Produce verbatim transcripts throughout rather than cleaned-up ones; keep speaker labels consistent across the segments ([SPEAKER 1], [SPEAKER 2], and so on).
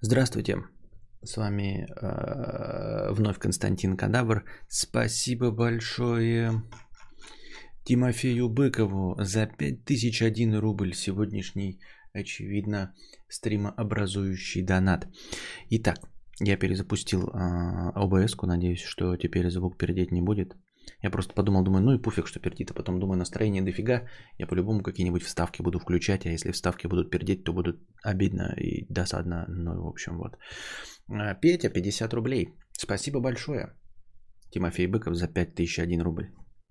[SPEAKER 1] Здравствуйте, с вами э, вновь Константин Кадавр. Спасибо большое Тимофею Быкову за пять тысяч один рубль сегодняшний, очевидно, стримообразующий донат. Итак, я перезапустил э, о бэ эс-ку, надеюсь, что теперь звук пердеть не будет. Я просто подумал, думаю, ну и пофиг, что пердит, а потом думаю, настроение дофига, я по-любому какие-нибудь вставки буду включать, а если вставки будут пердеть, то будут обидно и досадно, ну, в общем, вот. Петя, пятьдесят рублей, спасибо большое. Тимофей Быков за пять тысяч один рубль.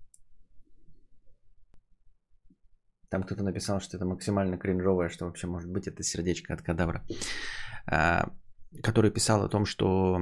[SPEAKER 1] Там кто-то написал, что это максимально кринжовое, что вообще может быть, это сердечко от Кадавра, который писал о том, что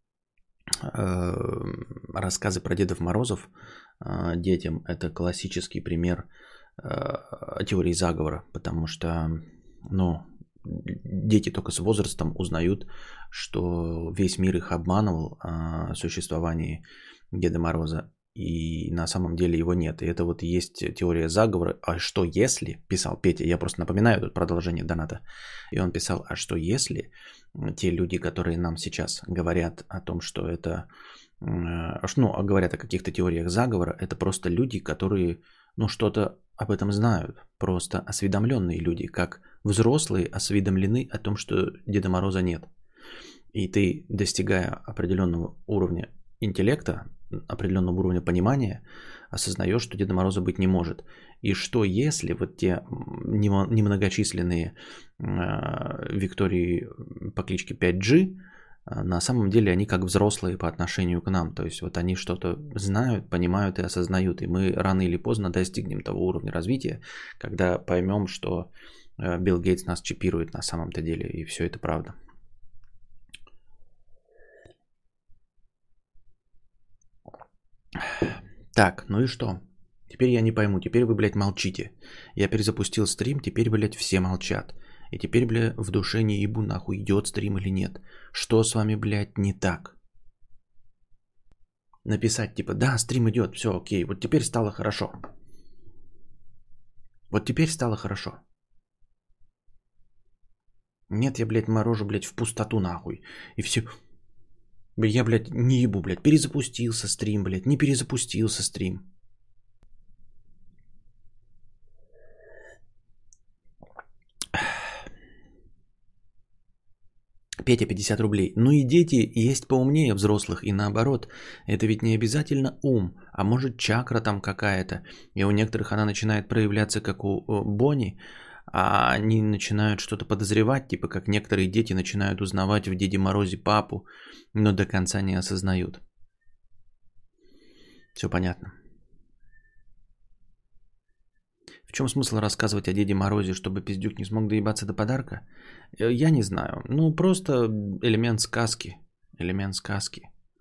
[SPEAKER 1] рассказы про Дедов Морозов детям – это классический пример теории заговора, потому что, ну, дети только с возрастом узнают, что весь мир их обманывал о существовании Деда Мороза, и на самом деле его нет. И это вот и есть теория заговора. А что если, писал Петя, я просто напоминаю тут продолжение доната, и он писал, а что если те люди, которые нам сейчас говорят о том, что это, ну, говорят о каких-то теориях заговора, это просто люди, которые, ну, что-то об этом знают, просто осведомленные люди, как взрослые осведомлены о том, что Деда Мороза нет. И ты, достигая определенного уровня интеллекта, определенного уровня понимания, осознаешь, что Деда Мороза быть не может. И что если вот те немногочисленные Виктории по кличке пять джи, на самом деле они как взрослые по отношению к нам. То есть вот они что-то знают, понимают и осознают. И мы рано или поздно достигнем того уровня развития, когда поймем, что Билл Гейтс нас чипирует на самом-то деле. И все это правда. Так, ну и что? Теперь я не пойму. Теперь вы, блядь, молчите. Я перезапустил стрим, теперь, блядь, все молчат. И теперь, блядь, в душе не ебу нахуй, идет стрим или нет. Что с вами, блядь, не так? Написать типа, да, стрим идет, все окей, вот теперь стало хорошо. Вот теперь стало хорошо. Нет, я, блядь, морожу, блядь, в пустоту нахуй. И все... Я, блядь, не ебу, блядь, перезапустился стрим, блядь, не перезапустился стрим. Петя, пятьдесят рублей. Ну и дети есть поумнее взрослых, и наоборот. Это ведь не обязательно ум, а может чакра там какая-то. И у некоторых она начинает проявляться, как у Бонни, а они начинают что-то подозревать, типа как некоторые дети начинают узнавать в Деде Морозе папу, но до конца не осознают. Все понятно. В чем смысл рассказывать о Деде Морозе, чтобы пиздюк не смог доебаться до подарка? Я не знаю. Ну, просто элемент сказки. Элемент сказки.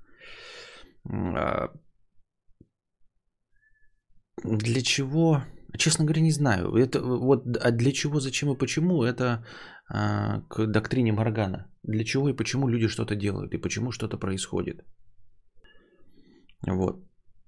[SPEAKER 1] Для чего? Честно говоря, не знаю. Это вот, а для чего, зачем и почему, это а, к доктрине Моргана. Для чего и почему люди что-то делают, и почему что-то происходит. Вот.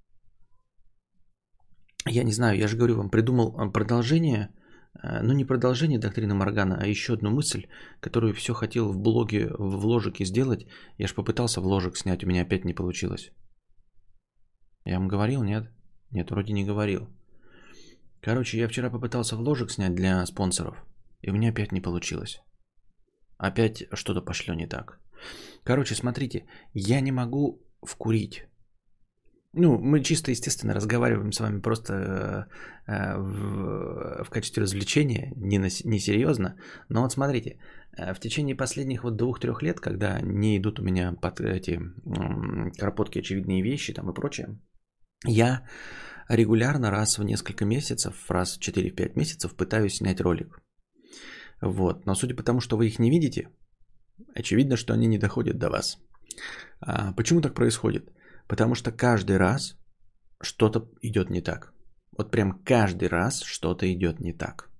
[SPEAKER 1] Я не знаю, я же говорю вам, придумал продолжение, ну не продолжение доктрины Моргана, а еще одну мысль, которую все хотел в блоге, в вложике сделать. Я же попытался вложек снять, у меня опять не получилось. Я вам говорил, нет? Нет, вроде не говорил. Короче, я вчера попытался вложек снять для спонсоров, и у меня опять не получилось. Опять что-то пошло не так. Короче, смотрите, я не могу вкурить. Ну, мы чисто, естественно, разговариваем с вами просто э, в, в качестве развлечения, не, на, не серьезно. Но вот смотрите, в течение последних вот двух-трех лет, когда не идут у меня под эти э, карпотки очевидные вещи там и прочее, я регулярно раз в несколько месяцев, раз в четыре-пять месяцев пытаюсь снять ролик. Вот. Но судя по тому, что вы их не видите, очевидно, что они не доходят до вас. А почему так происходит? Потому что каждый раз что-то идет не так. Вот прям каждый раз что-то идет не так.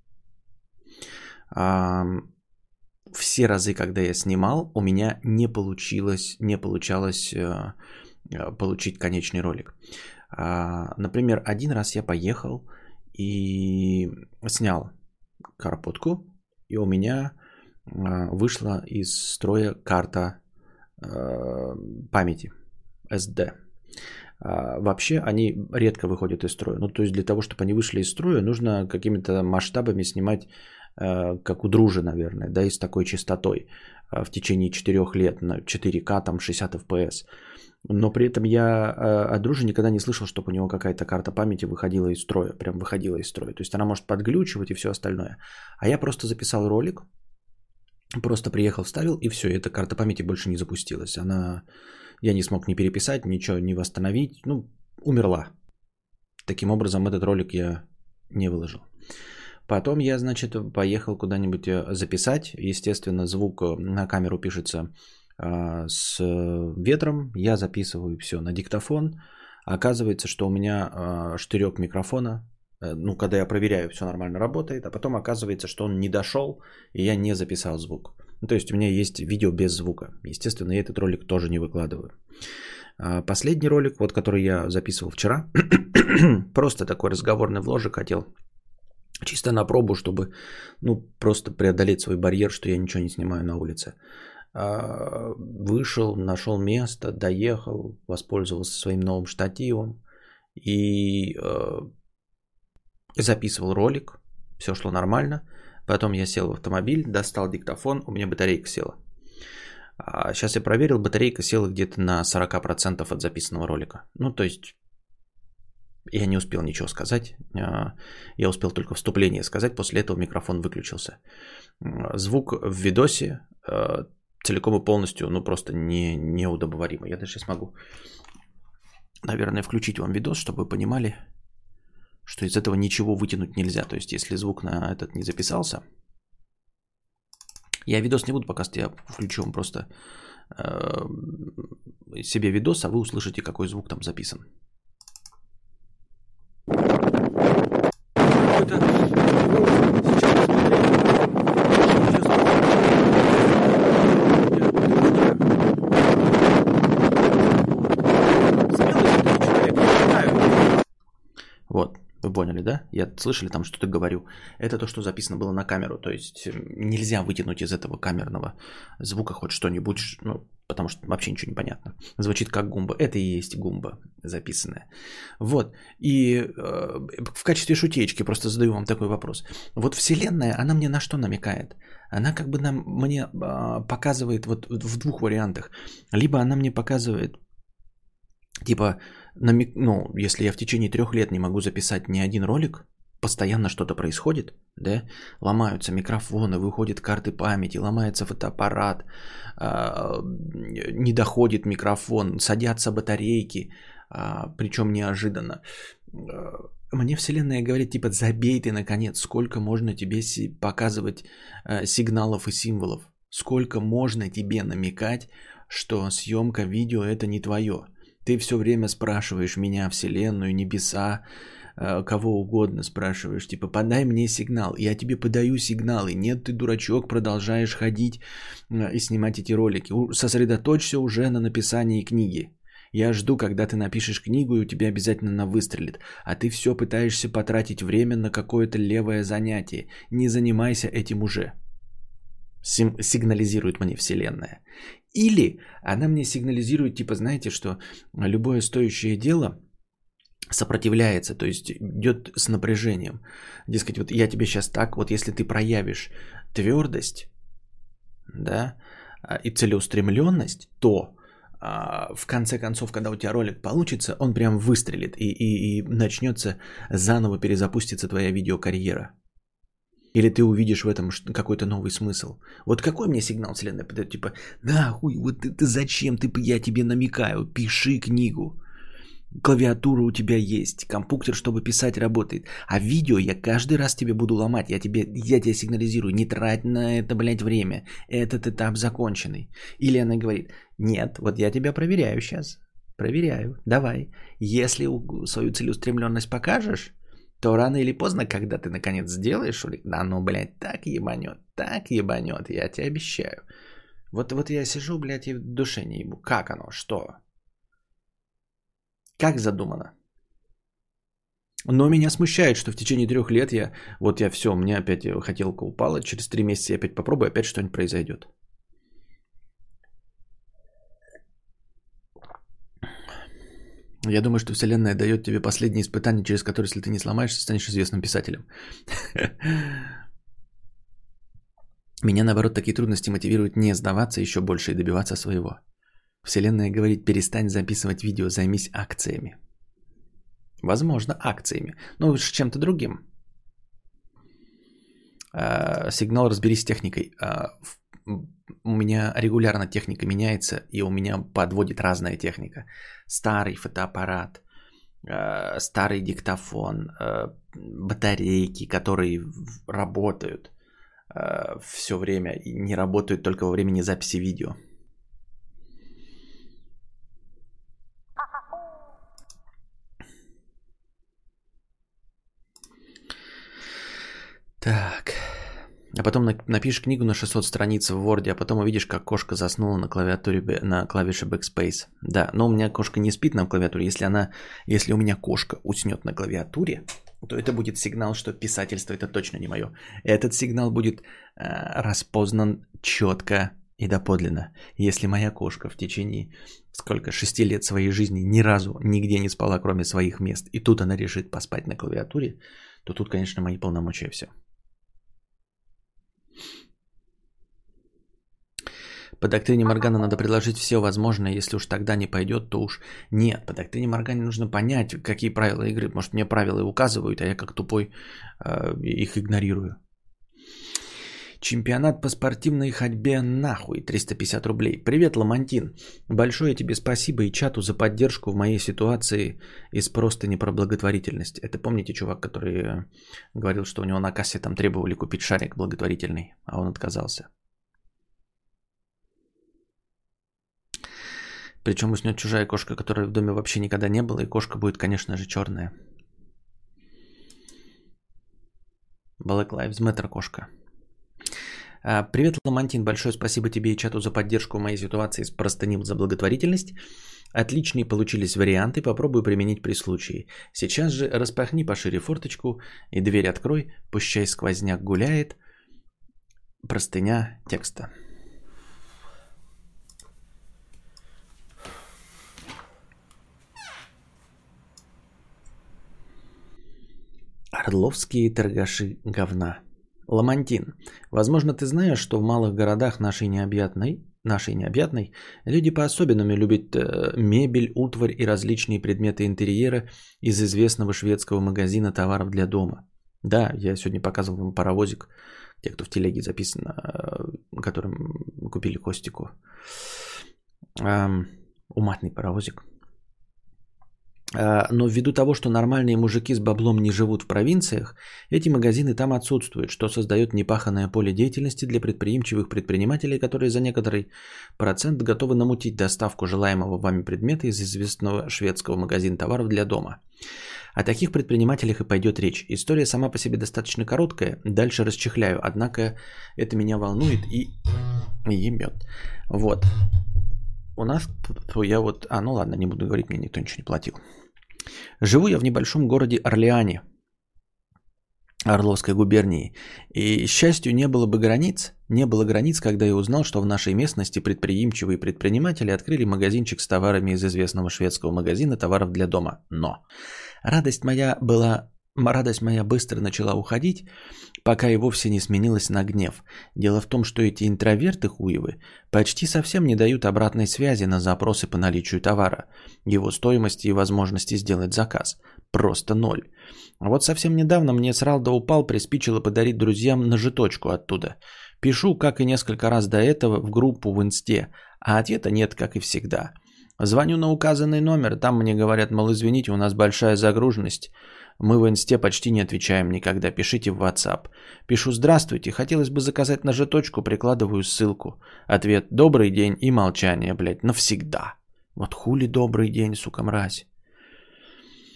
[SPEAKER 1] А, все разы, когда я снимал, у меня не получилось, не получалось а, получить конечный ролик. А, например, один раз я поехал и снял карпотку, и у меня вышла из строя карта памяти эс ди. Вообще они редко выходят из строя. Ну, то есть для того, чтобы они вышли из строя, нужно какими-то масштабами снимать, как у Дружи, наверное, да, и с такой частотой в течение четырёх лет на четыре ка, там шестьдесят эф пи эс. Но при этом я о Друже никогда не слышал, чтобы у него какая-то карта памяти выходила из строя, прям выходила из строя. То есть она может подглючивать и все остальное. А я просто записал ролик, просто приехал, вставил, и все, эта карта памяти больше не запустилась. Она... Я не смог ни переписать, ничего не восстановить, ну, умерла. Таким образом, этот ролик я не выложил. Потом я, значит, поехал куда-нибудь записать. Естественно, звук на камеру пишется э, с ветром. Я записываю все на диктофон. Оказывается, что у меня э, штырек микрофона, э, ну, когда я проверяю, все нормально работает. А потом оказывается, что он не дошел, и я не записал звук. Ну, то есть у меня есть видео без звука. Естественно, я этот ролик тоже не выкладываю. А последний ролик, вот который я записывал вчера, просто такой разговорный вложик хотел. Чисто на пробу, чтобы, ну, просто преодолеть свой барьер, что я ничего не снимаю на улице. Вышел, нашел место, доехал, воспользовался своим новым штативом и записывал ролик. Все шло нормально. Потом я сел в автомобиль, достал диктофон, у меня батарейка села. Сейчас я проверил, батарейка села где-то на сорок процентов от записанного ролика. Ну, то есть... Я не успел ничего сказать, я успел только вступление сказать, после этого микрофон выключился. Звук в видосе целиком и полностью, ну просто не, неудобоваримый. Я даже сейчас могу, наверное, включить вам видос, чтобы вы понимали, что из этого ничего вытянуть нельзя. То есть, если звук на этот не записался, я видос не буду показывать, я включу вам просто себе видос, а вы услышите, какой звук там записан. Вот, вы поняли, да? Я слышали там что-то говорю. Это то, что записано было на камеру. То есть нельзя вытянуть из этого камерного звука хоть что-нибудь, ну, потому что вообще ничего не понятно. Звучит как гумба. Это и есть гумба записанная. Вот. И э, в качестве шутечки просто задаю вам такой вопрос. Вот Вселенная, она мне на что намекает? Она как бы нам, мне э, показывает вот в двух вариантах. Либо она мне показывает, типа, намек, ну, если я в течение трех лет не могу записать ни один ролик, постоянно что-то происходит, да, ломаются микрофоны, выходят карты памяти, ломается фотоаппарат, не доходит микрофон, садятся батарейки, причем неожиданно. Мне Вселенная говорит, типа, забей ты, наконец, сколько можно тебе показывать сигналов и символов, сколько можно тебе намекать, что съемка видео это не твое. Ты все время спрашиваешь меня, Вселенную, небеса, кого угодно спрашиваешь, типа, подай мне сигнал. Я тебе подаю сигналы. Нет, ты, дурачок, продолжаешь ходить и снимать эти ролики. Сосредоточься уже на написании книги. Я жду, когда ты напишешь книгу, и у тебя обязательно она выстрелит. А ты все пытаешься потратить время на какое-то левое занятие. Не занимайся этим уже. Сим- сигнализирует мне Вселенная. Или она мне сигнализирует, типа, знаете, что любое стоящее дело сопротивляется, то есть идет с напряжением. Дескать, вот я тебе сейчас так, вот если ты проявишь твердость, да, и целеустремленность, то в конце концов, когда у тебя ролик получится, он прям выстрелит и, и, и начнется заново перезапуститься твоя видеокарьера. Или ты увидишь в этом какой-то новый смысл. Вот какой мне сигнал Вселенная подает? Типа, да, хуй, вот ты, ты зачем? Ты, я тебе намекаю, пиши книгу. Клавиатура у тебя есть, компьютер, чтобы писать, работает. А видео я каждый раз тебе буду ломать. Я тебе, я тебе сигнализирую, не трать на это, блядь, время. Этот этап законченный. Или она говорит, нет, вот я тебя проверяю сейчас. Проверяю, давай. Если свою целеустремленность покажешь, то рано или поздно, когда ты наконец сделаешь ролик, да ну, блядь, так ебанет, так ебанет, я тебе обещаю. Вот, вот я сижу, блядь, и в душе не ебу. Как оно, что? Как задумано? Но меня смущает, что в течение трех лет я, вот я все, у меня опять хотелка упала, через три месяца я опять попробую, опять что-нибудь произойдет. Я думаю, что Вселенная дает тебе последние испытания, через которые, если ты не сломаешься, станешь известным писателем. Меня, наоборот, такие трудности мотивируют не сдаваться еще больше и добиваться своего. Вселенная говорит, перестань записывать видео, займись акциями. Возможно, акциями, но лучше чем-то другим. А, сигнал, разберись с техникой. А, в, у меня регулярно техника меняется, и у меня подводит разная техника. Старый фотоаппарат, а, старый диктофон, а, батарейки, которые работают а, все время и не работают только во времени записи видео. Так. А потом напишешь книгу на шестьсот страниц в Word, а потом увидишь, как кошка заснула на клавиатуре, на клавише Backspace. Да, но у меня кошка не спит на клавиатуре. Если она, если у меня кошка уснет на клавиатуре, то это будет сигнал, что писательство это точно не мое. Этот сигнал будет э, распознан четко и доподлинно. Если моя кошка в течение сколько, шести лет своей жизни ни разу нигде не спала, кроме своих мест, и тут она решит поспать на клавиатуре, то тут, конечно, мои полномочия все. По доктрине Моргана надо предложить все возможное, если уж тогда не пойдет, то уж нет. По доктрине Моргана нужно понять, какие правила игры. Может, мне правила указывают, а я как тупой э, их игнорирую. Чемпионат по спортивной ходьбе нахуй, триста пятьдесят рублей. Привет, Ламантин. Большое тебе спасибо и чату за поддержку в моей ситуации из простыни про благотворительность. Это помните чувак, который говорил, что у него на кассе там требовали купить шарик благотворительный, а он отказался. Причем уснет чужая кошка, которой в доме вообще никогда не было, и кошка будет, конечно же, черная. Black Lives Matter кошка. Привет, Ламантин, большое спасибо тебе и чату за поддержку в моей ситуации с простыней за благотворительность. Отличные получились варианты, попробую применить при случае. Сейчас же распахни пошире форточку и дверь открой, пущай сквозняк гуляет. Простыня текста. Орловские торгаши говна. Ламантин. Возможно, ты знаешь, что в малых городах нашей необъятной, нашей необъятной люди по-особенному любят э, мебель, утварь и различные предметы интерьера из известного шведского магазина товаров для дома. Да, я сегодня показывал вам паровозик, те, кто в телеге записан, э, которым купили Костику. Э, уматный паровозик. Но ввиду того, что нормальные мужики с баблом не живут в провинциях, эти магазины там отсутствуют, что создает непаханное поле деятельности для предприимчивых предпринимателей, которые за некоторый процент готовы намутить доставку желаемого вами предмета из известного шведского магазина товаров для дома. О таких предпринимателях и пойдет речь. История сама по себе достаточно короткая, дальше расчехляю, однако это меня волнует и ебет. Вот. У нас, я вот, а ну ладно, не буду говорить, мне никто ничего не платил. Живу я в небольшом городе Орлеане, Орловской губернии. И, к счастью, не было бы границ, не было границ, когда я узнал, что в нашей местности предприимчивые предприниматели открыли магазинчик с товарами из известного шведского магазина товаров для дома. Но радость моя была... Радость моя быстро начала уходить, пока и вовсе не сменилась на гнев. Дело в том, что эти интроверты хуевы почти совсем не дают обратной связи на запросы по наличию товара, его стоимости и возможности сделать заказ. Просто ноль. А вот совсем недавно мне срал да упал, приспичило подарить друзьям ножиточку оттуда. Пишу, как и несколько раз до этого, в группу в инсте, а ответа нет, как и всегда. Звоню на указанный номер, там мне говорят, мол, извините, у нас большая загруженность. Мы в инсте почти не отвечаем никогда, пишите в WhatsApp. Пишу «Здравствуйте, хотелось бы заказать ножеточку», прикладываю ссылку. Ответ «Добрый день» и молчание, блядь, навсегда. Вот хули добрый день, сука, мразь.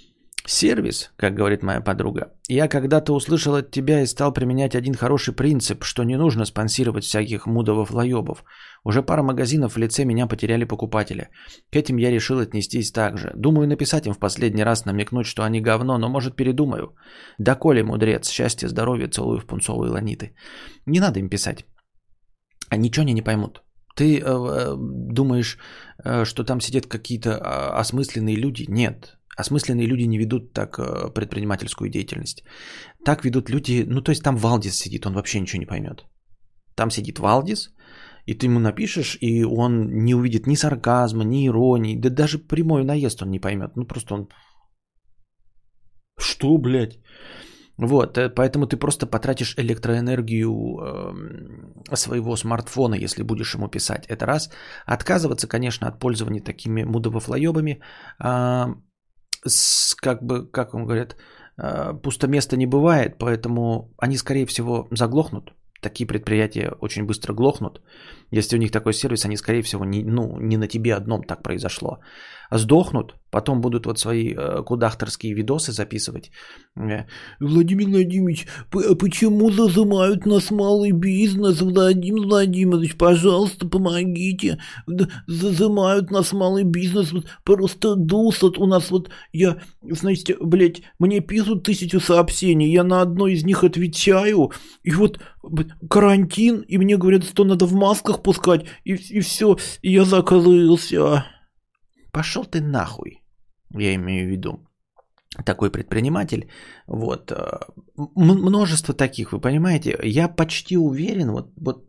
[SPEAKER 1] Сервис, как говорит моя подруга. Я когда-то услышал от тебя и стал применять один хороший принцип, что не нужно спонсировать всяких мудовов-лоебов. Уже пара магазинов в лице меня потеряли покупателя. К этим я решил отнестись так же. Думаю написать им в последний раз, намекнуть, что они говно, но может передумаю. Доколе, мудрец, счастья, здоровья, целую в пунцовые ланиты. Не надо им писать. Ничего они не поймут. Ты э, думаешь, э, что там сидят какие-то э, осмысленные люди? Нет. Осмысленные люди не ведут так э, предпринимательскую деятельность. Так ведут люди, ну то есть там Валдис сидит, он вообще ничего не поймет. Там сидит Валдис, и ты ему напишешь, и он не увидит ни сарказма, ни иронии, да даже прямой наезд он не поймет. Ну просто он... Что, блядь? Вот, поэтому ты просто потратишь электроэнергию э, своего смартфона, если будешь ему писать. Это раз. Отказываться, конечно, от пользования такими мудовофлоебами. Э, с, как бы, как вам говорят, э, пусто места не бывает, поэтому они, скорее всего, заглохнут. Такие предприятия очень быстро глохнут. Если у них такой сервис, они, скорее всего, не, ну, не на тебе одном так произошло. Сдохнут, потом будут вот свои э, кудахторские видосы записывать. Владимир Владимирович, почему зажимают нас малый бизнес? Владимир Владимирович, пожалуйста, помогите. Зажимают нас малый бизнес, просто дусят. У нас вот, я, знаете, блядь, мне пишут тысячу сообщений, я на одно из них отвечаю, и вот карантин, и мне говорят, что надо в масках пускать, и, и все, и я закрылся. Пошел ты нахуй, я имею в виду. Такой предприниматель. Вот. Множество таких, вы понимаете. Я почти уверен, вот, вот,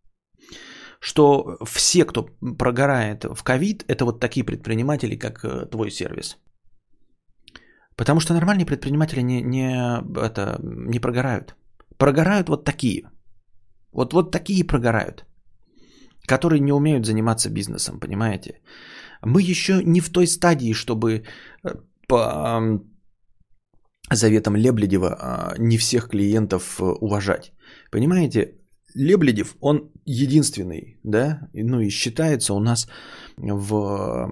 [SPEAKER 1] что все, кто прогорает в ковид, это вот такие предприниматели, как твой сервис. Потому что нормальные предприниматели не, не, это, не прогорают. Прогорают вот такие. Вот, вот такие прогорают. Которые не умеют заниматься бизнесом, понимаете? Мы еще не в той стадии, чтобы по заветам Лебледева не всех клиентов уважать. Понимаете, Лебледев, он единственный, да, ну и считается у нас в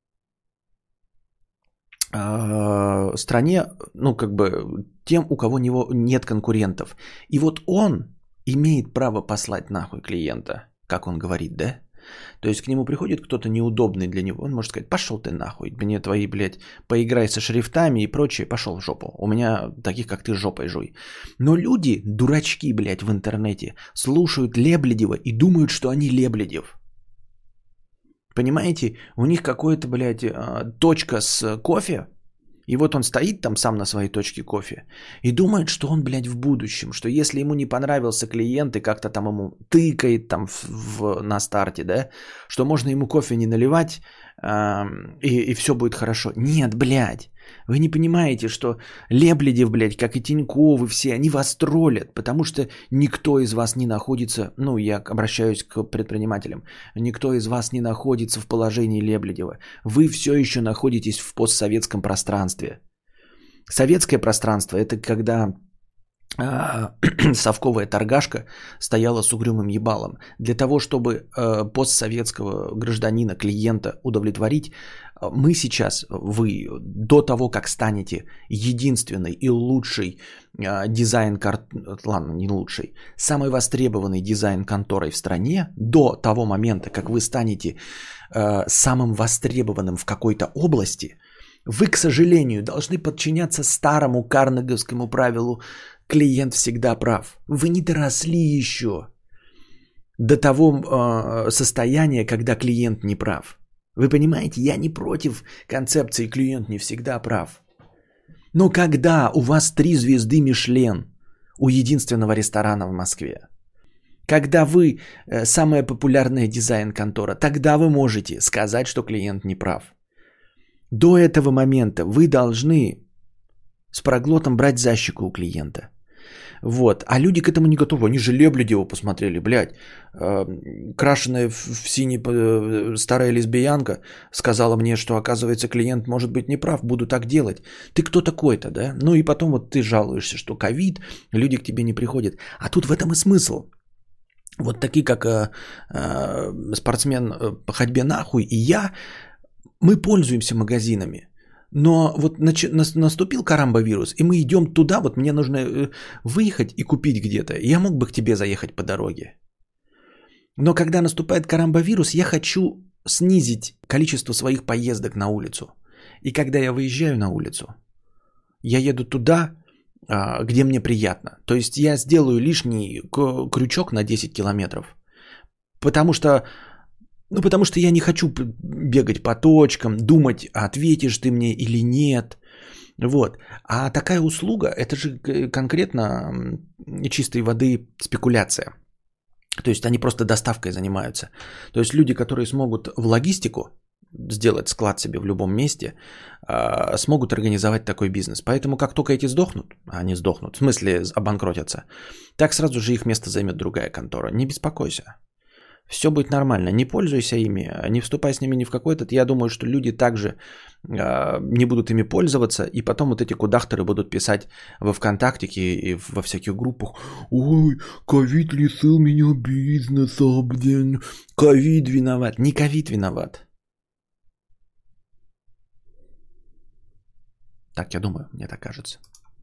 [SPEAKER 1] стране, ну как бы тем, у кого него нет конкурентов. И вот он имеет право послать нахуй клиента, как он говорит, да? То есть к нему приходит кто-то неудобный для него, он может сказать, пошел ты нахуй, мне твои, блядь, поиграй со шрифтами и прочее, пошел в жопу. У меня таких, как ты, жопой жуй. Но люди, дурачки, блядь, в интернете, слушают Лебледева и думают, что они Лебледев. Понимаете, у них какая-то, блядь, точка с кофе, и вот он стоит там сам на своей точке кофе и думает, что он, блядь, в будущем, что если ему не понравился клиент и как-то там ему тыкает там в, в, на старте, да, что можно ему кофе не наливать э, и, и все будет хорошо. Нет, блядь, вы не понимаете, что Лебледев, блядь, как и Тиньков, и все, они вас троллят, потому что никто из вас не находится, ну, я обращаюсь к предпринимателям, никто из вас не находится в положении Лебледева. Вы все еще находитесь в постсоветском пространстве. Советское пространство – это когда а, совковая торгашка стояла с угрюмым ебалом. Для того, чтобы а, постсоветского гражданина, клиента удовлетворить, мы сейчас, вы, до того, как станете единственной и лучшей э, дизайн, ладно, не лучшей, самой востребованной дизайн-конторой в стране, до того момента, как вы станете э, самым востребованным в какой-то области, вы, к сожалению, должны подчиняться старому карнеговскому правилу «клиент всегда прав». Вы не доросли еще до того э, состояния, когда клиент не прав. Вы понимаете, я не против концепции «клиент не всегда прав». Но когда у вас три звезды Мишлен у единственного ресторана в Москве, когда вы самая популярная дизайн-контора, тогда вы можете сказать, что клиент не прав. До этого момента вы должны с проглотом брать за щеку у клиента. Вот. А люди к этому не готовы. Они же Лебледева посмотрели, блядь. Крашеная в синий старая лесбиянка сказала мне, что, оказывается, клиент может быть неправ, буду так делать. Ты кто такой-то, да? Ну и потом вот ты жалуешься, что ковид, люди к тебе не приходят. А тут в этом и смысл. Вот такие, как э, э, спортсмен по ходьбе нахуй и я, мы пользуемся магазинами. Но вот нач- нас- наступил карамбовирус, и мы идем туда, вот мне нужно э, выехать и купить где-то. Я мог бы к тебе заехать по дороге. Но когда наступает карамбовирус, я хочу снизить количество своих поездок на улицу. И когда я выезжаю на улицу, я еду туда, а, где мне приятно. То есть я сделаю лишний к- крючок на десять километров. Потому что, ну, потому что я не хочу п- бегать по точкам, думать, ответишь ты мне или нет. Вот. А такая услуга, это же к- конкретно м, чистой воды спекуляция. То есть они просто доставкой занимаются. То есть люди, которые смогут в логистику сделать склад себе в любом месте, а, смогут организовать такой бизнес. Поэтому как только эти сдохнут, а они сдохнут, в смысле обанкротятся, так сразу же их место займет другая контора. Не беспокойся. Все будет нормально. Не пользуйся ими, не вступай с ними ни в какой-то. Я думаю, что люди также э, не будут ими пользоваться, и потом вот эти кудахторы будут писать во ВКонтактике и во всяких группах: ой, ковид лишил меня бизнеса, блин, ковид виноват. Не ковид виноват. Так я думаю, мне так кажется.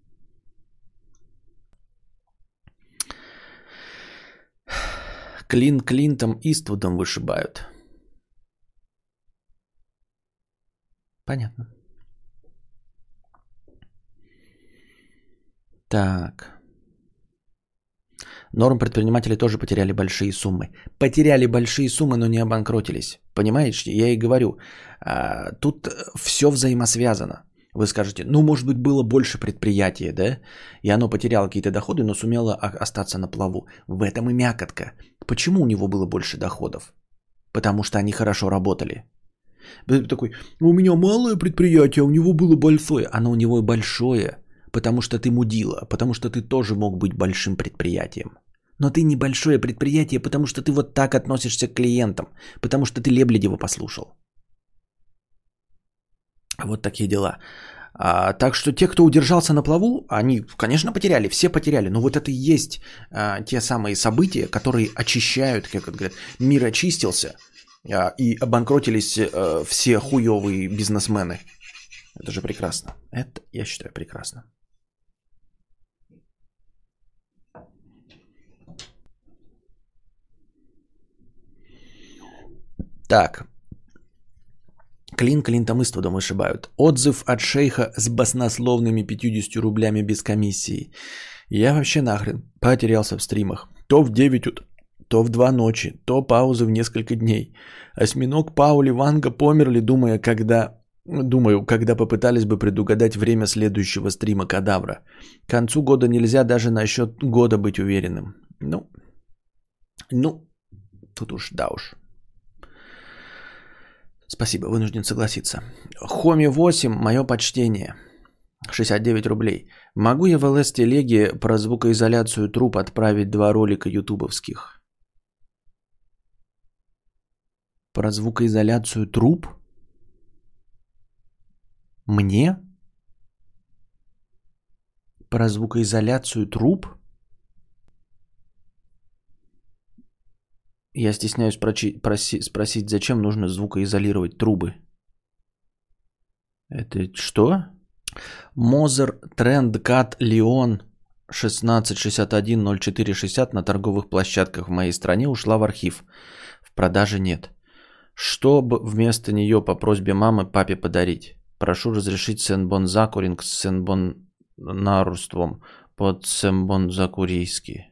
[SPEAKER 1] Клин Клинтом Иствудом вышибают. Понятно. Так. Норм предприниматели тоже потеряли большие суммы. Потеряли большие суммы, но не обанкротились. Понимаешь, я и говорю, тут все взаимосвязано. Вы скажете, ну, может быть, было больше предприятия, да? И оно потеряло какие-то доходы, но сумело остаться на плаву. В этом и мякотка. Почему у него было больше доходов? Потому что они хорошо работали. Такой, у меня малое предприятие, а у него было большое. Оно у него и большое, потому что ты мудила, потому что ты тоже мог быть большим предприятием. Но ты небольшое предприятие, потому что ты вот так относишься к клиентам, потому что ты Лебедева послушал. Вот такие дела. А, так что те, кто удержался на плаву, они, конечно, потеряли, все потеряли. Но вот это и есть а, те самые события, которые очищают, как говорят, мир очистился, а, и обанкротились а, все хуевые бизнесмены. Это же прекрасно. Это, я считаю, прекрасно. Так. Клин Клинтом Иствудом вышибают. Отзыв от шейха с баснословными пятьюдесятью рублями без комиссии. Я вообще нахрен потерялся в стримах. То в девять утра, то в два ночи, то паузы в несколько дней. Осьминог, Паули, Ванга померли, думая, когда... Думаю, когда попытались бы предугадать время следующего стрима Кадавра. К концу года нельзя даже насчет года быть уверенным. Ну, ну, тут уж, да уж. Спасибо, вынужден согласиться. Хоми восемь, мое почтение. шестьдесят девять рублей. Могу я в ЛС-телеге про звукоизоляцию труб отправить два ролика ютубовских? Про звукоизоляцию труб? Мне? Про звукоизоляцию труб? Я стесняюсь прочи, проси, спросить, зачем нужно звукоизолировать трубы. Это что? Мозер Трендкат Леон шестнадцать шестьдесят один ноль четыре шестьдесят на торговых площадках в моей стране ушла в архив. В продаже нет. Что вместо нее по просьбе мамы папе подарить? Прошу разрешить Сенбон Закуринг с Сенбон нарурством под Сенбон Закурийский.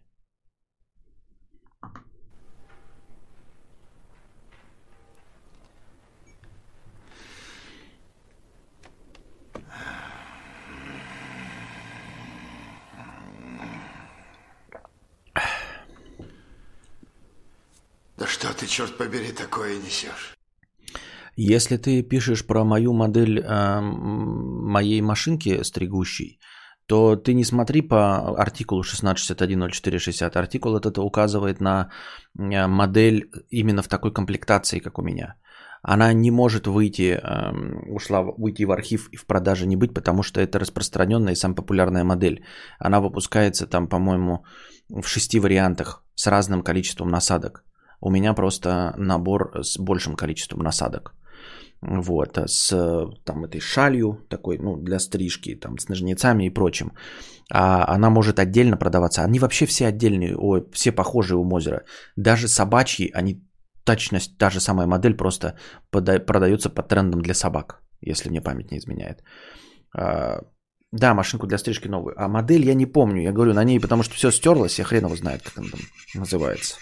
[SPEAKER 2] Да что ты, черт побери, такое несешь?
[SPEAKER 1] Если ты пишешь про мою модель э, моей машинки стригущей, то ты не смотри по артикулу шестнадцать шестьдесят один ноль четыре шестьдесят. Артикул этот указывает на модель именно в такой комплектации, как у меня. Она не может выйти, э, ушла выйти в архив и в продаже не быть, потому что это распространенная и самая популярная модель. Она выпускается там, по-моему, в шести вариантах с разным количеством насадок. У меня просто набор с большим количеством насадок. Вот, с там этой шалью такой, ну, для стрижки, там, с ножницами и прочим. А она может отдельно продаваться. Они вообще все отдельные, ой, все похожие у Мозера. Даже собачьи, они точно та же самая модель, просто пода- продается по трендам для собак, если мне память не изменяет. А, да, машинку для стрижки новую. А модель я не помню, я говорю на ней, потому что все стерлось, я хрен его знает, как она там называется.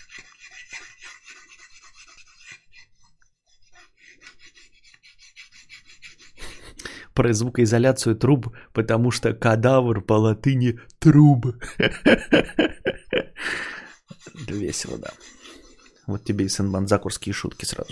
[SPEAKER 1] Про звукоизоляцию труб, потому что кадавр по латыни труб. Весело, да. Вот тебе и сен-банзакурские шутки сразу.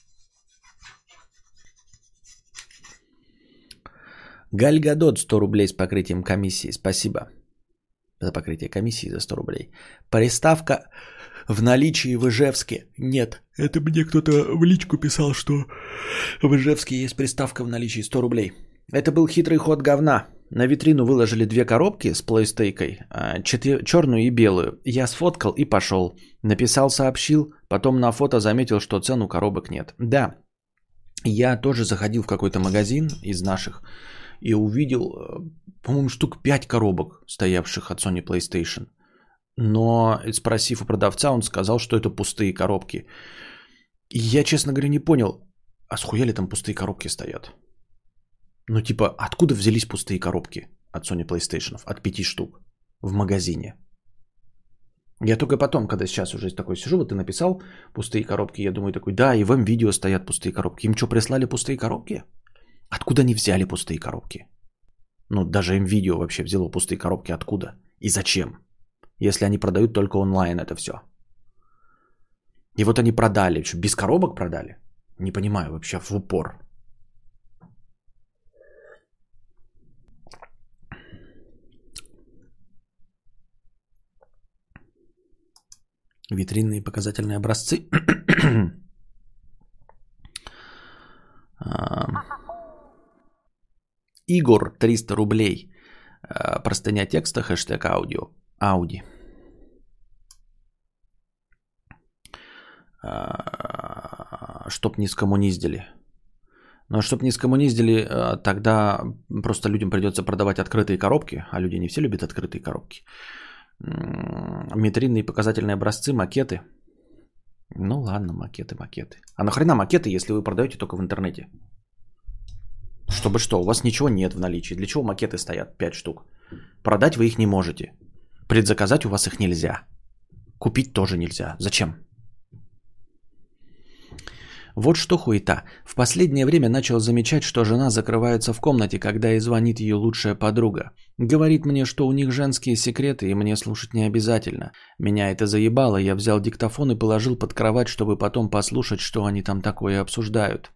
[SPEAKER 1] Галь Гадот, сто рублей с покрытием комиссии. Спасибо за покрытие комиссии за сто рублей. Приставка в наличии в Ижевске нет. Это мне кто-то в личку писал, что в Ижевске есть приставка в наличии сто рублей. Это был хитрый ход говна. На витрину выложили две коробки с плейстейкой, черную и белую. Я сфоткал и пошел. Написал, сообщил, потом на фото заметил, что цен у коробок нет. Да, я тоже заходил в какой-то магазин из наших и увидел, по-моему, штук пять коробок, стоявших от Sony PlayStation. Но, спросив у продавца, он сказал, что это пустые коробки. И я, честно говоря, не понял, а схуя ли там пустые коробки стоят? Ну, типа, откуда взялись пустые коробки от Sony PlayStation? От пяти штук в магазине. Я только потом, когда сейчас уже такой сижу, вот ты написал пустые коробки, я думаю такой, да, и в М-видео стоят пустые коробки. Им что, прислали пустые коробки? Откуда они взяли пустые коробки? Ну, даже М-видео вообще взяло пустые коробки. Откуда? И зачем? Если они продают только онлайн это все. И вот они продали. Что, без коробок продали? Не понимаю вообще в упор. Витринные показательные образцы. Игорь, триста рублей. Простыня текста, хэштег аудио. Ауди. Чтоб не скоммуниздили. Но чтоб не скоммуниздили, тогда просто людям придется продавать открытые коробки, а люди не все любят открытые коробки. Витринные показательные образцы, макеты. Ну ладно, макеты, макеты. А нахрена макеты, если вы продаете только в интернете? Чтобы что, у вас ничего нет в наличии. Для чего макеты стоят? пять штук. Продать вы их не можете. Предзаказать у вас их нельзя. Купить тоже нельзя. Зачем? Вот что хуета. В последнее время начал замечать, что жена закрывается в комнате, когда ей звонит ее лучшая подруга. Говорит мне, что у них женские секреты, и мне слушать не обязательно. Меня это заебало, я взял диктофон и положил под кровать, чтобы потом послушать, что они там такое обсуждают.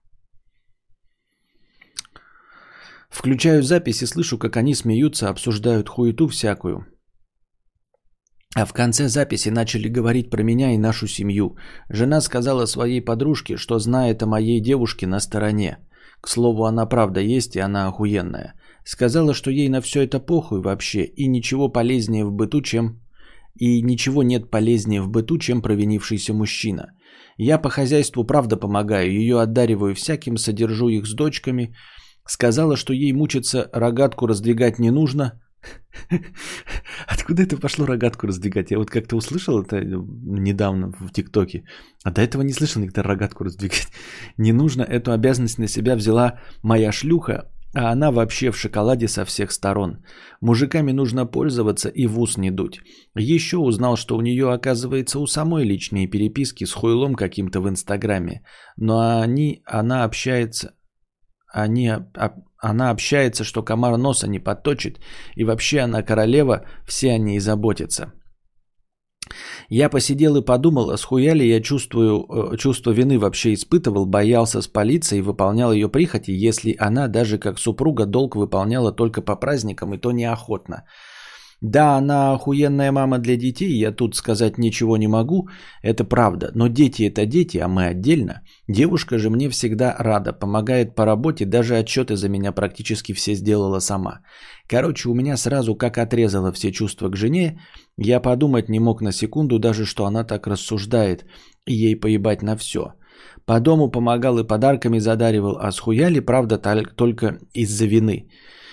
[SPEAKER 1] Включаю запись и слышу, как они смеются, обсуждают хуету всякую. А в конце записи начали говорить про меня и нашу семью. Жена сказала своей подружке, что знает о моей девушке на стороне. К слову, она правда есть, и она охуенная. Сказала, что ей на все это похуй вообще, и ничего полезнее в быту, чем... И ничего нет полезнее в быту, чем провинившийся мужчина. Я по хозяйству правда помогаю, ее отдариваю всяким, содержу их с дочками. Сказала, что ей мучиться, рогатку раздвигать не нужно. Откуда это пошло рогатку раздвигать? Я вот как-то услышал это недавно в ТикТоке, а до этого не слышал никогда рогатку раздвигать. Не нужно, эту обязанность на себя взяла моя шлюха, а она вообще в шоколаде со всех сторон. Мужиками нужно пользоваться и в ус не дуть. Еще узнал, что у нее, оказывается, у самой личные переписки с хуйлом каким-то в Инстаграме. Но они, она общается... Они, она общается, что комар носа не подточит, и вообще она королева, все о ней заботятся. Я посидел и подумал, а схуя ли я чувствую, чувство вины вообще испытывал, боялся спалиться и выполнял ее прихоти, если она даже как супруга долг выполняла только по праздникам, и то неохотно. Да, она охуенная мама для детей, я тут сказать ничего не могу, это правда, но дети это дети, а мы отдельно. Девушка же мне всегда рада, помогает по работе, даже отчеты за меня практически все сделала сама. Короче, у меня сразу как отрезало все чувства к жене, я подумать не мог на секунду даже, что она так рассуждает, и ей поебать на все. По дому помогал и подарками задаривал, а схуяли, правда, только из-за вины.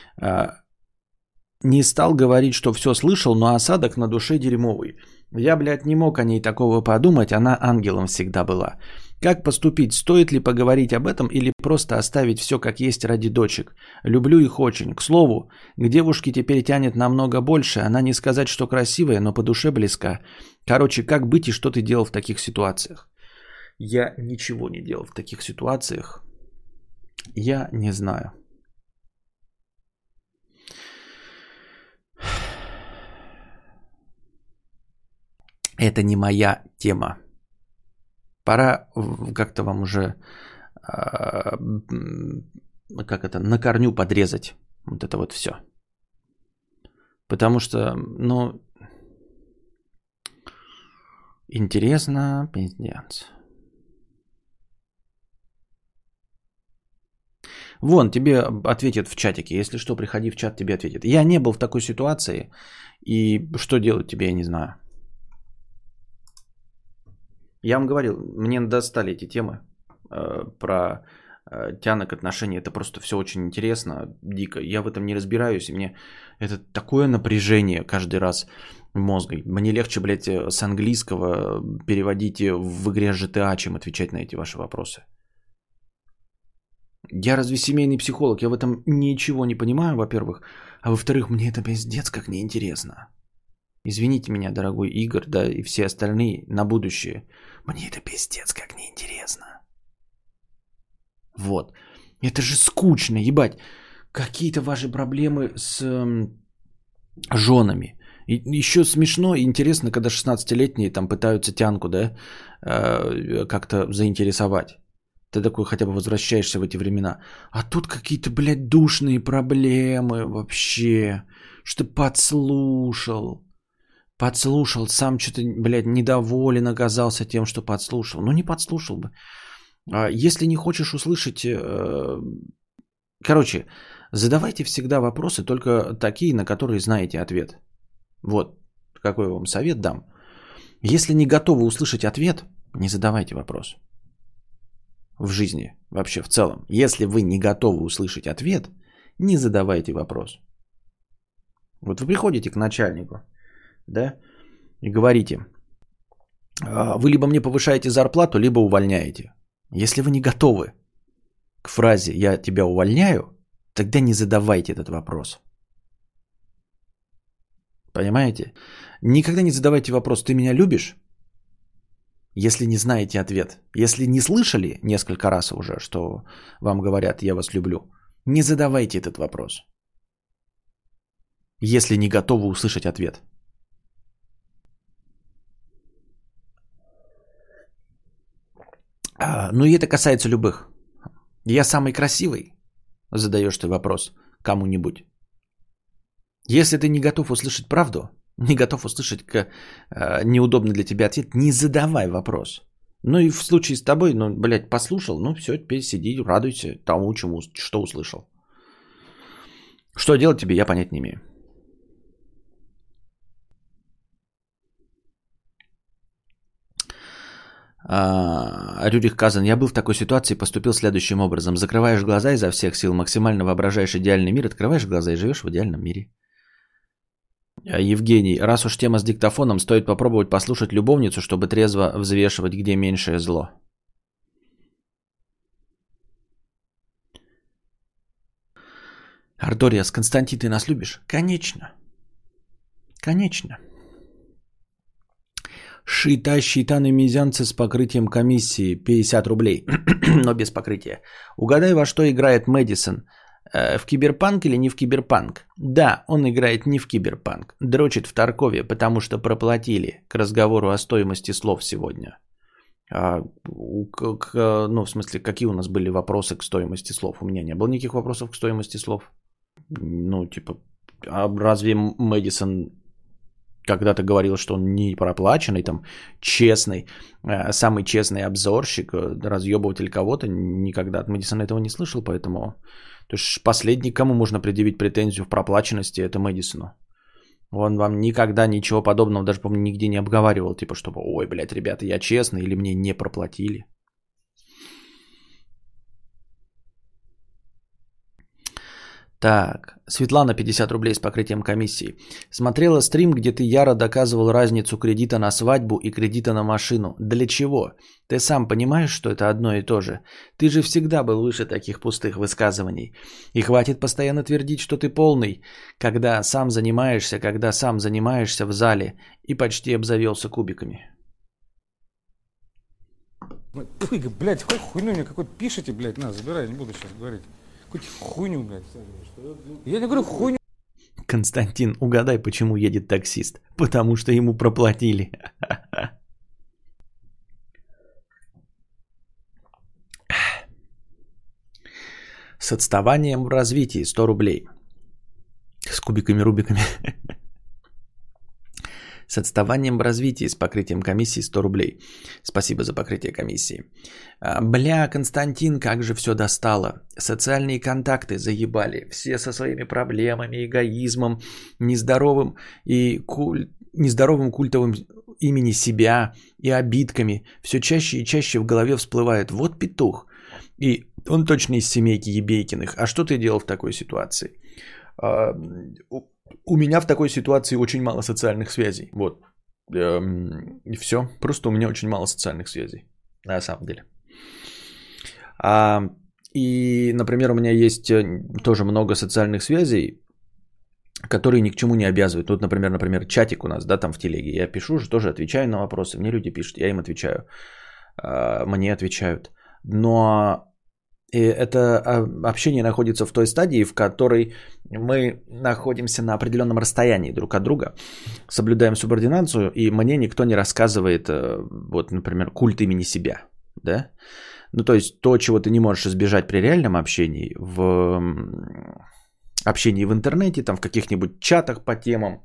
[SPEAKER 1] Не стал говорить, что все слышал, но осадок на душе дерьмовый. Я, блядь, не мог о ней такого подумать, она ангелом всегда была. Как поступить? Стоит ли поговорить об этом или просто оставить все как есть ради дочек? Люблю их очень. К слову, к девушке теперь тянет намного больше. Она не сказать, что красивая, но по душе близка. Короче, как быть и что ты делал в таких ситуациях? Я ничего не делал в таких ситуациях. Я не знаю. Это не моя тема. Пора как-то вам уже, как это, на корню подрезать вот это вот все. Потому что, ну, интересно, пиздец. Вон, тебе ответят в чатике. Если что, приходи в чат, тебе ответят. Я не был в такой ситуации, и что делать тебе, я не знаю. Я вам говорил, мне достали эти темы э, про э, тянок отношений. Это просто все очень интересно, дико. Я в этом не разбираюсь, и мне это такое напряжение каждый раз мозга. Мне легче, блядь, с английского переводить в игре джи ти эй, чем отвечать на эти ваши вопросы. Я разве семейный психолог? Я в этом ничего не понимаю, во-первых. А во-вторых, мне это пиздец как неинтересно. Извините меня, дорогой Игорь, да и все остальные на будущее. Мне это пиздец как неинтересно. Вот. Это же скучно, ебать. Какие-то ваши проблемы с э, женами. И еще смешно и интересно, когда шестнадцатилетние там пытаются тянку, да, э, как-то заинтересовать. Ты такой хотя бы возвращаешься в эти времена. А тут какие-то, блядь, душные проблемы вообще. Что подслушал. Подслушал, сам что-то, блядь, недоволен оказался тем, что подслушал. Ну, не подслушал бы. Если не хочешь услышать... Короче, задавайте всегда вопросы, только такие, на которые знаете ответ. Вот, какой вам совет дам. Если не готовы услышать ответ, не задавайте вопрос. В жизни, вообще в целом. Если вы не готовы услышать ответ, не задавайте вопрос. Вот вы приходите к начальнику, да, и говорите, вы либо мне повышаете зарплату, либо увольняете. Если вы не готовы к фразе «я тебя увольняю», тогда не задавайте этот вопрос. Понимаете? Никогда не задавайте вопрос «ты меня любишь?», если не знаете ответ. Если не слышали несколько раз уже, что вам говорят «я вас люблю», не задавайте этот вопрос, если не готовы услышать ответ. Ну и это касается любых. Я самый красивый? Задаешь ты вопрос кому-нибудь. Если ты не готов услышать правду, не готов услышать к, э, неудобный для тебя ответ, не задавай вопрос. Ну и в случае с тобой, ну, блядь, послушал, ну все, теперь сиди, радуйся тому, чему, что услышал. Что делать тебе, я понять не имею. А, Рюрих Казан, я был в такой ситуации и поступил следующим образом. Закрываешь глаза изо всех сил, максимально воображаешь идеальный мир, открываешь глаза и живешь в идеальном мире. Евгений, раз уж тема с диктофоном, стоит попробовать послушать любовницу, чтобы трезво взвешивать, где меньшее зло. Ардориас, Константин, ты нас любишь? Конечно. Конечно. Шита, щитаны, мизянцы с покрытием комиссии пятьдесят рублей, но без покрытия. Угадай, во что играет Мэдисон. В Киберпанк или не в Киберпанк? Да, он играет не в Киберпанк. Дрочит в Таркове, потому что проплатили к разговору о стоимости слов сегодня. А, к, ну, в смысле, какие у нас были вопросы к стоимости слов? У меня не было никаких вопросов к стоимости слов. Ну, типа, а разве Мэдисон когда-то говорил, что он не проплаченный, там, честный, самый честный обзорщик, разъебыватель кого-то? Никогда от Мэдисона этого не слышал, поэтому... То есть последний, кому можно предъявить претензию в проплаченности, это Мэдисону. Он вам никогда ничего подобного, даже, по-моему, нигде не обговаривал, типа, чтобы, ой, блядь, ребята, я честный, или мне не проплатили. Так, Светлана, пятьдесят рублей с покрытием комиссии. Смотрела стрим, где ты яро доказывал разницу кредита на свадьбу и кредита на машину. Для чего? Ты сам понимаешь, что это одно и то же? Ты же всегда был выше таких пустых высказываний. И хватит постоянно твердить, что ты полный, когда сам занимаешься, когда сам занимаешься в зале и почти обзавелся кубиками.
[SPEAKER 3] Ой, блядь, какой хуйню мне какой-то пишите, блядь, на, забирай, не буду сейчас говорить. Какую-то хуйню, блядь. Я не говорю хуйню.
[SPEAKER 1] Константин, угадай, почему едет таксист? Потому что ему проплатили. С отставанием в развитии сто рублей. С кубиками-рубиками. С отставанием в развитии с покрытием комиссии сто рублей. Спасибо за покрытие комиссии. Бля, Константин, как же все достало. Социальные контакты заебали. Все со своими проблемами, эгоизмом, нездоровым и куль... нездоровым культовым имени себя и обидками. Все чаще и чаще в голове всплывает. Вот петух. И он точно из семейки Ебейкиных. А что ты делал в такой ситуации? У меня в такой ситуации очень мало социальных связей. Вот. И все. Просто у меня очень мало социальных связей. На самом деле. А, и, например, у меня есть тоже много социальных связей, которые ни к чему не обязывают. Тут, например, например, чатик у нас, да, там в телеге. Я пишу, тоже отвечаю на вопросы. Мне люди пишут, я им отвечаю. Мне отвечают. Но это общение находится в той стадии, в которой мы находимся на определенном расстоянии друг от друга, соблюдаем субординацию, и мне никто не рассказывает, вот, например, культ имени себя, да? Ну, то есть то, чего ты не можешь избежать при реальном общении, в общении в интернете, там в каких-нибудь чатах по темам,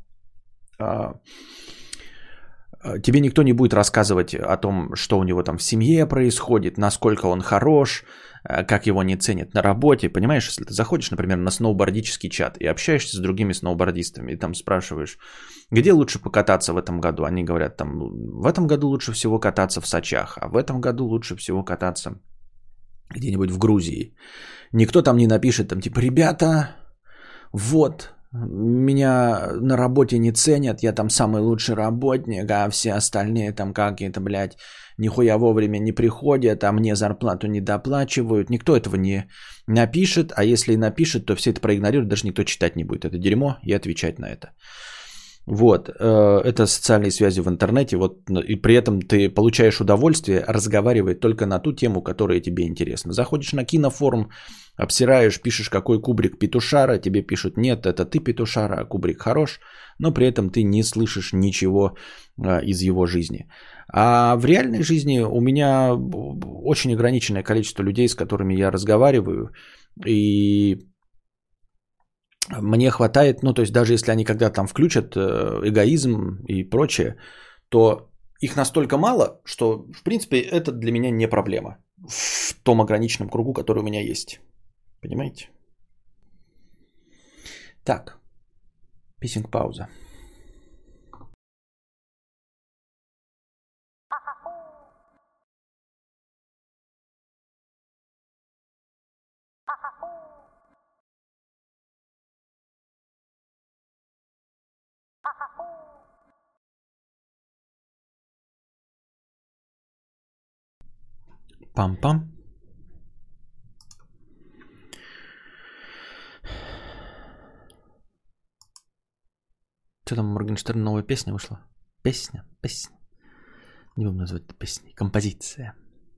[SPEAKER 1] тебе никто не будет рассказывать о том, что у него там в семье происходит, насколько он хорош, как его не ценят на работе. Понимаешь, если ты заходишь, например, на сноубордический чат и общаешься с другими сноубордистами, и там спрашиваешь, где лучше покататься в этом году? Они говорят, там, в этом году лучше всего кататься в Сочах, а в этом году лучше всего кататься где-нибудь в Грузии. Никто там не напишет, там, типа, ребята, вот, меня на работе не ценят, я там самый лучший работник, а все остальные там какие-то, блядь, нихуя вовремя не приходят, а мне зарплату не доплачивают. Никто этого не напишет, а если и напишет, то все это проигнорируют, даже никто читать не будет это дерьмо и отвечать на это. Вот, это социальные связи в интернете, вот, и при этом ты получаешь удовольствие разговаривать только на ту тему, которая тебе интересна. Заходишь на кинофорум, обсираешь, пишешь, какой Кубрик петушара, тебе пишут, нет, это ты петушара, а Кубрик хорош, но при этом ты не слышишь ничего из его жизни. А в реальной жизни у меня очень ограниченное количество людей, с которыми я разговариваю, и мне хватает, ну, то есть даже если они когда-то там включат эгоизм и прочее, то их настолько мало, что, в принципе, это для меня не проблема в том ограниченном кругу, который у меня есть. Понимаете? Так, писинг-пауза. Пам-пам. Что там, Моргенштерн, новая песня вышла? Песня, песня. Не будем назвать это песней. Композиция.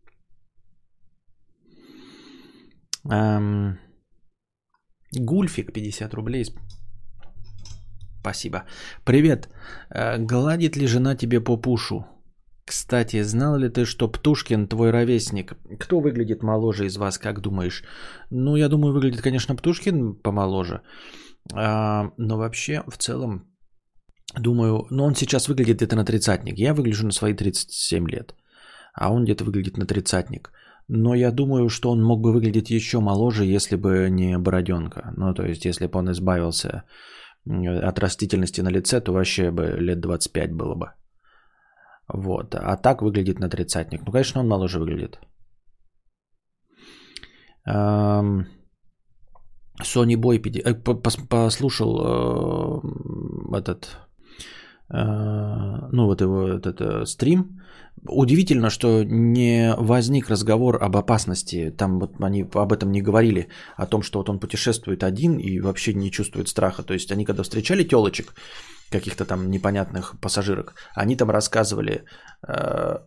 [SPEAKER 1] Эм... Гульфик, пятьдесят рублей. Спасибо. Привет. Гладит ли жена тебе по пушу? Кстати, знал ли ты, что Птушкин твой ровесник? Кто выглядит моложе из вас, как думаешь? Ну, я думаю, выглядит, конечно, Птушкин помоложе. А, но вообще, в целом, думаю, ну, он сейчас выглядит где-то на тридцатник. Я выгляжу на свои тридцать семь лет. А он где-то выглядит на тридцатник. Но я думаю, что он мог бы выглядеть еще моложе, если бы не бороденка. Ну, то есть, если бы он избавился от растительности на лице, то вообще бы лет двадцать пять было бы. Вот. А так выглядит на тридцатник. Ну, конечно, он моложе выглядит. Эм... Sony Boy послушал э, этот, э, ну вот его этот э, стрим. Удивительно, что не возник разговор об опасности. Там вот они об этом не говорили, о том, что вот он путешествует один и вообще не чувствует страха. То есть они когда встречали телочек, каких-то там непонятных пассажирок, они там рассказывали э,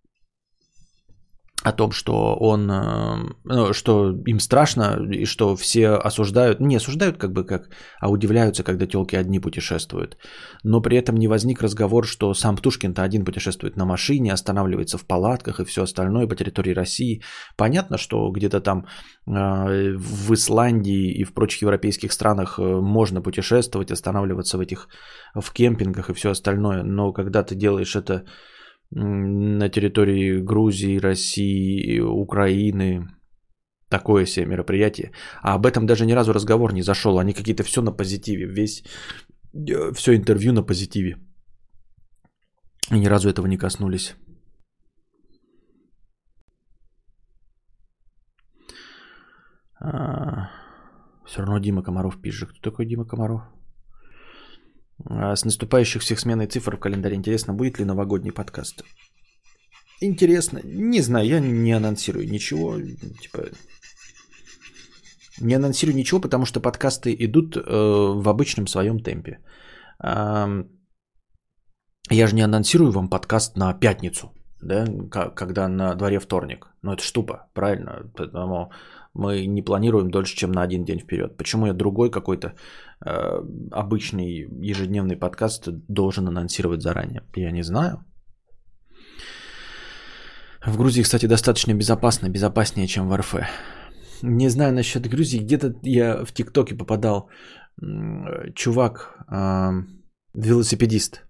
[SPEAKER 1] о том, что он, ну, что им страшно, и что все осуждают, не осуждают как бы как, а удивляются, когда телки одни путешествуют. Но при этом не возник разговор, что сам Птушкин-то один путешествует на машине, останавливается в палатках и все остальное по территории России. Понятно, что где-то там э, в Исландии и в прочих европейских странах можно путешествовать, останавливаться в этих, в кемпингах и все остальное. Но когда ты делаешь это на территории Грузии, России, Украины, такое себе мероприятие. А об этом даже ни разу разговор не зашел. Они какие-то все на позитиве. Весь, все интервью на позитиве. И ни разу этого не коснулись. А, все равно Дима Комаров пишет. Кто такой Дима Комаров? С наступающих всех сменой цифр в календаре. Интересно, будет ли новогодний подкаст? Интересно. Не знаю, я не анонсирую ничего. Типа, не анонсирую ничего, потому что подкасты идут э, в обычном своем темпе. Э, я же не анонсирую вам подкаст на пятницу, да, когда на дворе вторник. Но это ж тупо, правильно? Потому мы не планируем дольше, чем на один день вперед. Почему я другой какой-то э, обычный ежедневный подкаст должен анонсировать заранее? Я не знаю. В Грузии, кстати, достаточно безопасно, безопаснее, чем в эр эф. Не знаю насчет Грузии. Где-то я в ТикТоке попадал. Чувак, э, велосипедист,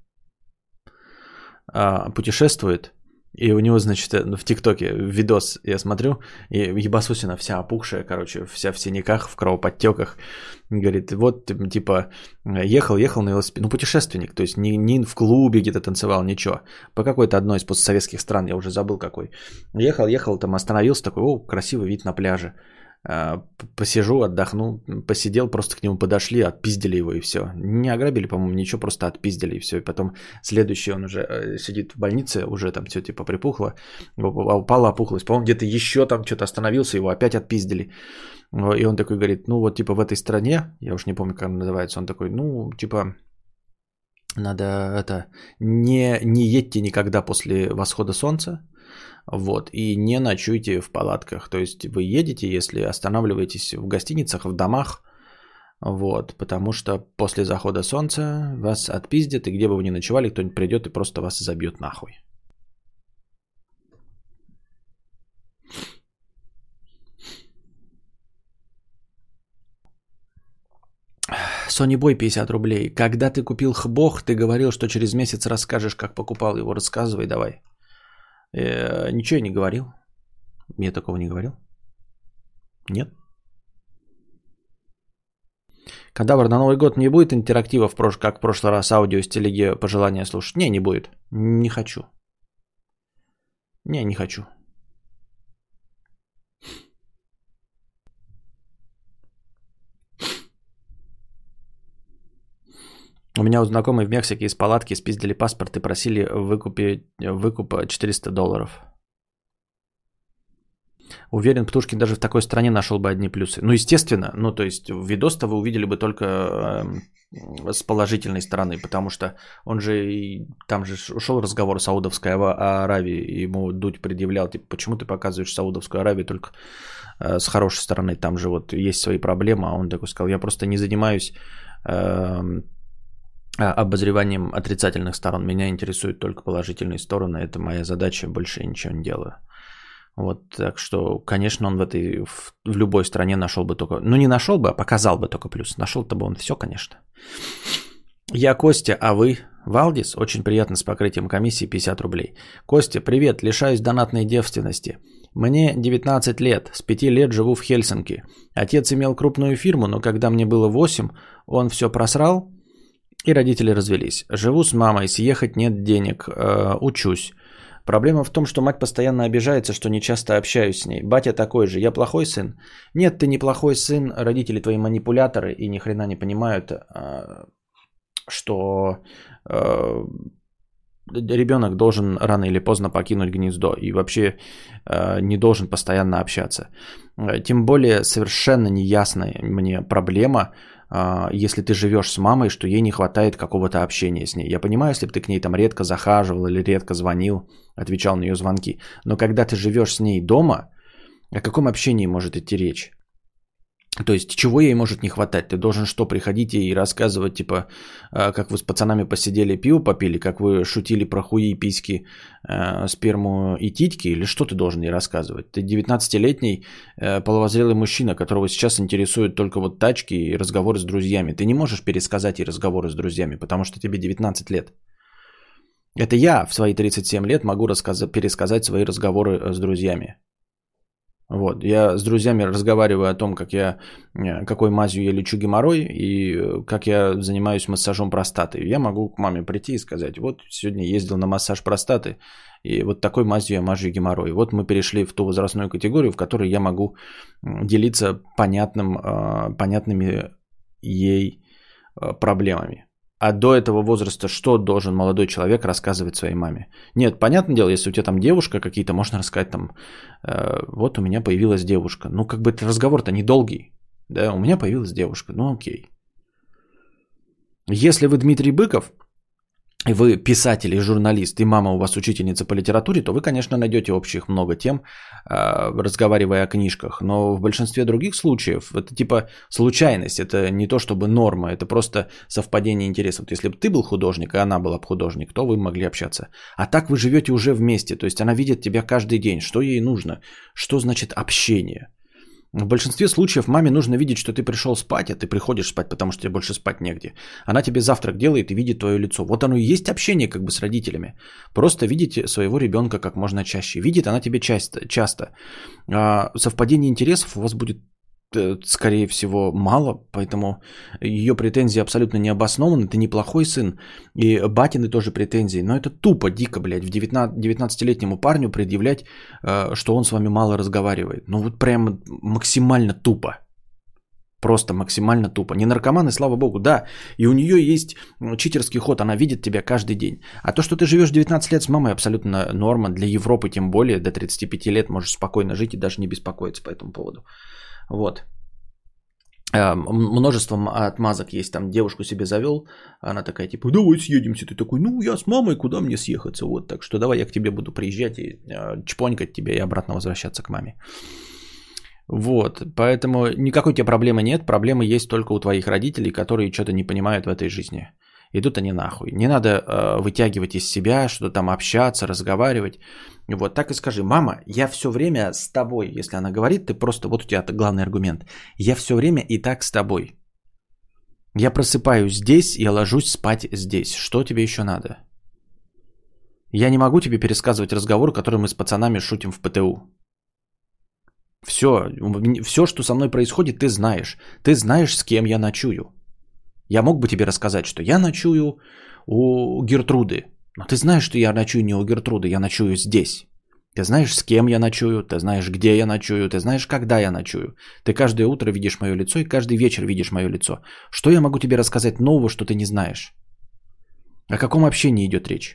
[SPEAKER 1] э, путешествует. И у него, значит, в ТикТоке видос я смотрю, и ебасусина вся опухшая, короче, вся в синяках, в кровоподтеках. Говорит, вот, типа, ехал, ехал на велосипеде. Ну, путешественник, то есть не, не в клубе где-то танцевал, ничего. По какой-то одной из постсоветских стран, я уже забыл какой. Ехал, ехал, там остановился, такой, о, красивый вид на пляже. Посижу, отдохну, посидел, просто к нему подошли, отпиздили его и все. Не ограбили, по-моему, ничего, просто отпиздили и все. И потом следующий он уже сидит в больнице, уже там все типа припухло, упала опухлость. По-моему, где-то еще там что-то остановился, его опять отпиздили. И он такой говорит, ну вот типа в этой стране, я уж не помню, как она называется, он такой, ну типа надо это, не, не едьте никогда после восхода солнца. Вот, и не ночуйте в палатках. То есть вы едете, если останавливаетесь в гостиницах, в домах. Вот, потому что после захода солнца вас отпиздят, и где бы вы ни ночевали, кто-нибудь придет и просто вас забьет нахуй. Sony Boy пятьдесят рублей. Когда ты купил хбог, ты говорил, что через месяц расскажешь, как покупал его. Рассказывай давай. Э, ничего я не говорил. Я такого не говорил. Нет. Кадавр, на Новый год не будет интерактива, в прош... как в прошлый раз, аудио с телеги пожелания слушать? Не, не будет. Не хочу. Не, не хочу. У меня у знакомой в Мексике из палатки спиздили паспорт и просили выкупить, выкупа четыреста долларов. Уверен, Птушкин даже в такой стране нашел бы одни плюсы. Ну, естественно, ну, то есть видос-то вы увидели бы только э, с положительной стороны, потому что он же, там же ушел разговор с Саудовской Аравией, ему Дудь предъявлял, типа, почему ты показываешь Саудовскую Аравию только э, с хорошей стороны, там же вот есть свои проблемы, а он такой сказал, я просто не занимаюсь... Э, обозреванием отрицательных сторон. Меня интересуют только положительные стороны. Это моя задача, больше я ничего не делаю. Вот, так что, конечно, он в этой, в, в любой стране нашел бы только, ну не нашел бы, а показал бы только плюс. Нашел-то бы он все, конечно. Я Костя, а вы? Валдис, очень приятно, с покрытием комиссии пятьдесят рублей. Костя, привет, лишаюсь донатной девственности. Мне девятнадцать лет, с пяти лет живу в Хельсинки. Отец имел крупную фирму, но когда мне было восемь, он все просрал, и родители развелись. Живу с мамой, съехать нет денег, э, учусь. Проблема в том, что мать постоянно обижается, что не часто общаюсь с ней. Батя такой же. Я плохой сын? Нет, ты не плохой сын. Родители твои манипуляторы и ни хрена не понимают, что ребенок должен рано или поздно покинуть гнездо и вообще не должен постоянно общаться. Тем более совершенно неясная мне проблема, если ты живешь с мамой, что ей не хватает какого-то общения с ней. Я понимаю, если бы ты к ней там редко захаживал или редко звонил, отвечал на ее звонки. Но когда ты живешь с ней дома, о каком общении может идти речь? То есть, чего ей может не хватать? Ты должен что, приходить и рассказывать, типа, как вы с пацанами посидели, пиво попили, как вы шутили про хуи, письки, сперму и титьки, или что ты должен ей рассказывать? Ты девятнадцатилетний половозрелый мужчина, которого сейчас интересуют только вот тачки и разговоры с друзьями. Ты не можешь пересказать ей разговоры с друзьями, потому что тебе девятнадцать лет. Это я в свои тридцать семь лет могу рассказать, пересказать свои разговоры с друзьями. Вот, я с друзьями разговариваю о том, как я, какой мазью я лечу геморрой и как я занимаюсь массажом простаты. Я могу к маме прийти и сказать, вот сегодня ездил на массаж простаты, и вот такой мазью я мажу геморрой. Вот мы перешли в ту возрастную категорию, в которой я могу делиться понятным, понятными ей проблемами. А до этого возраста что должен молодой человек рассказывать своей маме? Нет, понятное дело, если у тебя там девушка какие-то, можно рассказать там, э, вот у меня появилась девушка. Ну, как бы разговор-то недолгий. Да, у меня появилась девушка, ну окей. Если вы Дмитрий Быков, и вы писатель и журналист, и мама у вас учительница по литературе, то вы, конечно, найдете общих много тем, разговаривая о книжках. Но в большинстве других случаев это типа случайность, это не то чтобы норма, это просто совпадение интересов. Если бы ты был художник, и она была бы художник, то вы могли общаться. А так вы живете уже вместе, то есть она видит тебя каждый день, что ей нужно, что значит общение. В большинстве случаев маме нужно видеть, что ты пришел спать, а ты приходишь спать, потому что тебе больше спать негде. Она тебе завтрак делает и видит твое лицо. Вот оно и есть общение как бы с родителями. Просто видите своего ребенка как можно чаще. Видит она тебе часто. часто. А совпадение интересов у вас будет, скорее всего, мало, поэтому ее претензии абсолютно не обоснованы. Ты неплохой сын, и батины тоже претензии. Но это тупо, дико, блядь, в девятнадцатилетнему парню предъявлять, что он с вами мало разговаривает. Ну вот прям максимально тупо. Просто максимально тупо. Не наркоманы, слава богу, да. И у нее есть читерский ход, она видит тебя каждый день. А то, что ты живешь девятнадцать лет с мамой, абсолютно норма. Для Европы тем более, до тридцати пяти лет можешь спокойно жить и даже не беспокоиться по этому поводу. Вот. Множество отмазок есть. Там девушку себе завел. Она такая типа, давай съедемся. Ты такой, ну я с мамой, куда мне съехаться? Вот, так что давай я к тебе буду приезжать и чпонькать тебя и обратно возвращаться к маме. Вот, поэтому никакой тебе проблемы нет. Проблемы есть только у твоих родителей, которые что-то не понимают в этой жизни. Идут они нахуй. Не надо э, вытягивать из себя, что-то там общаться, разговаривать. Вот так и скажи, мама, я все время с тобой. Если она говорит, ты просто, вот у тебя главный аргумент. Я все время и так с тобой. Я просыпаюсь здесь, я ложусь спать здесь. Что тебе еще надо? Я не могу тебе пересказывать разговор, который мы с пацанами шутим в ПТУ. Все, все, что со мной происходит, ты знаешь. Ты знаешь, с кем я ночую. Я мог бы тебе рассказать, что я ночую у Гертруды. Но ты знаешь, что я ночую не у Гертруды, я ночую здесь. Ты знаешь, с кем я ночую, ты знаешь, где я ночую, ты знаешь, когда я ночую. Ты каждое утро видишь мое лицо и каждый вечер видишь мое лицо. Что я могу тебе рассказать нового, что ты не знаешь? О каком общении идет речь?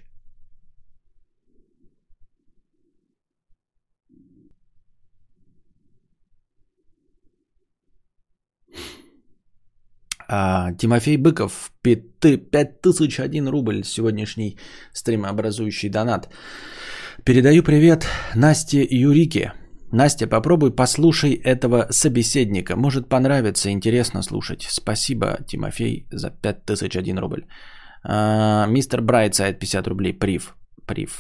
[SPEAKER 1] А, Тимофей Быков, пять тысяч один рубль, сегодняшний стримообразующий донат. Передаю привет Насте и Юрике. Настя, попробуй послушай этого собеседника. Может понравится, интересно слушать. Спасибо, Тимофей, за пять тысяч один рубль. А, мистер Брайтсайд, пятьдесят рублей, прив. Прив.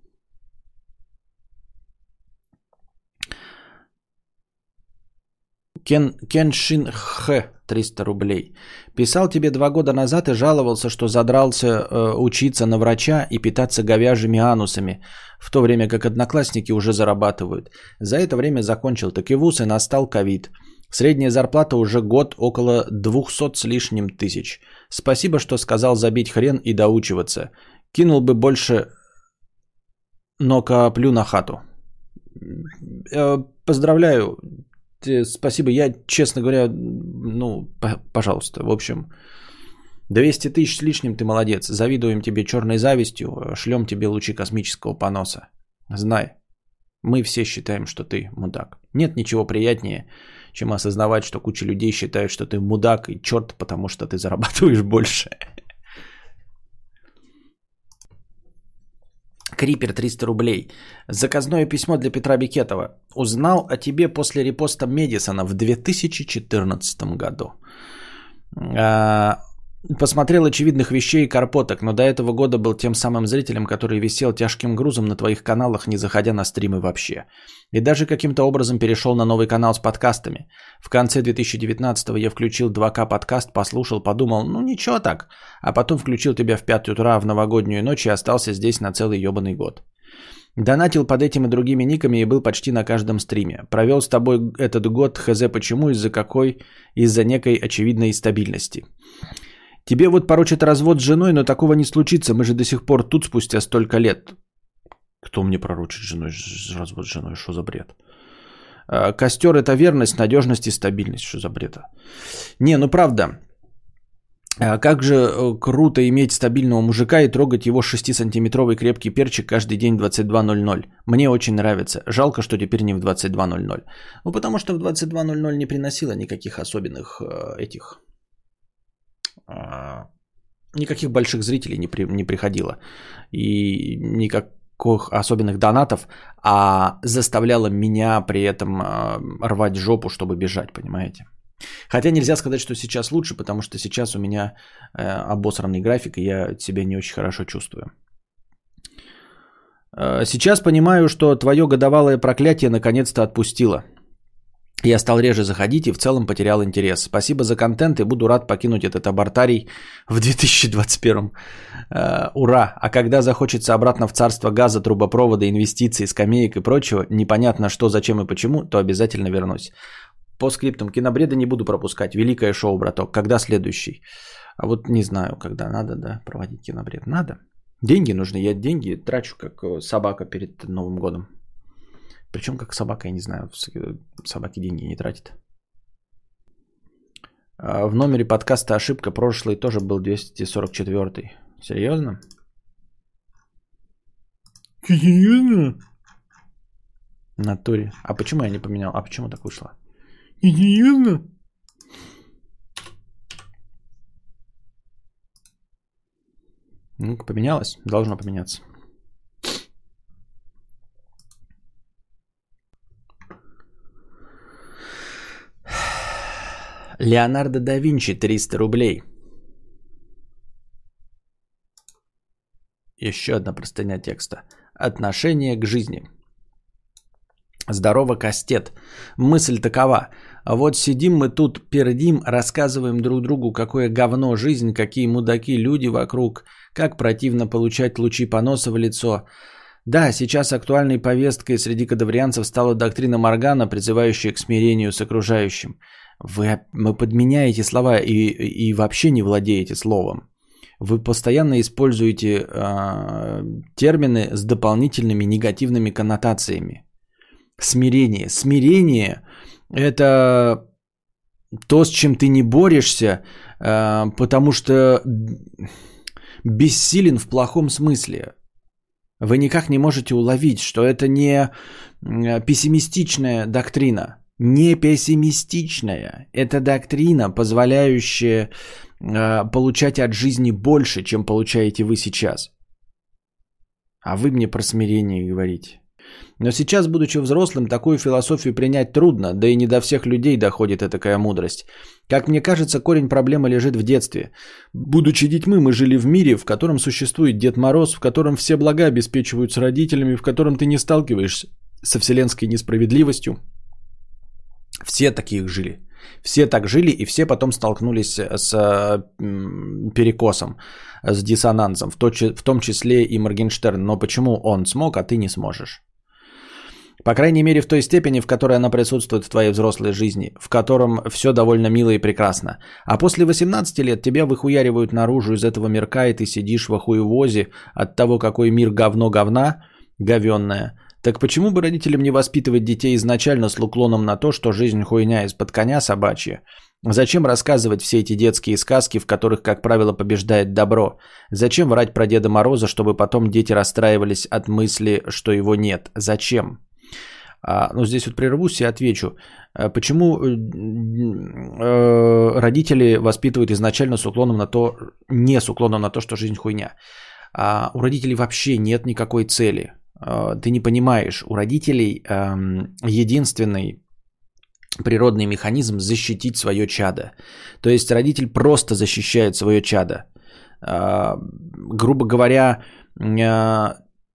[SPEAKER 1] Кен, Кеншин Х, триста рублей. Писал тебе два года назад и жаловался, что задрался э, учиться на врача и питаться говяжьими анусами, в то время как одноклассники уже зарабатывают. За это время закончил таки вуз и настал ковид. Средняя зарплата уже год около двухсот с лишним тысяч. Спасибо, что сказал забить хрен и доучиваться. Кинул бы больше... но коплю на хату. Поздравляю. Спасибо. Я, честно говоря, ну, пожалуйста, в общем, двести тысяч с лишним, ты молодец. Завидуем тебе черной завистью, шлем тебе лучи космического поноса. Знай, мы все считаем, что ты мудак. Нет ничего приятнее, чем осознавать, что куча людей считают, что ты мудак и черт, потому что ты зарабатываешь больше. Крипер, триста рублей. Заказное письмо для Петра Бекетова. Узнал о тебе после репоста Медисона в две тысячи четырнадцатом году. Посмотрел очевидных вещей и карпоток, но до этого года был тем самым зрителем, который висел тяжким грузом на твоих каналах, не заходя на стримы вообще. И даже каким-то образом перешел на новый канал с подкастами. В конце две тысячи девятнадцатого я включил два ка подкаст, послушал, подумал, ну ничего так. А потом включил тебя в пять утра в новогоднюю ночь и остался здесь на целый ебаный год. Донатил под этим и другими никами и был почти на каждом стриме. Провел с тобой этот год, хз почему, из-за какой, из-за некой очевидной стабильности. Тебе вот порочат развод с женой, но такого не случится. Мы же до сих пор тут спустя столько лет. Кто мне пророчит женой, развод с женой? Что за бред? Костер – это верность, надежность и стабильность. Что за бред? Не, ну правда. Как же круто иметь стабильного мужика и трогать его шестисантиметровый крепкий перчик каждый день в двадцать два ноль ноль. Мне очень нравится. Жалко, что теперь не в двадцать два ноль ноль. Ну потому что в двадцать два ноль ноль не приносило никаких особенных этих... Никаких больших зрителей не, при, не приходило. И никаких особенных донатов, а заставляло меня при этом рвать жопу, чтобы бежать, понимаете? Хотя нельзя сказать, что сейчас лучше, потому что сейчас у меня обосранный график, и я себя не очень хорошо чувствую. Сейчас понимаю, что твое годовалое проклятие наконец-то отпустило. Я стал реже заходить и в целом потерял интерес. Спасибо за контент и буду рад покинуть этот абортарий в две тысячи двадцать первом. Uh, ура! А когда захочется обратно в царство газа, трубопровода, инвестиций, скамеек и прочего, непонятно что, зачем и почему, то обязательно вернусь. По скриптам кинобреда не буду пропускать. Великое шоу, браток. Когда следующий? А вот не знаю, когда надо, да, проводить кинобред. Надо. Деньги нужны. Я деньги трачу как собака перед Новым годом. Причем как собака, я не знаю, собаки деньги не тратят. В номере подкаста ошибка, прошлый тоже был двести сорок четвёртый. Серьезно? Серьезно? В натуре. А почему я не поменял? А почему так вышло? Серьезно? Ну, поменялось? Должно поменяться. Леонардо да Винчи, триста рублей. Еще одна простыня текста. Отношение к жизни. Здорово, Кастет. Мысль такова. Вот сидим мы тут, пердим, рассказываем друг другу, какое говно жизнь, какие мудаки люди вокруг, как противно получать лучи поноса в лицо. Да, сейчас актуальной повесткой среди кадаврианцев стала доктрина Моргана, призывающая к смирению с окружающим. Вы, вы подменяете слова и, и вообще не владеете словом. Вы постоянно используете э, термины с дополнительными негативными коннотациями. Смирение. Смирение – это то, с чем ты не борешься, э, потому что бессилен в плохом смысле. Вы никак не можете уловить, что это не пессимистичная доктрина. Не пессимистичная. Это доктрина, позволяющая э, получать от жизни больше, чем получаете вы сейчас. А вы мне про смирение говорите. Но сейчас, будучи взрослым, такую философию принять трудно, да и не до всех людей доходит эта такая мудрость. Как мне кажется, корень проблемы лежит в детстве. Будучи детьми, мы жили в мире, в котором существует Дед Мороз, в котором все блага обеспечиваются родителями, в котором ты не сталкиваешься со вселенской несправедливостью. Все таких жили. Все так жили, и все потом столкнулись с перекосом, с диссонансом, в том числе и Моргенштерн. Но почему он смог, а ты не сможешь? По крайней мере, в той степени, в которой она присутствует в твоей взрослой жизни, в котором все довольно мило и прекрасно. А после восемнадцати лет тебя выхуяривают наружу из этого мирка, и ты сидишь в охуевозе от того, какой мир говно говна, говенная. Так почему бы родителям не воспитывать детей изначально с уклоном на то, что жизнь хуйня из-под коня собачья? Зачем рассказывать все эти детские сказки, в которых, как правило, побеждает добро? Зачем врать про Деда Мороза, чтобы потом дети расстраивались от мысли, что его нет? Зачем? А, ну, здесь вот прервусь и отвечу. Почему э, родители воспитывают изначально с уклоном на то, не с уклоном на то, что жизнь хуйня? А у родителей вообще нет никакой цели. А, ты не понимаешь, у родителей э, единственный природный механизм защитить свое чадо. То есть родитель просто защищает свое чадо. А, грубо говоря, а,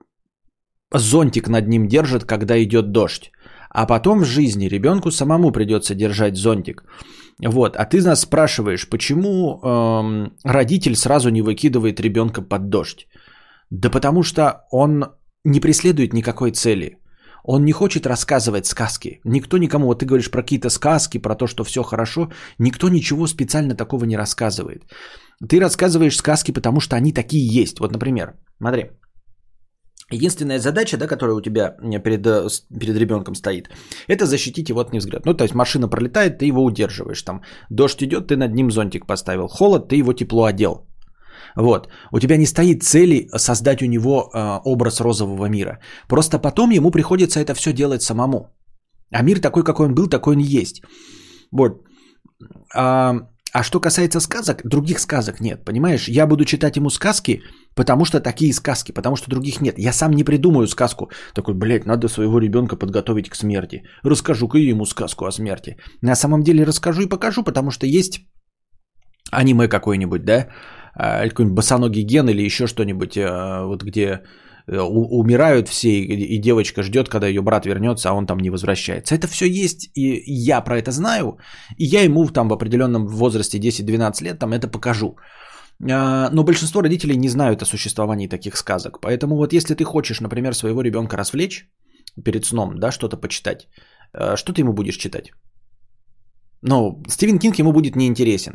[SPEAKER 1] зонтик над ним держит, когда идет дождь. А потом в жизни ребенку самому придется держать зонтик. Вот. А ты нас спрашиваешь, почему э, родитель сразу не выкидывает ребенка под дождь? Да потому что он не преследует никакой цели. Он не хочет рассказывать сказки. Никто никому, вот ты говоришь про какие-то сказки, про то, что все хорошо, никто ничего специально такого не рассказывает. Ты рассказываешь сказки, потому что они такие есть. Вот, например, смотри. Единственная задача, да, которая у тебя перед, перед ребенком стоит, это защитить его от невзгляд. Ну, то есть машина пролетает, ты его удерживаешь. Там дождь идет, ты над ним зонтик поставил. Холод, ты его тепло одел. Вот. У тебя не стоит цели создать у него э, образ розового мира. Просто потом ему приходится это все делать самому. А мир такой, какой он был, такой он и есть. Вот. А, а что касается сказок, других сказок нет, понимаешь? Я буду читать ему сказки, потому что такие сказки, потому что других нет. Я сам не придумаю сказку. Такой, блядь, надо своего ребенка подготовить к смерти. Расскажу-ка ему сказку о смерти. На самом деле расскажу и покажу, потому что есть аниме какое-нибудь, да? Какой-нибудь босоногий Ген или еще что-нибудь, вот где умирают все, и девочка ждет, когда ее брат вернется, а он там не возвращается. Это все есть, и я про это знаю, и я ему там в определенном возрасте десять-двенадцать лет там это покажу. Но большинство родителей не знают о существовании таких сказок. Поэтому вот если ты хочешь, например, своего ребенка развлечь перед сном, да, что-то почитать, что ты ему будешь читать? Ну, Стивен Кинг ему будет неинтересен.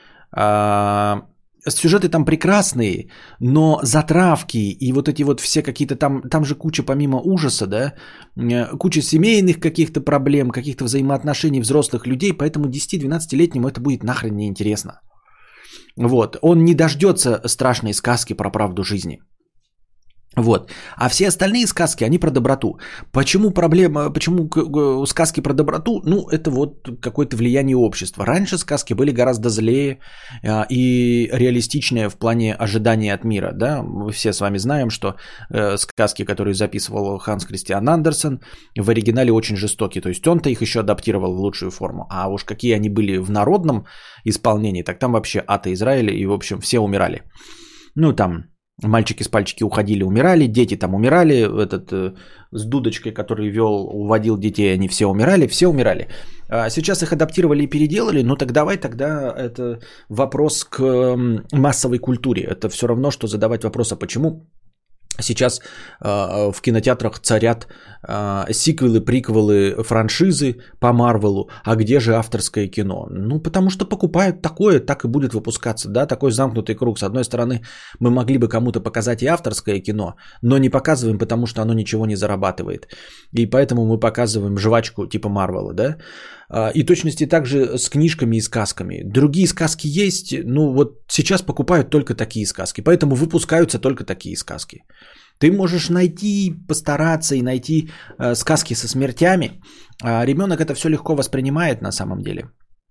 [SPEAKER 1] Сюжеты там прекрасные, но затравки и вот эти вот все какие-то там, там же куча помимо ужаса, да, куча семейных каких-то проблем, каких-то взаимоотношений взрослых людей, поэтому десяти-двенадцатилетнему это будет нахрен неинтересно. Вот, он не дождется страшной сказки про правду жизни. Вот. А все остальные сказки, они про доброту. Почему проблема, почему сказки про доброту? Ну, это вот какое-то влияние общества. Раньше сказки были гораздо злее и реалистичнее в плане ожидания от мира. Да? Мы все с вами знаем, что сказки, которые записывал Ханс Кристиан Андерсен, в оригинале очень жестокие. То есть он-то их еще адаптировал в лучшую форму. А уж какие они были в народном исполнении, так там вообще ад Израиля, и в общем все умирали. Ну, там... Мальчики с пальчики уходили, умирали, дети там умирали, этот э, с дудочкой, который вел, уводил детей, они все умирали, все умирали. А сейчас их адаптировали и переделали, ну так давай тогда это вопрос к э, массовой культуре. Это все равно, что задавать вопрос, а почему сейчас э, в кинотеатрах царят э, сиквелы, приквелы, франшизы по Марвелу, а где же авторское кино? Ну, потому что покупают такое, так и будет выпускаться, да, такой замкнутый круг. С одной стороны, мы могли бы кому-то показать и авторское кино, но не показываем, потому что оно ничего не зарабатывает. И поэтому мы показываем жвачку типа Марвела, да. И точности также с книжками и сказками. Другие сказки есть, ну вот сейчас покупают только такие сказки, поэтому выпускаются только такие сказки. Ты можешь найти, постараться и найти э, сказки со смертями, а ребенок это все легко воспринимает на самом деле.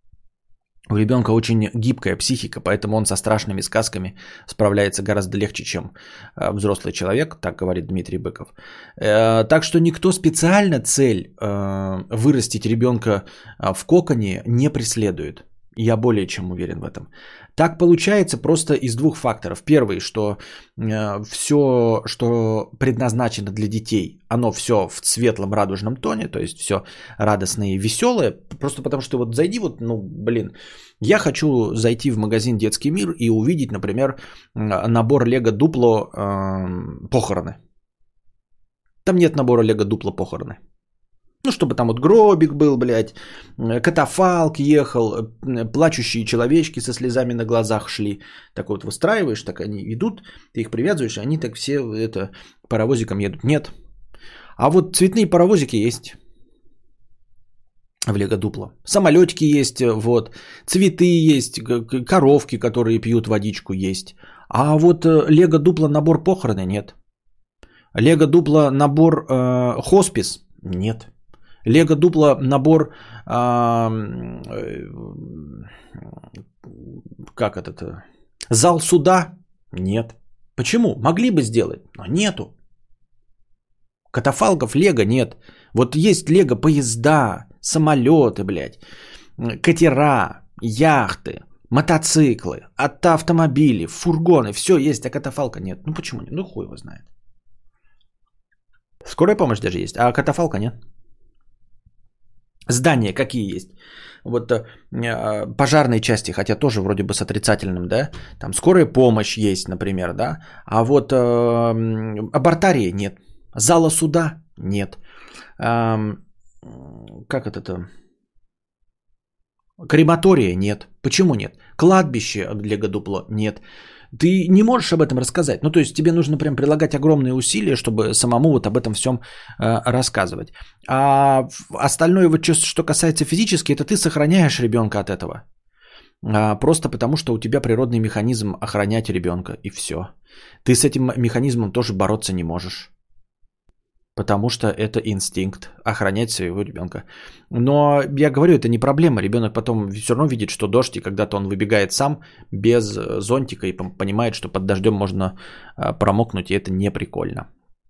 [SPEAKER 1] У ребенка очень гибкая психика, поэтому он со страшными сказками справляется гораздо легче, чем взрослый человек, так говорит Дмитрий Быков. Так что никто специально цель вырастить ребенка в коконе не преследует. Я более чем уверен в этом. Так получается просто из двух факторов. Первый, что все, что предназначено для детей, оно все в светлом радужном тоне, то есть все радостное и веселое. Просто потому что вот зайди, вот, ну, блин, я хочу зайти в магазин «Детский мир» и увидеть, например, набор Лего Дупло э, похороны. Там нет набора Лего Дупло похороны. Ну, чтобы там вот гробик был, блядь, катафалк ехал, плачущие человечки со слезами на глазах шли. Так вот выстраиваешь, так они идут, ты их привязываешь, и они так все это паровозиком едут. Нет. А вот цветные паровозики есть в Лего Дупло. Самолетики есть, вот, цветы есть, коровки, которые пьют водичку, есть. А вот Лего Дупло набор похороны нет. Лего Дупло набор э, хоспис нет. Лего Дупло набор э, как это зал суда нет. Почему? Могли бы сделать, но нету. Катафалков Лего нет. Вот есть Лего поезда, самолеты, блядь, катера, яхты, мотоциклы, автомобили, фургоны, все есть, а катафалка нет. Ну почему нет? Ну хуй его знает. Скорая помощь даже есть, а катафалка нет. Здания какие есть? Вот э, пожарные части, хотя тоже вроде бы с отрицательным, да? Там скорая помощь есть, например, да? А вот э, абортарии нет. Зала суда нет. Э, как это-то? Крематория нет. Почему нет? Кладбище Лего Дупло нет. Ты не можешь об этом рассказать. Ну, то есть тебе нужно прям прилагать огромные усилия, чтобы самому вот об этом всем э, рассказывать. А остальное, вот что касается физически, это ты сохраняешь ребенка от этого. А, просто потому, что у тебя природный механизм охранять ребенка, и все. Ты с этим механизмом тоже бороться не можешь. Потому что это инстинкт охранять своего ребенка. Но я говорю, это не проблема. Ребенок потом все равно видит, что дождь, и когда-то он выбегает сам без зонтика и понимает, что под дождем можно промокнуть, и это не прикольно.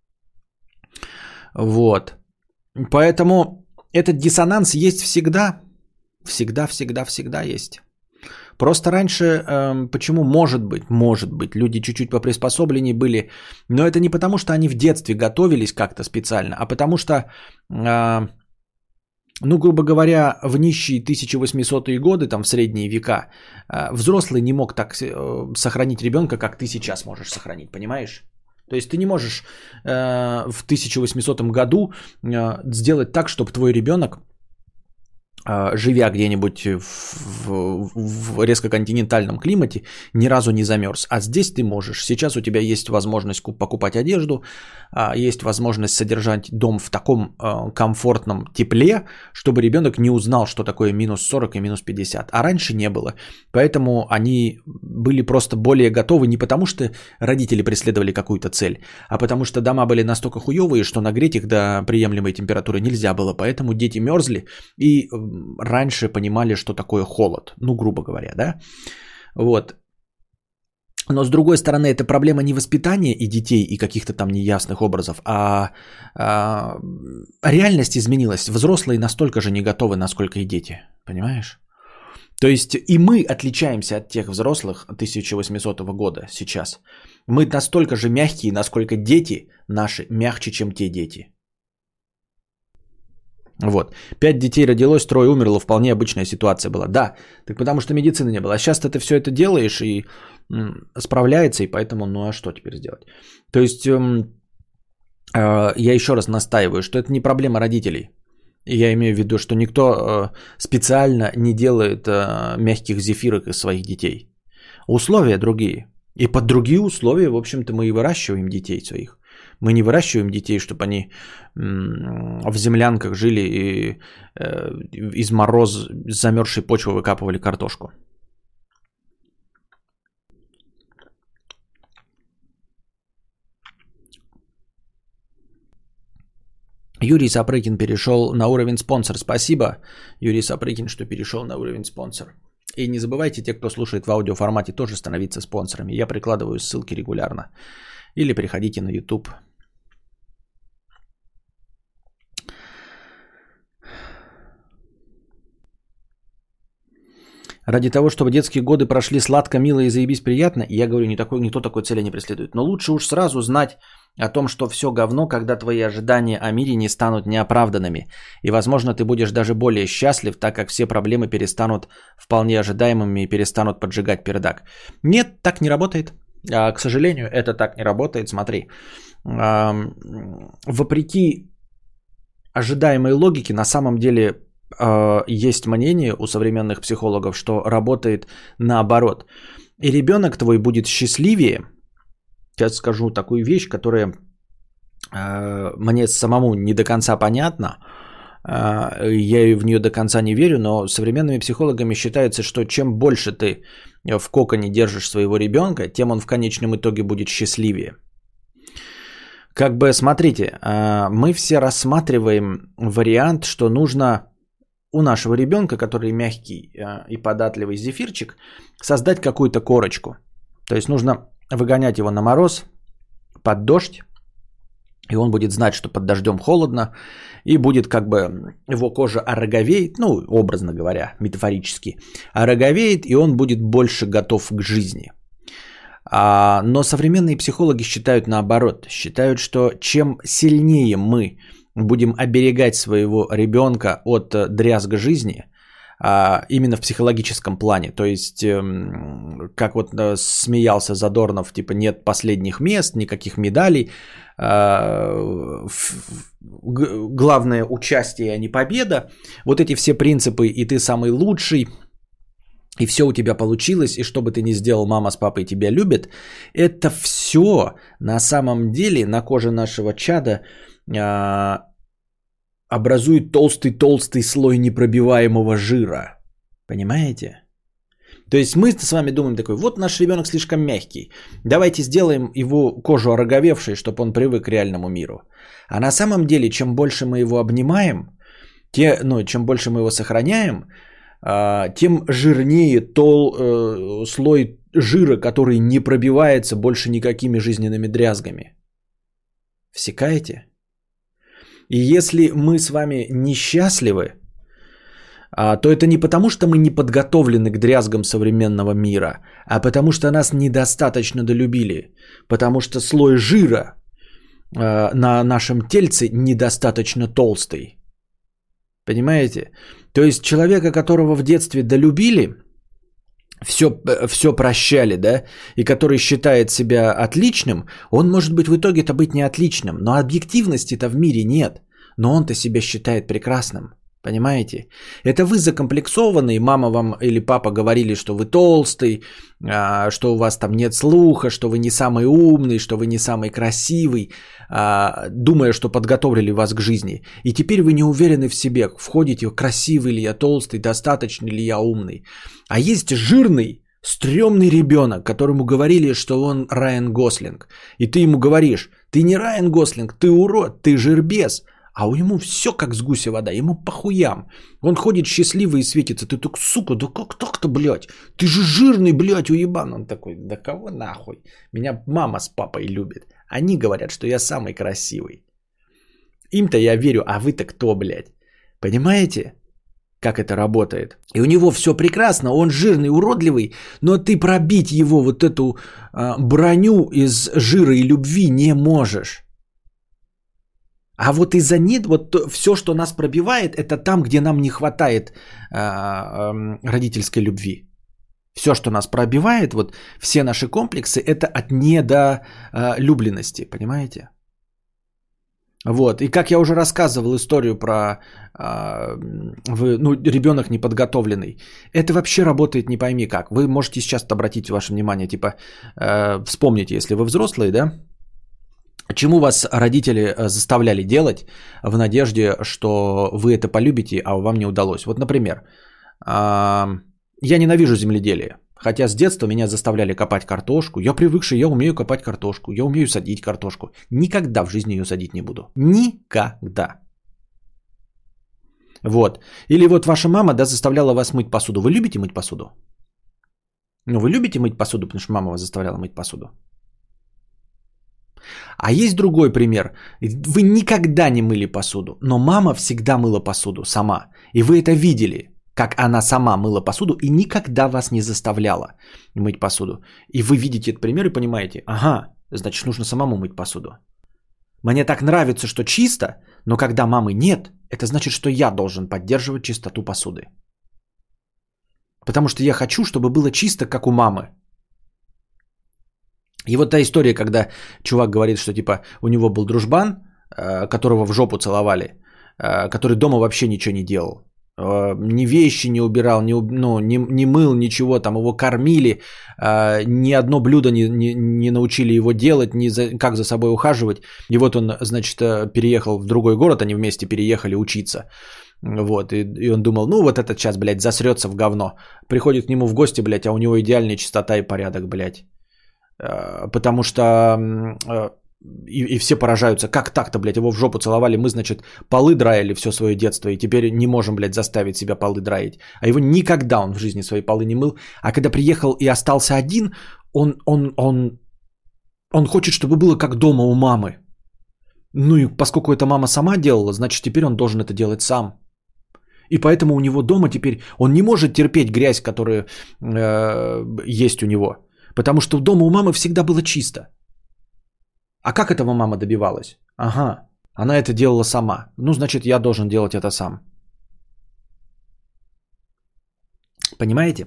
[SPEAKER 1] Вот. Поэтому этот диссонанс есть всегда. Всегда, всегда, всегда есть. Просто раньше, э, почему, может быть, может быть, люди чуть-чуть поприспособленнее были, но это не потому, что они в детстве готовились как-то специально, а потому что, э, ну, грубо говоря, в нищие тысяча восьмисотые годы, там, в средние века, э, взрослый не мог так э, сохранить ребенка, как ты сейчас можешь сохранить, понимаешь? То есть ты не можешь э, в тысяча восьмисотом году э, сделать так, чтобы твой ребенок, живя где-нибудь в, в, в резко-континентальном климате, ни разу не замерз. А здесь ты можешь. Сейчас у тебя есть возможность покупать одежду, есть возможность содержать дом в таком комфортном тепле, чтобы ребенок не узнал, что такое минус сорок и минус пятьдесят. А раньше не было. Поэтому они были просто более готовы не потому, что родители преследовали какую-то цель, а потому что дома были настолько хуевые, что нагреть их до приемлемой температуры нельзя было. Поэтому дети мерзли и раньше понимали, что такое холод. Ну, грубо говоря, да? Вот. Но с другой стороны, это проблема не воспитания и детей, и каких-то там неясных образов, а, а реальность изменилась. Взрослые настолько же не готовы, насколько и дети. Понимаешь? То есть и мы отличаемся от тех взрослых тысяча восьмисотого года сейчас. Мы настолько же мягкие, насколько дети наши мягче, чем те дети. Вот. Пять детей родилось, трое умерло, вполне обычная ситуация была. Да, так потому что медицины не было. А сейчас ты все это делаешь и м, справляется, и поэтому, ну а что теперь сделать? То есть эм, э, я еще раз настаиваю, что это не проблема родителей. Я имею в виду, что никто э, специально не делает э, мягких зефирок из своих детей. Условия другие. И под другие условия, в общем-то, мы и выращиваем детей своих. Мы не выращиваем детей, чтобы они в землянках жили и из мороз замерзшей почвы выкапывали картошку. Юрий Сапрыкин перешел на уровень спонсор. Спасибо, Юрий Сапрыкин, что перешел на уровень спонсор. И не забывайте, те, кто слушает в аудиоформате, тоже становиться спонсорами. Я прикладываю ссылки регулярно. Или переходите на YouTube. Ради того, чтобы детские годы прошли сладко, мило и заебись приятно, я говорю, не такой, никто такой цели не преследует. Но лучше уж сразу знать о том, что все говно, когда твои ожидания о мире не станут неоправданными. И, возможно, ты будешь даже более счастлив, так как все проблемы перестанут вполне ожидаемыми и перестанут поджигать пердак. Нет, так не работает. А, к сожалению, это так не работает. Смотри, а, вопреки ожидаемой логики на самом деле э, есть мнение у современных психологов, что работает наоборот. И ребенок твой будет счастливее. Сейчас скажу такую вещь, которая э, мне самому не до конца понятна. Э, я в нее до конца не верю, но современными психологами считается, что чем больше ты в коконе держишь своего ребенка, тем он в конечном итоге будет счастливее. Как бы, смотрите, мы все рассматриваем вариант, что нужно у нашего ребенка, который мягкий и податливый зефирчик, создать какую-то корочку. То есть нужно выгонять его на мороз, под дождь, и он будет знать, что под дождем холодно, и будет как бы его кожа ороговеет, ну, образно говоря, метафорически, ороговеет, и он будет больше готов к жизни. А, но современные психологи считают наоборот, считают, что чем сильнее мы будем оберегать своего ребенка от дрязга жизни, а, именно в психологическом плане, то есть, эм, как вот э, смеялся Задорнов, типа нет последних мест, никаких медалей, а, в, г- главное участие, а не победа, вот эти все принципы, и ты самый лучший, и все у тебя получилось, и что бы ты ни сделал, мама с папой тебя любят, это все на самом деле на коже нашего чада а, образует толстый-толстый слой непробиваемого жира. Понимаете? То есть мы с вами думаем такой, вот наш ребенок слишком мягкий, давайте сделаем его кожу ороговевшей, чтобы он привык к реальному миру. А на самом деле, чем больше мы его обнимаем, те, ну, чем больше мы его сохраняем, тем жирнее тол, э, слой жира, который не пробивается больше никакими жизненными дрязгами. Всекаете? И если мы с вами несчастливы, а, то это не потому, что мы не подготовлены к дрязгам современного мира, а потому что нас недостаточно долюбили. Потому что слой жира а, на нашем тельце недостаточно толстый. Понимаете? То есть человека, которого в детстве долюбили, все, все прощали, да, и который считает себя отличным, он может быть в итоге-то быть не отличным, но объективности-то в мире нет, но он-то себя считает прекрасным. Понимаете? Это вы закомплексованные, мама вам или папа говорили, что вы толстый, что у вас там нет слуха, что вы не самый умный, что вы не самый красивый, думая, что подготовили вас к жизни. И теперь вы не уверены в себе, входите, красивый ли я, толстый, достаточно ли я умный. А есть жирный, стрёмный ребенок, которому говорили, что он Райан Гослинг. И ты ему говоришь, ты не Райан Гослинг, ты урод, ты жирбес. А у ему все как с гуся вода, ему похуям. Он ходит счастливый и светится. Ты так, сука, да как так-то, блядь? Ты же жирный, блядь, уебан. Он такой, да кого нахуй? Меня мама с папой любят. Они говорят, что я самый красивый. Им-то я верю, а вы-то кто, блядь? Понимаете, как это работает? И у него все прекрасно, он жирный, уродливый, но ты пробить его вот эту а, броню из жира и любви не можешь. А вот из-за нет, вот все, что нас пробивает, это там, где нам не хватает э, э, родительской любви. Все, что нас пробивает, вот все наши комплексы, это от недолюбленности, понимаете? Вот, и как я уже рассказывал историю про э, вы, ну, ребенок неподготовленный, это вообще работает не пойми как. Вы можете сейчас обратить ваше внимание, типа, э, вспомните, если вы взрослые, да? Чему вас родители заставляли делать в надежде, что вы это полюбите, а вам не удалось? Вот, например, я ненавижу земледелие, хотя с детства меня заставляли копать картошку. Я привыкший, я умею копать картошку, я умею садить картошку. Никогда в жизни ее садить не буду. Никогда. Вот. Или вот ваша мама, да, заставляла вас мыть посуду. Вы любите мыть посуду? Ну, вы любите мыть посуду, потому что мама вас заставляла мыть посуду. А есть другой пример. Вы никогда не мыли посуду, но мама всегда мыла посуду сама. И вы это видели, как она сама мыла посуду и никогда вас не заставляла мыть посуду. И вы видите этот пример и понимаете, ага, значит, нужно самому мыть посуду. Мне так нравится, что чисто, но когда мамы нет, это значит, что я должен поддерживать чистоту посуды. Потому что я хочу, чтобы было чисто, как у мамы. И вот та история, когда чувак говорит, что типа у него был дружбан, которого в жопу целовали, который дома вообще ничего не делал. Ни вещи не убирал, ни, ну, не, не мыл, ничего, там его кормили, ни одно блюдо не, не, не научили его делать, ни за, как за собой ухаживать. И вот он, значит, переехал в другой город, они вместе переехали учиться. Вот, и, и он думал, ну вот этот сейчас, блядь, засрется в говно. Приходит к нему в гости, блядь, а у него идеальная чистота и порядок, блядь. Потому что... И, и все поражаются, как так-то, блядь, его в жопу целовали, мы, значит, полы драили все свое детство, и теперь не можем, блядь, заставить себя полы драить. А его никогда он в жизни свои полы не мыл. А когда приехал и остался один, он, он, он, он хочет, чтобы было как дома у мамы. Ну и поскольку это мама сама делала, значит, теперь он должен это делать сам. И поэтому у него дома теперь, он не может терпеть грязь, которая э, есть у него. Потому что дома у мамы всегда было чисто. А как этого мама добивалась? Ага, она это делала сама. Ну, значит, я должен делать это сам. Понимаете?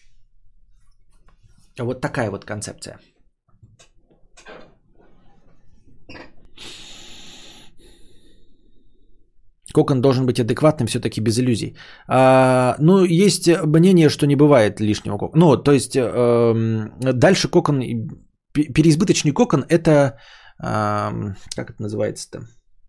[SPEAKER 1] Вот такая вот концепция. Кокон должен быть адекватным, все-таки без иллюзий. А, ну, есть мнение, что не бывает лишнего кокона. Ну, то есть, э, дальше кокон, переизбыточный кокон – это, э, как это называется-то?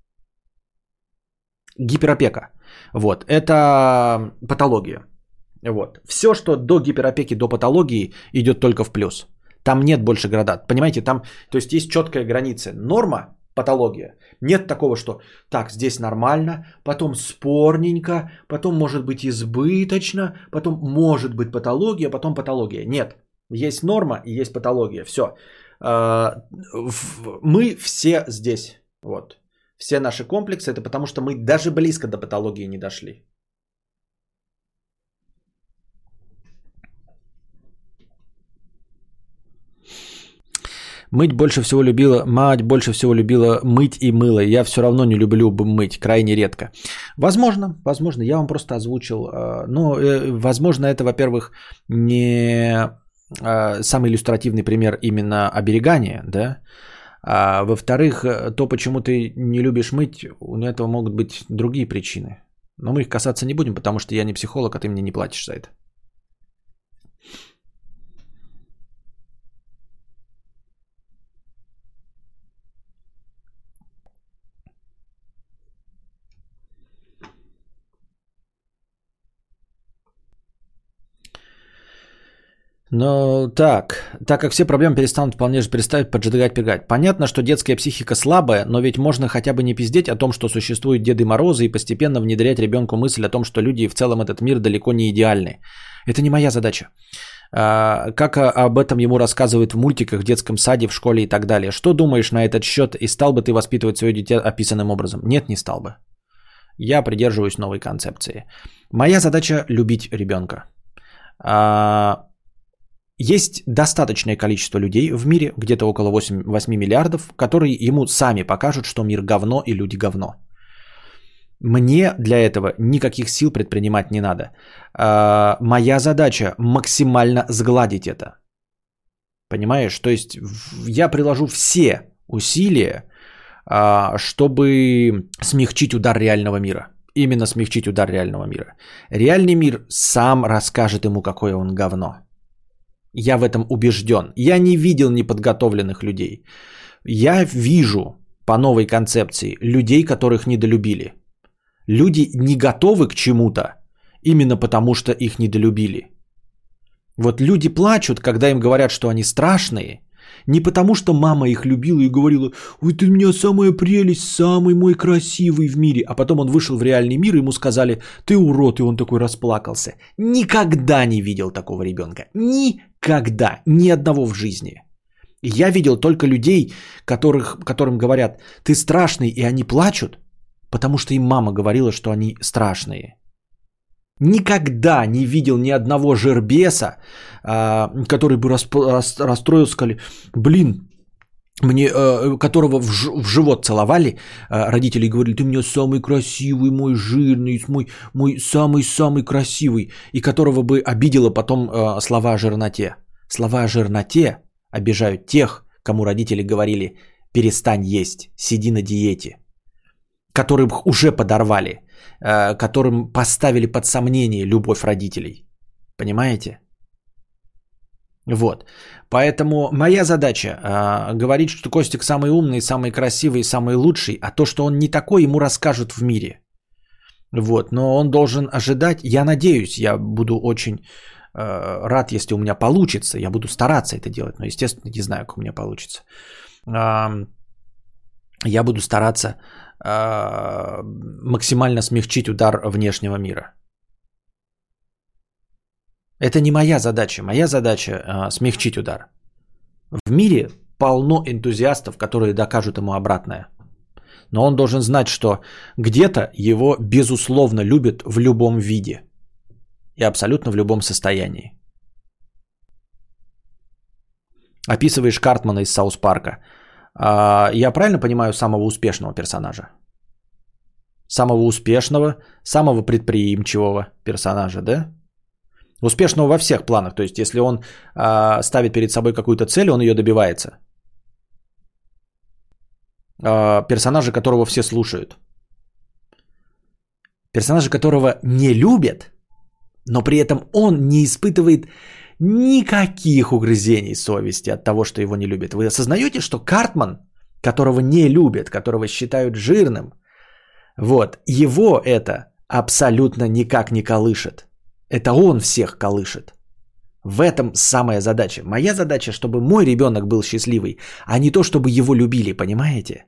[SPEAKER 1] Гиперопека. Вот, это патология. Вот. Все, что до гиперопеки, до патологии, идет только в плюс. Там нет больше градаций. Понимаете, там, то есть, есть четкая граница. Норма, патология. Нет такого, что так, здесь нормально, потом спорненько, потом может быть избыточно, потом может быть патология, потом патология. Нет. Есть норма и есть патология. Все. Мы все здесь. Вот. Все наши комплексы, это потому что мы даже близко до патологии не дошли. Мыть больше всего любила, мать больше всего любила мыть и мыло. Я все равно не люблю мыть, крайне редко. Возможно, возможно, я вам просто озвучил. Но, возможно, это, во-первых, не самый иллюстративный пример именно оберегания, да. А во-вторых, то, почему ты не любишь мыть, у этого могут быть другие причины. Но мы их касаться не будем, потому что я не психолог, а ты мне не платишь за это. Ну, так, так как все проблемы перестанут вполне же перестать поджигать, пергать. Понятно, что детская психика слабая, но ведь можно хотя бы не пиздеть о том, что существуют Деды Морозы и постепенно внедрять ребенку мысль о том, что люди и в целом этот мир далеко не идеальны. Это не моя задача. А, как об этом ему рассказывают в мультиках, в детском саде, в школе и так далее. Что думаешь на этот счет и стал бы ты воспитывать свое дитя описанным образом? Нет, не стал бы. Я придерживаюсь новой концепции. Моя задача любить ребенка. А, Есть достаточное количество людей в мире, где-то около восемь миллиардов, которые ему сами покажут, что мир говно и люди говно. Мне для этого никаких сил предпринимать не надо. Моя задача максимально сгладить это. Понимаешь? То есть я приложу все усилия, чтобы смягчить удар реального мира. Именно смягчить удар реального мира. Реальный мир сам расскажет ему, какое он говно. Я в этом убежден. Я не видел неподготовленных людей. Я вижу по новой концепции людей, которых недолюбили. Люди не готовы к чему-то, именно потому что их недолюбили. Вот люди плачут, когда им говорят, что они страшные, не потому что мама их любила и говорила: «Ой, ты у меня самая прелесть, самый мой красивый в мире», а потом он вышел в реальный мир, и ему сказали: «Ты урод», и он такой расплакался. Никогда не видел такого ребенка. Никогда. Ни одного в жизни. Я видел только людей, которых, которым говорят: «Ты страшный», и они плачут, потому что им мама говорила, что они страшные. Никогда не видел ни одного жербеса, который бы расстроился, сказали: «Блин, мне, которого в живот целовали, родители говорили: ты у меня самый красивый, мой жирный, мой, мой самый-самый красивый», и которого бы обидело потом слова о жирноте. Слова о жирноте обижают тех, кому родители говорили: «Перестань есть, сиди на диете». которых уже подорвали, которым поставили под сомнение любовь родителей. Понимаете? Вот. Поэтому моя задача э, говорить, что Костик самый умный, самый красивый, самый лучший, а то, что он не такой, ему расскажут в мире. Вот. Но он должен ожидать, я надеюсь, я буду очень э, рад, если у меня получится, я буду стараться это делать, но, естественно, не знаю, как у меня получится. Э, я буду стараться э, максимально смягчить удар внешнего мира. Это не моя задача. Моя задача э, смягчить удар. В мире полно энтузиастов, которые докажут ему обратное. Но он должен знать, что где-то его безусловно любят в любом виде. И абсолютно в любом состоянии. Описываешь Картмана из Саус Парка. Э, я правильно понимаю самого успешного персонажа? Самого успешного, самого предприимчивого персонажа, да? Успешного во всех планах. То есть, если он э, ставит перед собой какую-то цель, он ее добивается. Э, персонажа, которого все слушают. Персонажа, которого не любят, но при этом он не испытывает никаких угрызений совести от того, что его не любят. Вы осознаете, что Картман, которого не любят, которого считают жирным, вот, его это абсолютно никак не колышет. Это он всех колышет. В этом самая задача. Моя задача, чтобы мой ребенок был счастливый, а не то, чтобы его любили, понимаете?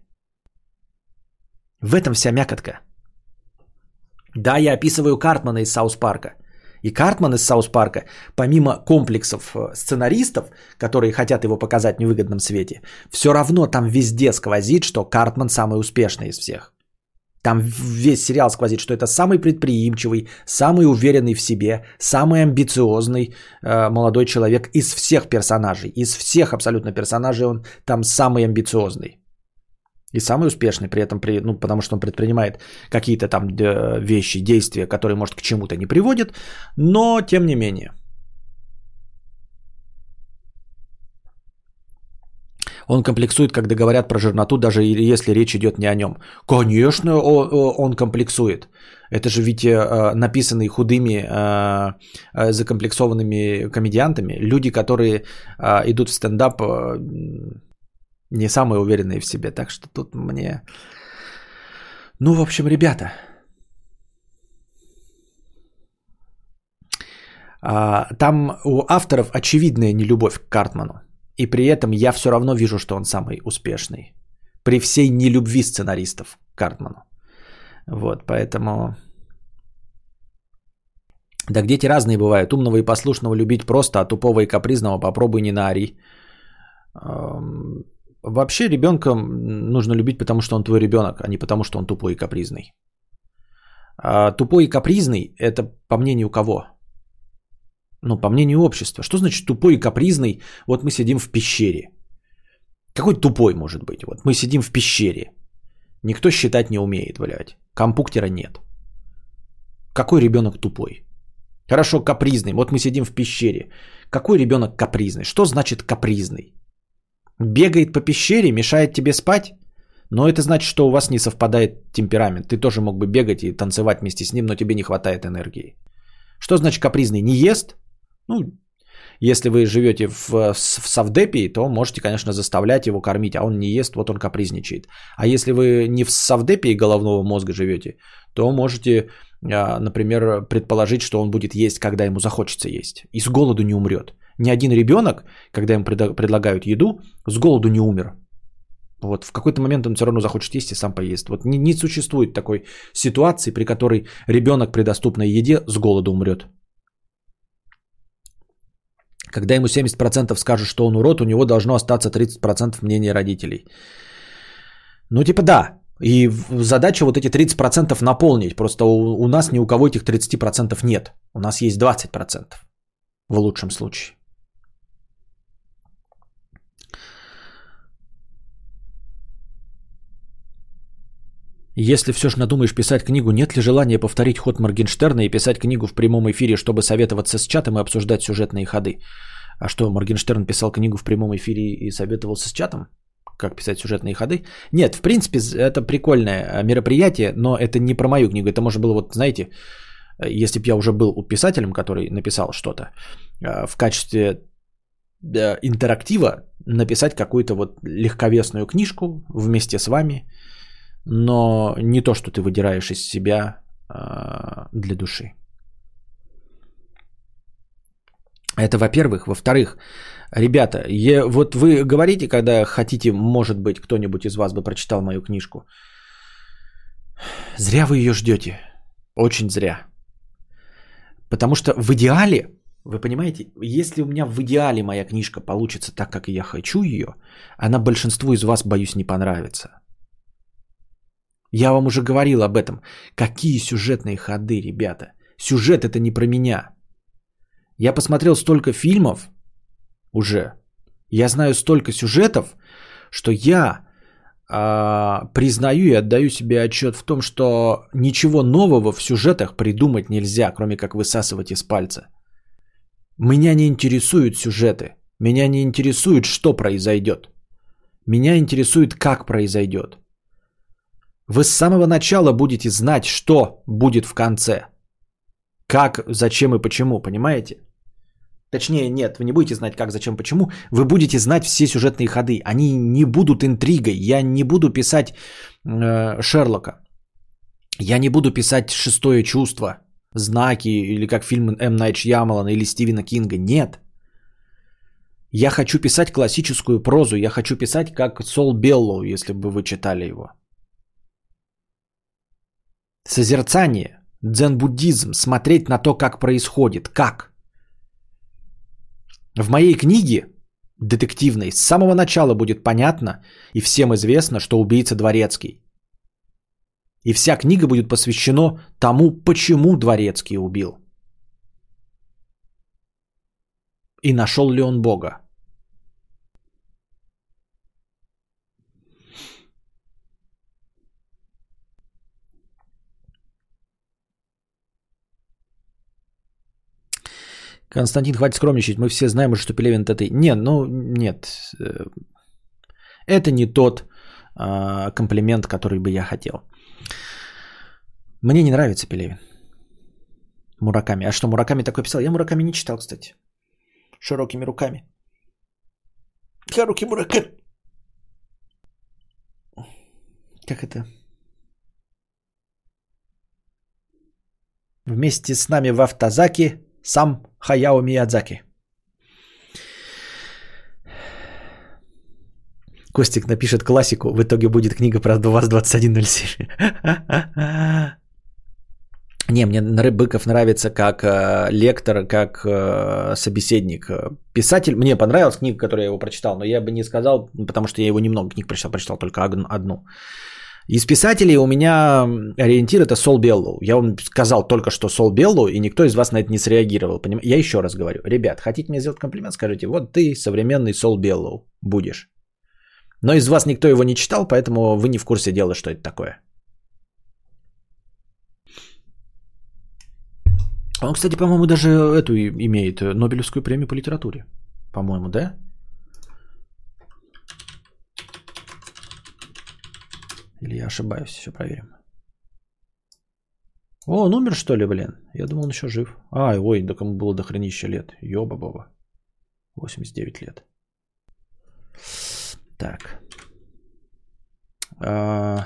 [SPEAKER 1] В этом вся мякотка. Да, я описываю Картмана из Саус Парка. И Картман из Саус Парка, помимо комплексов сценаристов, которые хотят его показать в невыгодном свете, все равно там везде сквозит, что Картман самый успешный из всех. Там весь сериал сквозит, что это самый предприимчивый, самый уверенный в себе, самый амбициозный э, молодой человек из всех персонажей. Из всех абсолютно персонажей он там самый амбициозный. И самый успешный при этом, при, ну, потому что он предпринимает какие-то там э, вещи, действия, которые, может, к чему-то не приводят, но тем не менее. Он комплексует, когда говорят про жирноту, даже если речь идет не о нем. Конечно, он комплексует. Это же ведь написанные худыми, закомплексованными комедиантами. Люди, которые идут в стендап, не самые уверенные в себе. Так что тут мне... Ну, в общем, ребята. Там у авторов очевидная нелюбовь к Картману. И при этом я все равно вижу, что он самый успешный. При всей нелюбви сценаристов к Картману. Вот, поэтому... Да дети разные бывают. Умного и послушного любить просто, а тупого и капризного попробуй не наори. Вообще ребенка нужно любить, потому что он твой ребенок, а не потому, что он тупой и капризный. А тупой и капризный – это по мнению кого? Ну, по мнению общества. Что значит тупой и капризный? Вот мы сидим в пещере. Какой тупой может быть? Вот мы сидим в пещере. Никто считать не умеет, блядь. Компьютера нет. Какой ребенок тупой? Хорошо, капризный. Вот мы сидим в пещере. Какой ребенок капризный? Что значит капризный? Бегает по пещере, мешает тебе спать? Но это значит, что у вас не совпадает темперамент. Ты тоже мог бы бегать и танцевать вместе с ним, но тебе не хватает энергии. Что значит капризный? Не ест? Ну, если вы живете в, в, в совдепе, то можете, конечно, заставлять его кормить, а он не ест, вот он капризничает. А если вы не в совдепе и головного мозга живете, то можете, например, предположить, что он будет есть, когда ему захочется есть. И с голоду не умрет. Ни один ребенок, когда ему предлагают еду, с голоду не умер. Вот в какой-то момент он все равно захочет есть и сам поест. Вот не, не существует такой ситуации, при которой ребенок при доступной еде с голоду умрет. Когда ему семьдесят процентов скажут, что он урод, у него должно остаться тридцать процентов мнения родителей. Ну типа да. И задача вот эти тридцать процентов наполнить. Просто у, у нас ни у кого этих тридцать процентов нет. У нас есть двадцать процентов. В лучшем случае. Если все же надумаешь писать книгу, нет ли желания повторить ход Моргенштерна и писать книгу в прямом эфире, чтобы советоваться с чатом и обсуждать сюжетные ходы? А что, Моргенштерн писал книгу в прямом эфире и советовался с чатом? как писать сюжетные ходы. Нет, в принципе, это прикольное мероприятие, но это не про мою книгу. Это можно было, вот знаете, если бы я уже был писателем, который написал что-то, в качестве интерактива написать какую-то вот легковесную книжку вместе с вами, но не то, что ты выдираешь из себя для души. Это во-первых. Во-вторых, ребята, я, вот вы говорите, когда хотите, может быть, кто-нибудь из вас бы прочитал мою книжку. Зря вы ее ждете. Очень зря. Потому что в идеале, вы понимаете, если у меня в идеале моя книжка получится так, как я хочу ее, она большинству из вас, боюсь, не понравится. Я вам уже говорил об этом. Какие сюжетные ходы, ребята. Сюжет это не про меня. Я посмотрел столько фильмов уже. Я знаю столько сюжетов, что я э, признаю и отдаю себе отчет в том, что ничего нового в сюжетах придумать нельзя, кроме как высасывать из пальца. Меня не интересуют сюжеты. Меня не интересует, что произойдет. Меня интересует, как произойдет. Вы с самого начала будете знать, что будет в конце. Как, зачем и почему, понимаете? Точнее, нет, вы не будете знать, как, зачем, почему. Вы будете знать все сюжетные ходы. Они не будут интригой. Я не буду писать э, Шерлока. Я не буду писать «Шестое чувство», «Знаки» или как фильм М. Найт Шьямалана или Стивена Кинга. Нет. Я хочу писать классическую прозу. Я хочу писать как Сол Беллоу, если бы вы читали его. Созерцание, дзен-буддизм, смотреть на то, как происходит. Как? В моей книге детективной с самого начала будет понятно и всем известно, что убийца Дворецкий. И вся книга будет посвящена тому, почему Дворецкий убил. И нашел ли он Бога. Константин, хватит скромничать, мы все знаем уже, что Пелевин это ты. Не, ну нет. Это не тот э, комплимент, который бы я хотел. Мне не нравится Пелевин. Мураками. А что, Мураками такой писал? Я Мураками не читал, кстати. Широкими руками. Харуки Мураками. Как это? Вместе с нами в автозаке сам Хаяо Миядзаки. Костик напишет классику, в итоге будет книга про ВАЗ двадцать один ноль семь. Не, мне Быков нравится как э, лектор, как э, собеседник. Писатель, мне понравилась книга, которую я его прочитал, но я бы не сказал, потому что я его немного книг прочитал, прочитал только одну. Из писателей у меня ориентир это Сол Беллоу. Я вам сказал только что Сол Беллоу, и никто из вас на это не среагировал. Поним... Я еще раз говорю. Ребят, хотите мне сделать комплимент, скажите, вот ты современный Сол Беллоу будешь. Но из вас никто его не читал, поэтому вы не в курсе дела, что это такое. Он, кстати, по-моему, даже эту имеет Нобелевскую премию по литературе. По-моему, да? Или я ошибаюсь, все проверим. О, он умер, что ли, блин? Я думал, он еще жив. А, ой, да кому было до хренища лет. Ёба-боба. восемьдесят девять лет. Так. А...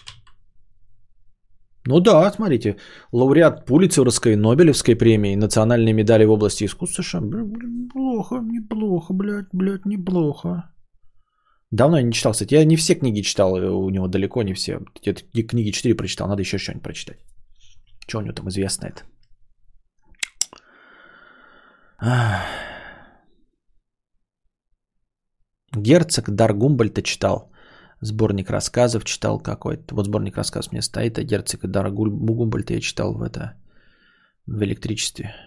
[SPEAKER 1] Ну да, смотрите. Лауреат Пулитцеровской, Нобелевской премии, национальные медали в области искусства США. Неплохо, неплохо, блядь, блядь, неплохо. Давно я не читал, кстати. Я не все книги читал у него, далеко не все. Я книги четыре прочитал, надо еще что-нибудь прочитать. Что у него там известно это? Герцог Дар Гумбольта читал. Сборник рассказов читал какой-то. Вот сборник рассказов у меня стоит, а герцога Дара Гумбольта я читал в это, в электричестве.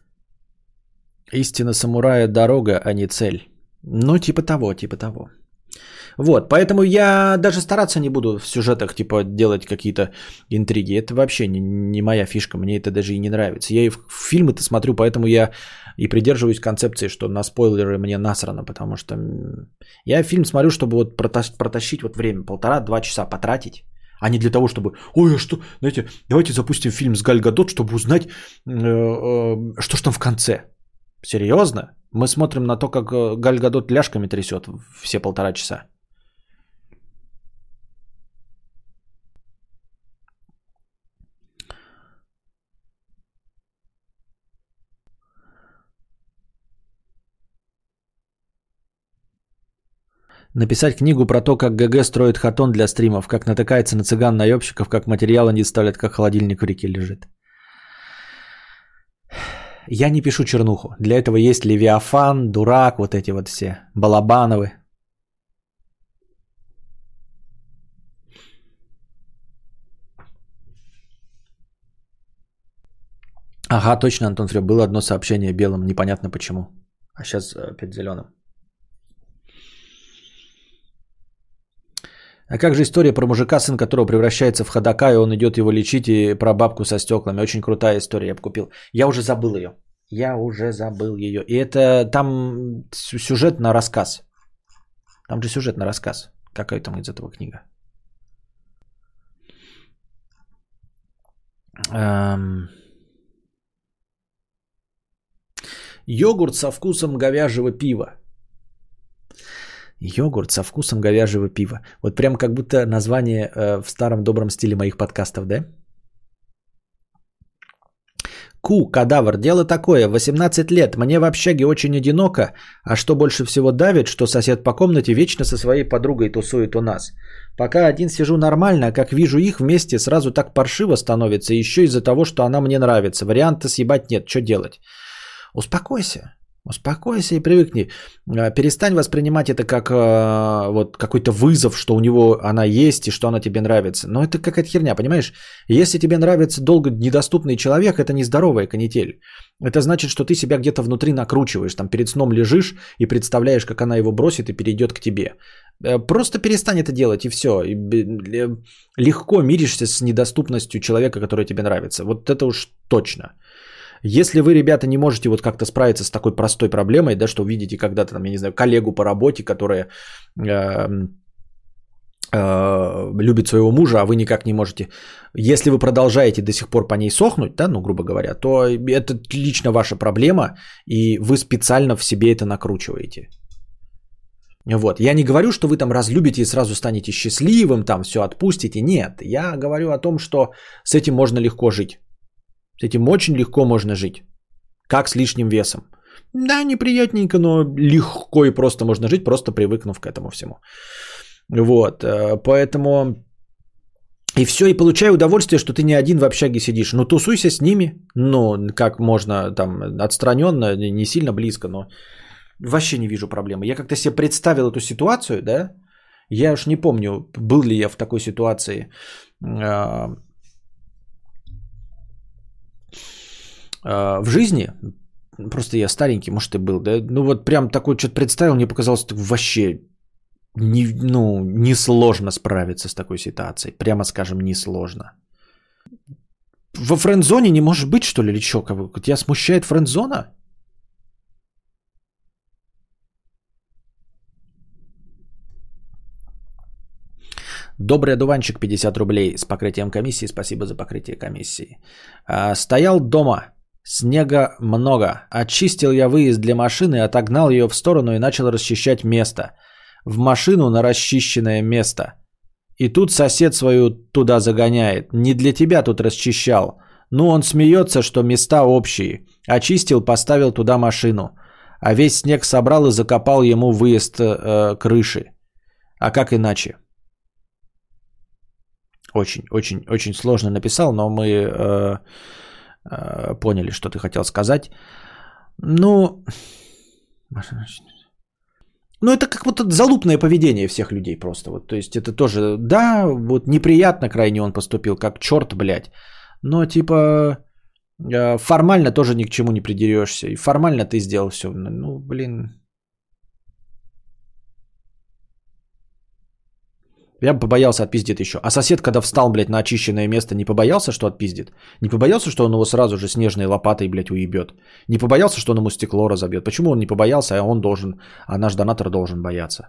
[SPEAKER 1] Истина самурая дорога, а не цель. Ну, типа того, типа того. Вот, поэтому я даже стараться не буду в сюжетах, типа, делать какие-то интриги. Это вообще не, не моя фишка, мне это даже и не нравится. Я и в фильмы-то смотрю, поэтому я и придерживаюсь концепции, что на спойлеры мне насрано, потому что я фильм смотрю, чтобы вот протащить вот время, полтора-два часа потратить, а не для того, чтобы, ой, а что, знаете, давайте запустим фильм с Галь Гадот, чтобы узнать, что ж там в конце. Серьезно? Мы смотрим на то, как Галь Гадот ляжками трясет все полтора часа. Написать книгу про то, как ГГ строит хатон для стримов, как натыкается на цыган-наебщиков, как материалы не ставят, как холодильник в реке лежит. Я не пишу чернуху. Для этого есть Левиафан, Дурак, вот эти вот все, Балабановы. Ага, точно, Антон Фрё, было одно сообщение белым, непонятно почему. А сейчас опять зеленым. А как же история про мужика, сын которого превращается в ходока, и он идет его лечить, и про бабку со стеклами. Очень крутая история, я бы купил. Я уже забыл ее. Я уже забыл ее. И это там сюжет на рассказ. Там же сюжет на рассказ. Какая там из этого книга? Эм... Йогурт со вкусом говяжьего пива. Йогурт со вкусом говяжьего пива. Вот прям как будто название э, в старом добром стиле моих подкастов, да? Ку, кадавр, дело такое, восемнадцать лет, мне в общаге очень одиноко, а что больше всего давит, что сосед по комнате вечно со своей подругой тусует у нас. Пока один сижу нормально, а как вижу их вместе, сразу так паршиво становится, еще из-за того, что она мне нравится. Варианта съебать нет, что делать? Успокойся. Успокойся и привыкни. Перестань воспринимать это как э, вот какой-то вызов, что у него она есть и что она тебе нравится. Но это какая-то херня, понимаешь? Если тебе нравится долго недоступный человек, это нездоровая канитель. Это значит, что ты себя где-то внутри накручиваешь. Там перед сном лежишь и представляешь, как она его бросит и перейдет к тебе. Просто перестань это делать и все. И легко миришься с недоступностью человека, который тебе нравится. Вот это уж точно. Если вы, ребята, не можете вот как-то справиться с такой простой проблемой, да, что увидите когда-то, там, я не знаю, коллегу по работе, которая э, э, любит своего мужа, а вы никак не можете. Если вы продолжаете до сих пор по ней сохнуть, да, ну, грубо говоря, то это лично ваша проблема, и вы специально в себе это накручиваете. Вот. Я не говорю, что вы там разлюбите и сразу станете счастливым, там все отпустите. Нет, я говорю о том, что с этим можно легко жить. С этим очень легко можно жить. Как с лишним весом. Да, неприятненько, но легко и просто можно жить, просто привыкнув к этому всему. Вот, поэтому... И все, и получай удовольствие, что ты не один в общаге сидишь. Ну, тусуйся с ними, ну, как можно там отстраненно, не сильно близко, но вообще не вижу проблемы. Я как-то себе представил эту ситуацию, да, я уж не помню, был ли я в такой ситуации... в жизни, просто я старенький, может и был, да, ну вот прям такой что-то представил, мне показалось, вообще не, ну, несложно справиться с такой ситуацией, прямо скажем, несложно. Во френд-зоне не может быть, что ли, или что? Тебя смущает френд-зона? Добрый одуванчик, пятьдесят рублей с покрытием комиссии, спасибо за покрытие комиссии. Стоял дома. Снега много. Очистил я выезд для машины, отогнал ее в сторону и начал расчищать место. В машину на расчищенное место. И тут сосед свою туда загоняет. Не для тебя тут расчищал. Ну, он смеется, что места общие. Очистил, поставил туда машину. А весь снег собрал и закопал ему выезд э, крыши. А как иначе? Очень, очень, очень сложно написал, но мы... Э, поняли, что ты хотел сказать. Ну, ну это как вот залупное поведение всех людей просто. Вот, то есть это тоже, да, вот неприятно крайне он поступил, как черт, блядь. Но типа формально тоже ни к чему не придерешься. И формально ты сделал все. Ну, блин. Я бы побоялся, отпиздит еще. А сосед, когда встал, блядь, на очищенное место, не побоялся, что отпиздит? Не побоялся, что он его сразу же снежной лопатой, блядь, уебет? Не побоялся, что он ему стекло разобьет? Почему он не побоялся, а он должен, а наш донатор должен бояться?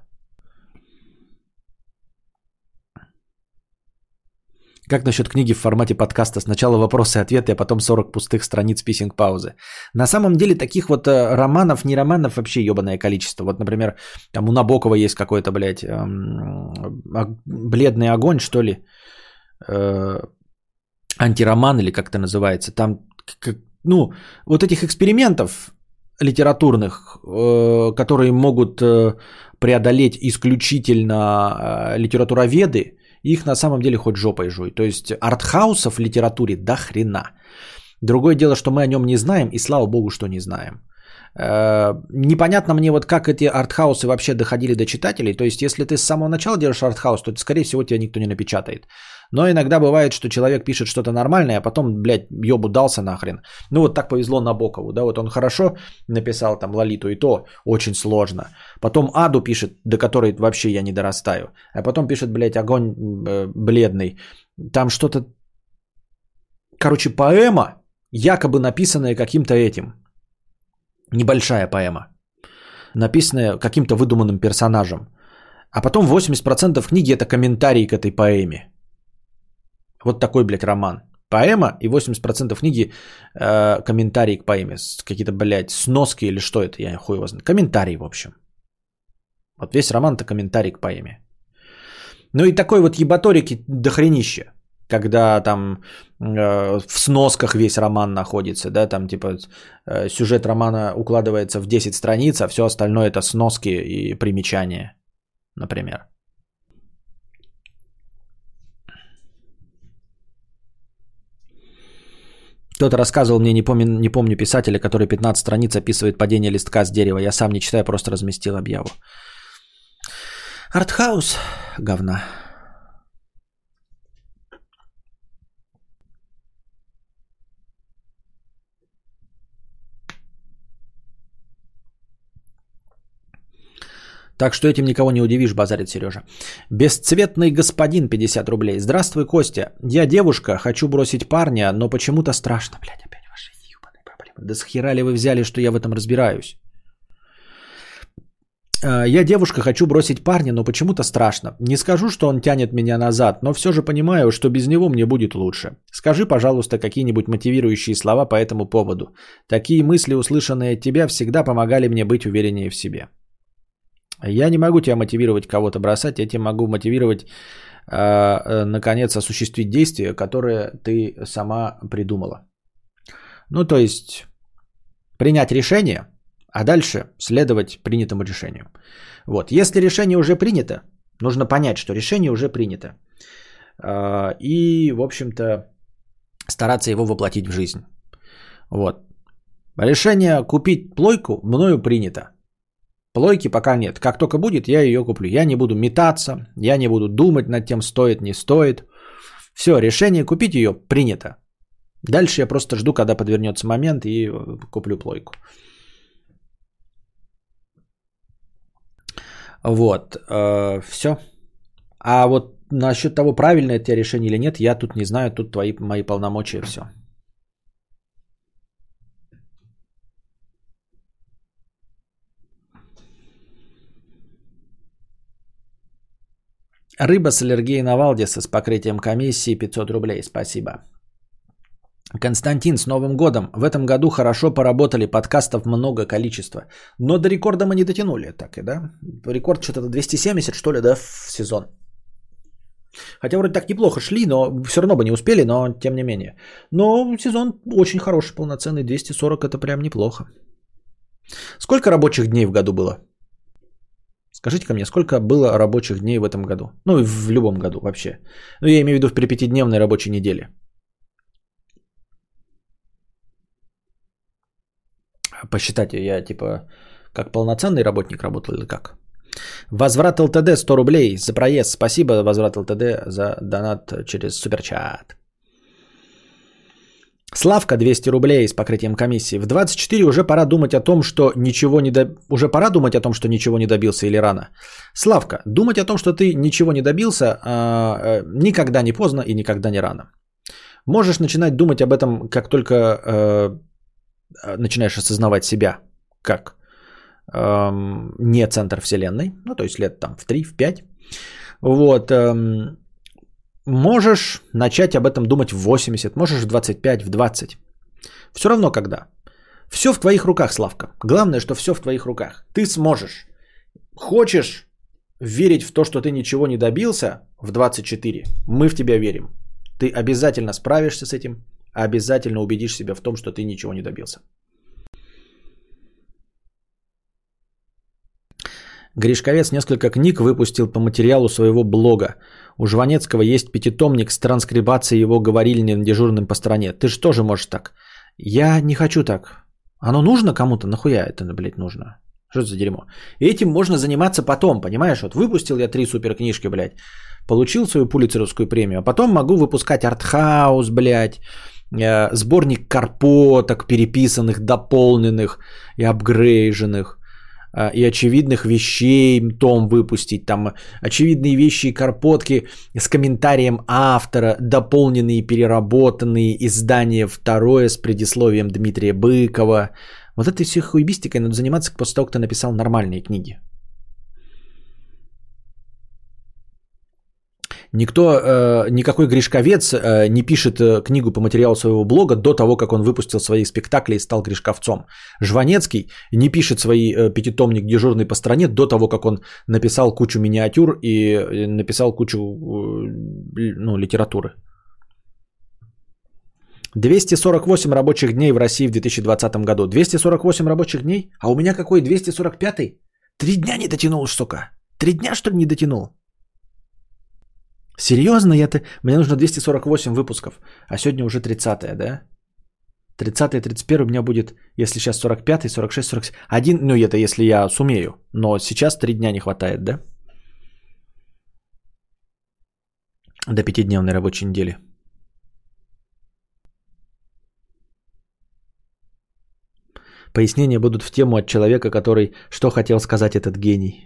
[SPEAKER 1] Как насчет книги в формате подкаста? Сначала вопросы и ответы, а потом сорок пустых страниц писинг-паузы. На самом деле таких вот э, романов, не романов вообще ебаное количество. Вот, например, там у Набокова есть какой-то, блядь, эм, э, бледный огонь, что ли, э, антироман или как это называется. Там, как, ну, вот этих экспериментов литературных, э, которые могут э, преодолеть исключительно э, литературоведы, их на самом деле хоть жопой жуй. То есть артхаусов в литературе до хрена. Другое дело, что мы о нем не знаем, и слава богу, что не знаем. Э-э- непонятно мне, вот как эти артхаусы вообще доходили до читателей. То есть если ты с самого начала делаешь артхаус, то, скорее всего, тебя никто не напечатает. Но иногда бывает, что человек пишет что-то нормальное, а потом, блядь, ёбу дался нахрен. Ну вот так повезло Набокову, да, вот он хорошо написал там Лолиту, и то очень сложно. Потом Аду пишет, до которой вообще я не дорастаю. А потом пишет, блядь, огонь э, бледный. Там что-то, короче, поэма, якобы написанная каким-то этим. Небольшая поэма. Написанная каким-то выдуманным персонажем. А потом восемьдесят процентов книги это комментарий к этой поэме. Вот такой, блядь, роман. Поэма и восемьдесят процентов книги э, комментарии к поэме. Какие-то, блядь, сноски или что это, я хуй его знаю. Комментарий, в общем. Вот весь роман это комментарий к поэме. Ну и такой вот ебаторики дохренище. Когда там э, в сносках весь роман находится, да, там типа э, сюжет романа укладывается в десять страниц, а все остальное это сноски и примечания, например. Кто-то рассказывал мне, не помню, не помню писателя, который пятнадцать страниц описывает падение листка с дерева. Я сам не читаю, просто разместил объяву. Артхаус говна. Так что этим никого не удивишь, базарит Сережа. Бесцветный господин, пятьдесят рублей. Здравствуй, Костя. Я девушка, хочу бросить парня, но почему-то страшно. Блядь, опять ваши ебаные проблемы. Да с хера ли вы взяли, что я в этом разбираюсь? Я девушка, хочу бросить парня, но почему-то страшно. Не скажу, что он тянет меня назад, но все же понимаю, что без него мне будет лучше. Скажи, пожалуйста, какие-нибудь мотивирующие слова по этому поводу. Такие мысли, услышанные от тебя, всегда помогали мне быть увереннее в себе. Я не могу тебя мотивировать кого-то бросать, я тебя могу мотивировать, э, наконец, осуществить действие, которое ты сама придумала. Ну, то есть, принять решение, а дальше следовать принятому решению. Вот. Если решение уже принято, нужно понять, что решение уже принято. Э, и, в общем-то, стараться его воплотить в жизнь. Вот. Решение купить плойку мною принято. Плойки пока нет. Как только будет, я ее куплю. Я не буду метаться, я не буду думать над тем, стоит, не стоит. Все, решение купить ее принято. Дальше я просто жду, когда подвернется момент и куплю плойку. Вот, э, все. А вот насчет того, правильное это решение или нет, я тут не знаю, тут твои мои полномочия, все. Рыба с аллергией на Валдиса с покрытием комиссии пятьсот рублей. Спасибо. Константин, с Новым годом. В этом году хорошо поработали, подкастов много количество. Но до рекорда мы не дотянули. Так и да? Рекорд что-то двести семьдесят, что ли, да, в сезон. Хотя вроде так неплохо шли, но все равно бы не успели, но тем не менее. Но сезон очень хороший, полноценный. двести сорок это прям неплохо. Сколько рабочих дней в году было? Скажите-ка мне, сколько было рабочих дней в этом году? Ну, и в любом году вообще. Ну, я имею в виду в пятидневной рабочей неделе. Посчитайте, я типа как полноценный работник работал или как? Возврат ЛТД сто рублей за проезд. Спасибо, Возврат ЛТД, за донат через суперчат. Славка, двести рублей с покрытием комиссии. В двадцать четыре уже пора думать о том, что ничего не до... Уже пора думать о том, что ничего не добился или рано? Славка, думать о том, что ты ничего не добился, э, э, никогда не поздно и никогда не рано. Можешь начинать думать об этом, как только э, начинаешь осознавать себя как э, не центр вселенной, ну то есть лет там в три, в пять. Вот. Э, Можешь начать об этом думать в восемьдесят, можешь в двадцать пять, в двадцать. Все равно когда. Все в твоих руках, Славка. Главное, что все в твоих руках. Ты сможешь. Хочешь верить в то, что ты ничего не добился в двадцать четыре? Мы в тебя верим. Ты обязательно справишься с этим, обязательно убедишь себя в том, что ты ничего не добился. Гришковец несколько книг выпустил по материалу своего блога. У Жванецкого есть пятитомник с транскрибацией его говорильни дежурным по стране. Ты же тоже можешь так. Я не хочу так. Оно нужно кому-то? Нахуя это, блядь, нужно? Что это за дерьмо? И этим можно заниматься потом, понимаешь? Вот выпустил я три супер книжки, блядь. Получил свою пулитцеровскую премию. А потом могу выпускать артхаус, блядь. Сборник карпоток, переписанных, дополненных и апгрейженных. И очевидных вещей том выпустить, там очевидные вещи и карпотки с комментарием автора, дополненные, переработанные, издание второе с предисловием Дмитрия Быкова. Вот этой всей хуебистикой надо заниматься после того, как ты написал нормальные книги. Никто, э, никакой Гришковец э, не пишет э, книгу по материалу своего блога до того, как он выпустил свои спектакли и стал Гришковцом. Жванецкий не пишет свой э, пятитомник «Дежурный по стране» до того, как он написал кучу миниатюр и э, написал кучу э, ну, литературы. двести сорок восемь рабочих дней в России в две тысячи двадцатом году. двести сорок восемь рабочих дней? А у меня какой двести сорок пятый? Три дня не дотянул, сука. Три дня, что ли, не дотянул? Серьезно? Я-то... Мне нужно двести сорок восемь выпусков, а сегодня уже тридцатое, да? тридцатое, тридцать первое у меня будет, если сейчас сорок пятый, сорок шестой, сорок семь. Один, ну это если я сумею, но сейчас три дня не хватает, да? До пятидневной рабочей недели. Пояснения будут в тему от человека, который что хотел сказать этот гений.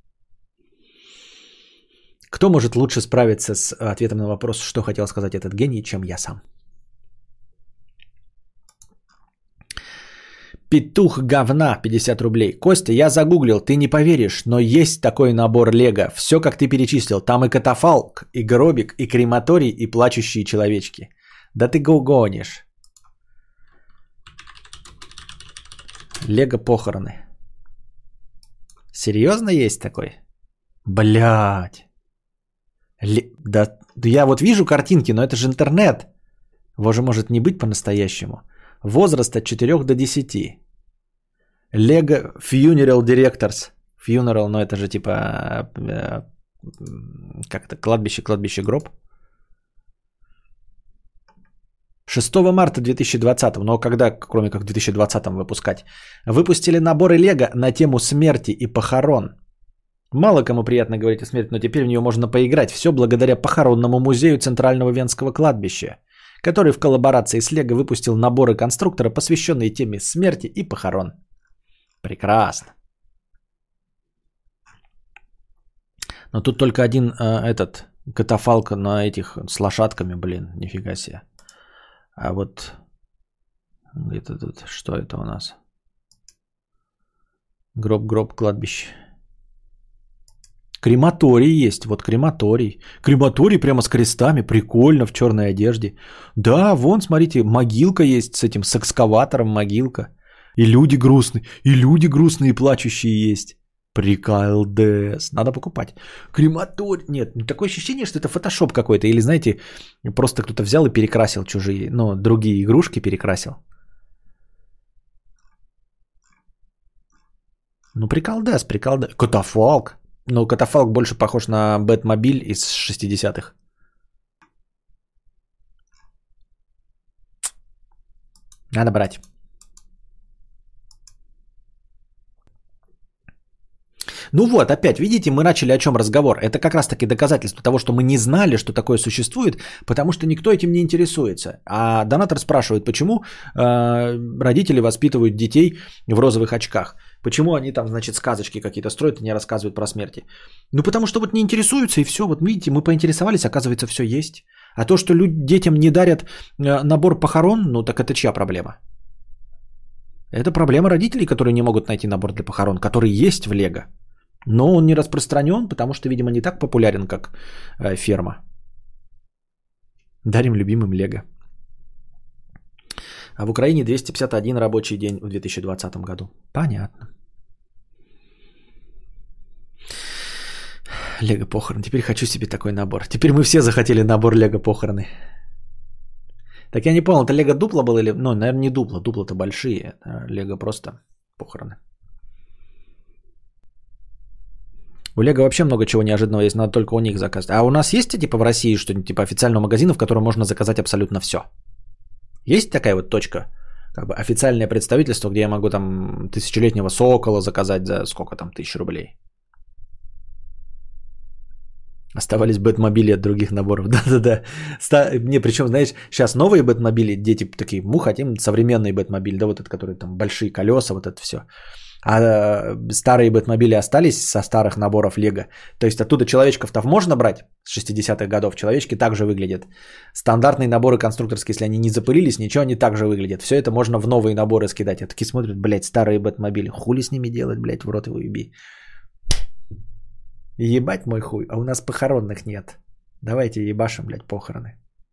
[SPEAKER 1] Кто может лучше справиться с ответом на вопрос, что хотел сказать этот гений, чем я сам? Петух говна, пятьдесят рублей. Костя, я загуглил, ты не поверишь, но есть такой набор лего. Все, как ты перечислил. Там и катафалк, и гробик, и крематорий, и плачущие человечки. Да ты го гонишь. Лего похороны. Серьезно есть такой? Блядь. Ле... Да, я вот вижу картинки, но это же интернет. Его же может не быть по-настоящему. Возраст от четырёх до десяти. Lego Funeral Directors. Funeral, но это же типа как-то кладбище, кладбище, гроб. шестого марта две тысячи двадцатого, но когда, кроме как в две тысячи двадцатом выпускать, выпустили наборы Lego на тему смерти и похорон. Мало кому приятно говорить о смерти, но теперь в нее можно поиграть. Все благодаря похоронному музею Центрального Венского кладбища, который в коллаборации с Лего выпустил наборы конструктора, посвященные теме смерти и похорон. Прекрасно. Но тут только один э, этот катафалк на этих с лошадками, блин, нифига себе. А вот где-то тут, что это у нас? Гроб, гроб, кладбище. Крематорий есть, вот крематорий. Крематорий прямо с крестами, прикольно, в черной одежде. Да, вон, смотрите, могилка есть с этим, с экскаватором могилка. И люди грустные, и люди грустные, плачущие есть. Приколдес, надо покупать. Крематорий, нет, такое ощущение, что это фотошоп какой-то. Или, знаете, просто кто-то взял и перекрасил чужие, ну, другие игрушки перекрасил. Ну, приколдес, приколдес. Катафалк. Но катафалк больше похож на Бэтмобиль из шестидесятых. Надо брать. Ну вот, опять, видите, мы начали о чем разговор. Это как раз-таки доказательство того, что мы не знали, что такое существует, потому что никто этим не интересуется. А донатор спрашивает, почему э, родители воспитывают детей в розовых очках. Почему они там, значит, сказочки какие-то строят и не рассказывают про смерти. Ну потому что вот не интересуются и все. Вот видите, мы поинтересовались, оказывается, все есть. А то, что люди, детям не дарят э, набор похорон, ну так это чья проблема? Это проблема родителей, которые не могут найти набор для похорон, который есть в Лего. Но он не распространен, потому что, видимо, не так популярен, как э, ферма. Дарим любимым Лего. А в Украине двести пятьдесят один рабочий день в две тысячи двадцатом году. Понятно. Лего похорон. Теперь хочу себе такой набор. Теперь мы все захотели набор Лего похороны. Так я не понял, это Лего дупло было или... Ну, наверное, не дупло. Дупло-то большие. Лего просто похороны. У Лего вообще много чего неожиданного есть. Надо только у них заказать. А у нас есть, типа, в России что-нибудь типа официального магазина, в котором можно заказать абсолютно все? Есть такая вот точка? Как бы официальное представительство, где я могу там тысячелетнего сокола заказать за сколько там тысяч рублей? Оставались бэтмобили от других наборов. Да-да-да. Не, причем, знаешь, сейчас новые бэтмобили, дети такие, мы хотим современный бэтмобиль, да, вот этот, который там большие колеса, вот это все. А старые бэтмобили остались со старых наборов Лего. То есть оттуда человечков-то можно брать с шестидесятых годов. Человечки также выглядят. Стандартные наборы конструкторские, если они не запылились, ничего, они также выглядят. Все это можно в новые наборы скидать. А такие смотрят, блядь, старые бэтмобили. Хули с ними делать, блядь, в рот его еби. Ебать мой хуй, а у нас похоронных нет. Давайте ебашим, блядь, похороны.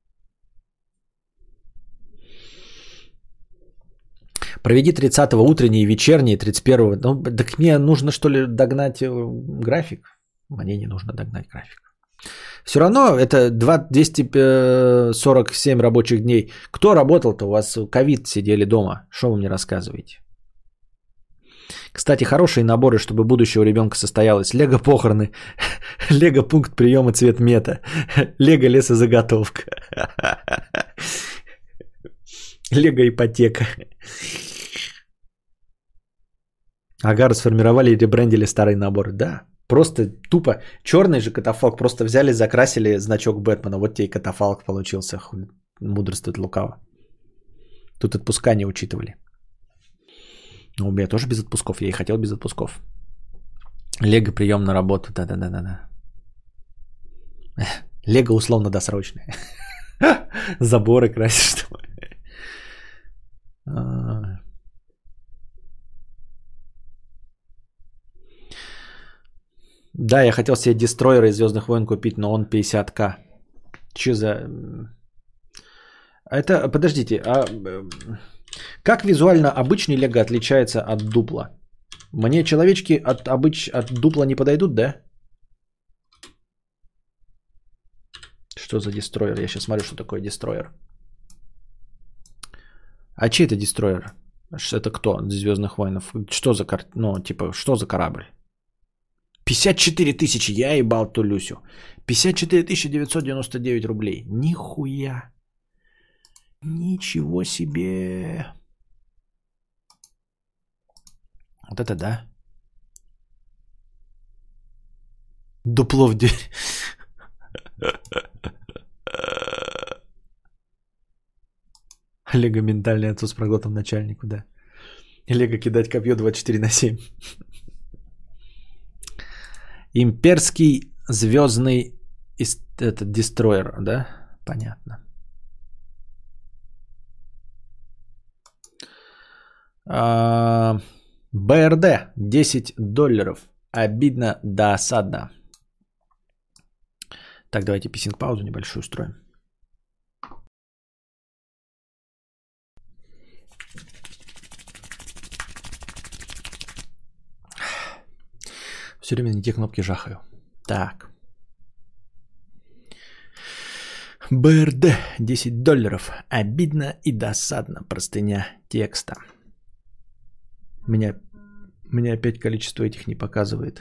[SPEAKER 1] Проведи тридцатого утренние и вечерние, тридцать первого. Ну, так мне нужно, что ли, догнать график? Мне не нужно догнать график. Все равно это двести сорок семь рабочих дней. Кто работал-то? У вас ковид сидели дома. Что вы мне рассказываете? Кстати, хорошие наборы, чтобы будущее у ребенка состоялось. Лего похороны, Лего пункт приема цвет мета, Лего лесозаготовка, Лего ипотека. Ага, расформировали и ребрендили старый набор. Да, просто тупо черный же катафалк. Просто взяли, закрасили значок Бэтмена. Вот тебе и катафалк получился. Мудрствует лукаво. Тут отпуска не учитывали. Ну, у меня тоже без отпусков. Я и хотел без отпусков. Лего прием на работу. Да-да-да-да. Лего условно-досрочное. Заборы красишь. Что ли? Да, я хотел себе дестройера из Звездных войн купить, но он пятьдесят тысяч. Че за... Это, подождите, а как визуально обычный Лего отличается от дупла? Мне человечки от, обыч... от дупла не подойдут, да? Что за дестройер? Я сейчас смотрю, что такое дестройер. А чей это дестройер? Это кто? Звездных войнов. Что за кар... Ну, типа, что за корабль? пятьдесят четыре тысячи. Я ебал ту Люсю. пятьдесят четыре тысячи девятьсот девяносто девять рублей. Нихуя. Ничего себе. Вот это да. Дупло в дверь. Лего ментальный отцу с проглотом начальнику, да. Лего кидать копье двадцать четыре на семь. Имперский звездный этот дестройер, да? Понятно. А, БРД десять долларов. Обидно, досадно. Так, давайте писинг-паузу небольшую устроим. Все время на те кнопки жахаю. Так. БРД десять долларов. Обидно и досадно. Простыня текста. Меня, меня опять количество этих не показывает.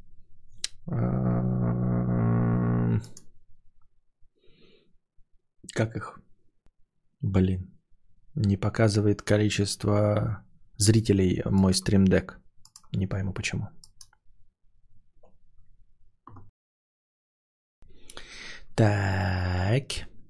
[SPEAKER 1] Как их? Блин. Не показывает количество зрителей мой стримдек. Не пойму почему. Так.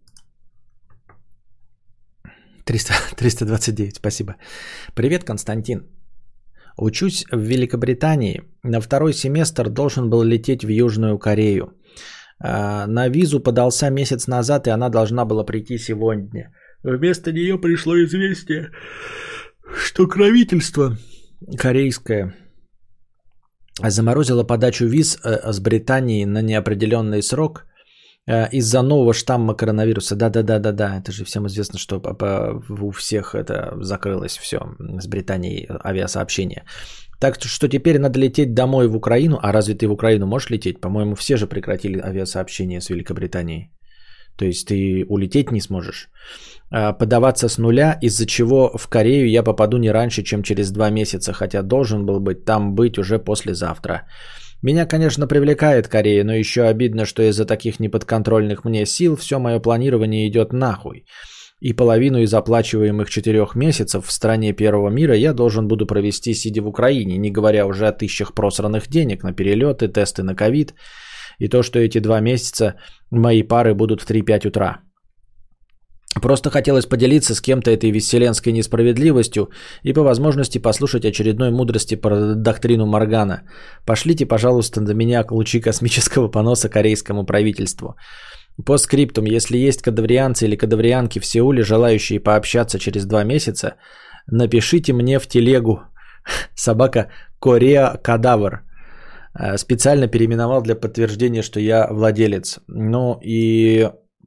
[SPEAKER 1] триста, триста двадцать девять, спасибо. Привет, Константин. Учусь в Великобритании. На второй семестр должен был лететь в Южную Корею. На визу подался месяц назад, и она должна была прийти сегодня. Вместо нее пришло известие, что правительство корейское заморозило подачу виз с Британии на неопределенный срок из-за нового штамма коронавируса. Да-да-да-да-да, это же всем известно, что у всех это закрылось все с Британией авиасообщение. Так что теперь надо лететь домой в Украину. А разве ты в Украину можешь лететь? По-моему, все же прекратили авиасообщение с Великобританией. То есть ты улететь не сможешь. Подаваться с нуля, из-за чего в Корею я попаду не раньше, чем через два месяца, хотя должен был быть там быть уже послезавтра. Меня, конечно, привлекает Корея, но еще обидно, что из-за таких неподконтрольных мне сил все мое планирование идет нахуй. И половину из оплачиваемых четырех месяцев в стране первого мира я должен буду провести, сидя в Украине, не говоря уже о тысячах просранных денег на перелеты, тесты на ковид и то, что эти два месяца мои пары будут в три-пять утра. Просто хотелось поделиться с кем-то этой вселенской несправедливостью и по возможности послушать очередной мудрости про доктрину Моргана. Пошлите, пожалуйста, до меня лучи космического поноса корейскому правительству. По скриптум, если есть кадаврианцы или кадаврианки в Сеуле, желающие пообщаться через два месяца, напишите мне в телегу собака Корея Кадавр. Специально переименовал для подтверждения, что я владелец. Ну и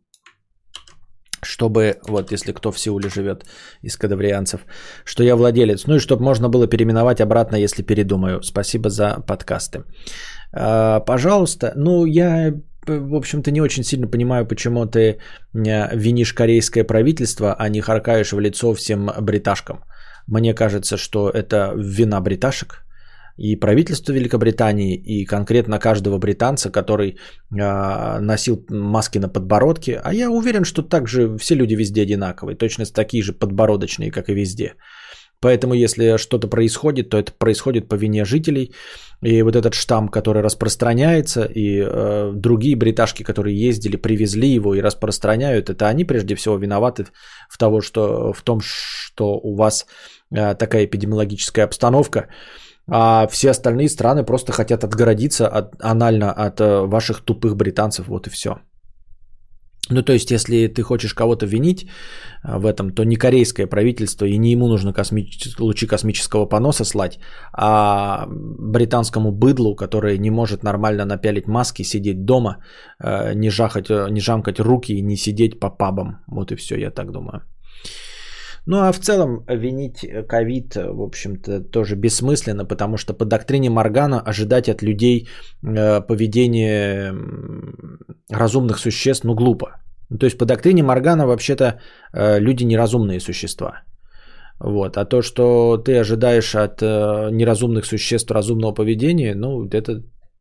[SPEAKER 1] чтобы, вот если кто в Сеуле живет из кадаврианцев, что я владелец. Ну и чтобы можно было переименовать обратно, если передумаю. Спасибо за подкасты. Пожалуйста, ну я... В общем-то, не очень сильно понимаю, почему ты винишь корейское правительство, а не харкаешь в лицо всем бриташкам. Мне кажется, что это вина бриташек и правительства Великобритании, и конкретно каждого британца, который э, носил маски на подбородке. А я уверен, что также все люди везде одинаковые, точно такие же подбородочные, как и везде. Поэтому, если что-то происходит, то это происходит по вине жителей. И вот этот штамм, который распространяется, и э, другие бриташки, которые ездили, привезли его и распространяют, это они прежде всего виноваты в, того, что, в том, что у вас э, такая эпидемиологическая обстановка. А все остальные страны просто хотят отгородиться от, анально от э, ваших тупых британцев. Вот и все. Ну, то есть, если ты хочешь кого-то винить в этом, то не корейское правительство, и не ему нужно космич... лучи космического поноса слать, а британскому быдлу, который не может нормально напялить маски, сидеть дома, не, жахать, не жамкать руки и не сидеть по пабам. Вот и все, я так думаю. Ну, а в целом винить ковид, в общем-то, тоже бессмысленно, потому что по доктрине Моргана ожидать от людей поведения разумных существ, ну, глупо. То есть по доктрине Моргана вообще-то люди неразумные существа. Вот. А то, что ты ожидаешь от неразумных существ разумного поведения, ну, это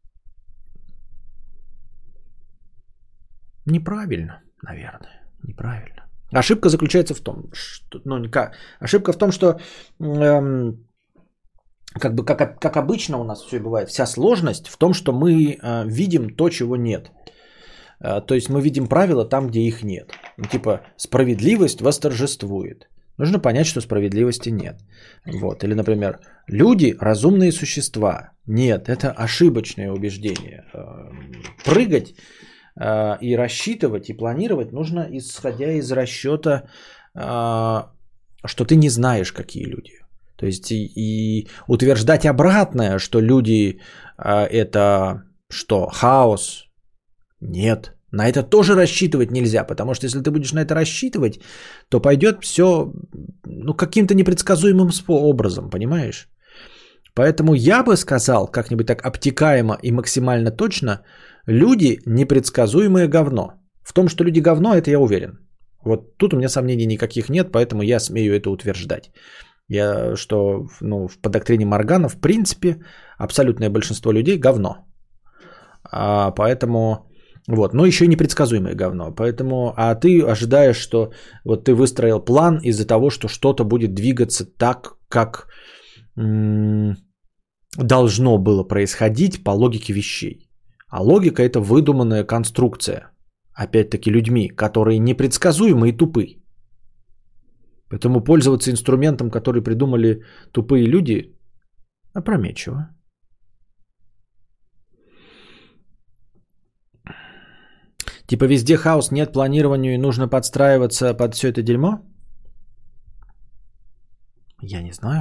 [SPEAKER 1] неправильно, наверное, неправильно. Ошибка заключается в том, что, ну, как, ошибка в том, что эм, как бы как, как обычно у нас все бывает, вся сложность в том, что мы э, видим то, чего нет. Э, то есть мы видим правила там, где их нет. Ну, типа справедливость восторжествует. Нужно понять, что справедливости нет. Вот. Или, например, люди разумные существа. Нет, это ошибочное убеждение. Э, прыгать и рассчитывать, и планировать нужно, исходя из расчета, что ты не знаешь, какие люди. То есть и, и утверждать обратное, что люди это что, хаос? Нет. На это тоже рассчитывать нельзя, потому что если ты будешь на это рассчитывать, то пойдет все ну, каким-то непредсказуемым образом, понимаешь? Поэтому я бы сказал, как-нибудь так обтекаемо и максимально точно, люди непредсказуемое говно. В том, что люди говно, это я уверен. Вот тут у меня сомнений никаких нет, поэтому я смею это утверждать. Я, что ну, по доктрине Моргана, в принципе, абсолютное большинство людей говно. А, поэтому, вот, но еще и непредсказуемое говно. Поэтому, а ты ожидаешь, что вот ты выстроил план из-за того, что что-то будет двигаться так, как м- должно было происходить по логике вещей. А логика – это выдуманная конструкция. опять-таки, людьми, которые непредсказуемы и тупы. Поэтому пользоваться инструментом, который придумали тупые люди, опрометчиво. Типа везде хаос, нет планированию и нужно подстраиваться под все это дерьмо? Я не знаю.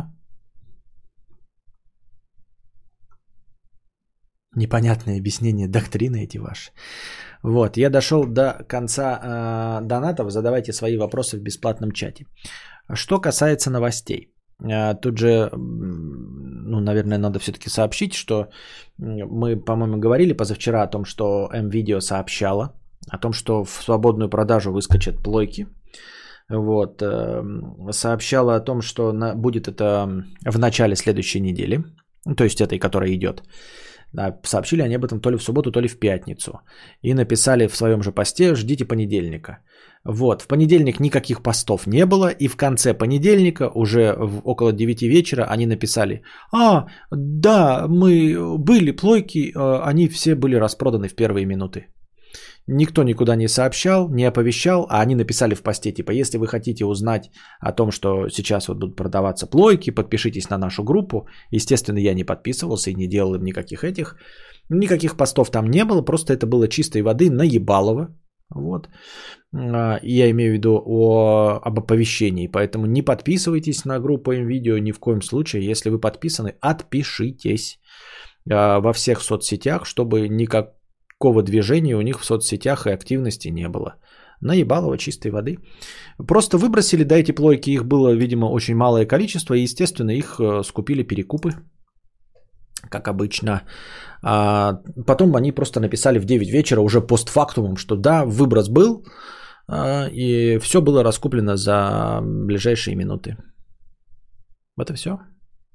[SPEAKER 1] Непонятное объяснение доктрины эти ваши. Вот, я дошел до конца э, донатов. Задавайте свои вопросы в бесплатном чате. Что касается новостей. Э, тут же, ну, наверное, надо все-таки сообщить, что мы, по-моему, говорили позавчера о том, что М-Видео сообщала о том, что в свободную продажу выскочат плойки. Вот, э, сообщала о том, что на, будет это в начале следующей недели, то есть этой, которая идет. Сообщили они об этом то ли в субботу, то ли в пятницу. И написали в своем же посте: ждите понедельника. Вот, в понедельник никаких постов не было. И в конце понедельника, уже в около девяти вечера, они написали: а, да, мы были плойки, они все были распроданы в первые минуты. Никто никуда не сообщал, не оповещал, а они написали в посте, типа, если вы хотите узнать о том, что сейчас вот будут продаваться плойки, подпишитесь на нашу группу. Естественно, я не подписывался и не делал им никаких этих. Никаких постов там не было, просто это было чистой воды наебалово. Вот. Я имею в виду о, об оповещении, поэтому не подписывайтесь на группу М-Видео ни в коем случае. Если вы подписаны, отпишитесь во всех соцсетях, чтобы никак Такого движения у них в соцсетях и активности не было. Наебалово чистой воды. Просто выбросили, да, эти плойки, их было, видимо, очень малое количество, и, естественно, их скупили перекупы, как обычно. А потом они просто написали в девять вечера уже постфактумом, что да, выброс был, и все было раскуплено за ближайшие минуты. Вот и все.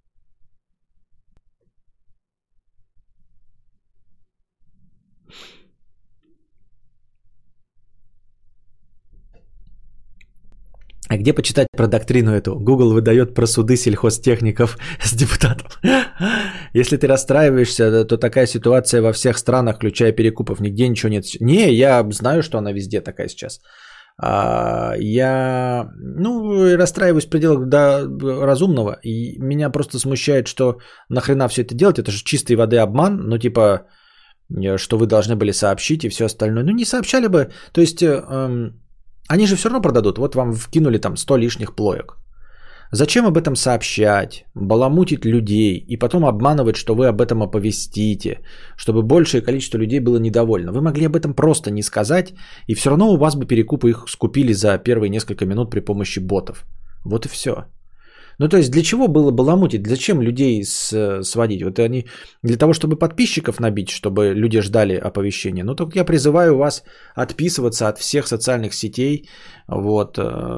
[SPEAKER 1] А где почитать про доктрину эту? Google выдает про суды сельхозтехников с депутатов. Если ты расстраиваешься, то такая ситуация во всех странах, включая перекупов, нигде ничего нет. Не, я знаю, что она везде такая сейчас. А, я, ну, расстраиваюсь в пределах до разумного. И меня просто смущает, что нахрена все это делать. Это же чистой воды обман. Ну, типа, что вы должны были сообщить и все остальное. Ну, не сообщали бы. То есть... Эм, Они же все равно продадут. Вот вам вкинули там сто лишних плоек. Зачем об этом сообщать, баламутить людей и потом обманывать, что вы об этом оповестите, чтобы большее количество людей было недовольно? Вы могли об этом просто не сказать, и все равно у вас бы перекупы их скупили за первые несколько минут при помощи ботов. Вот и все. Ну, то есть, для чего было баламутить? Зачем людей с, сводить? Вот они для того, чтобы подписчиков набить, чтобы люди ждали оповещения. Ну, так я призываю вас отписываться от всех социальных сетей, вот,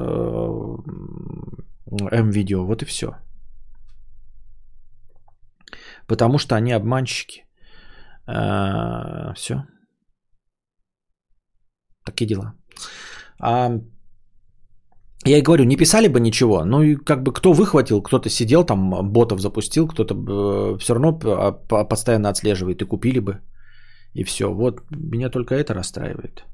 [SPEAKER 1] М-Видео, вот и все. Потому что они обманщики. Все. Такие дела. А... Я и говорю, не писали бы ничего, ну и как бы кто выхватил, кто-то сидел там, ботов запустил, кто-то э, все равно постоянно отслеживает и купили бы, и все. Вот меня только это расстраивает.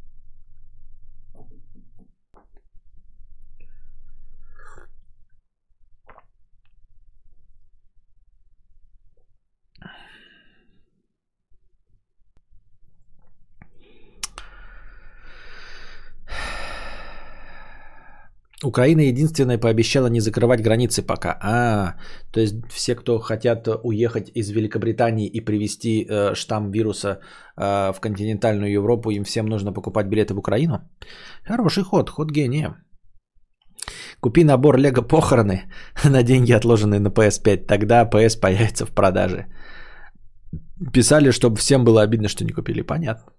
[SPEAKER 1] Украина единственная пообещала не закрывать границы пока. А, то есть все, кто хотят уехать из Великобритании и привезти э, штамм вируса э, в континентальную Европу, им всем нужно покупать билеты в Украину? Хороший ход, ход гения. Купи набор Лего похороны на деньги, отложенные на пи эс пять. Тогда пи эс появится в продаже. Писали, чтобы всем было обидно, что не купили. Понятно.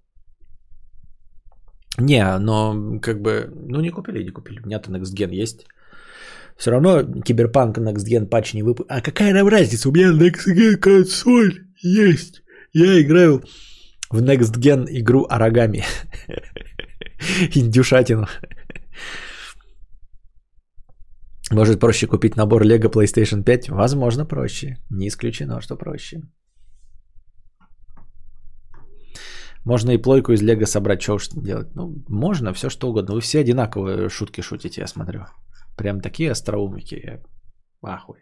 [SPEAKER 1] Не, но как бы, ну не купили, не купили. У меня-то Next Gen есть. Все равно Киберпанк Next Gen патч не выпустил. А какая нам разница? У меня Next Gen консоль есть. Я играю в Next Gen игру Оригами. Индюшатину. Может проще купить набор Lego PlayStation пять? Возможно проще. Не исключено, что проще. Можно и плойку из лего собрать, что уж делать. Ну, можно, все что угодно. Вы все одинаковые шутки шутите, я смотрю. Прям такие остроумники. Я в ахуе.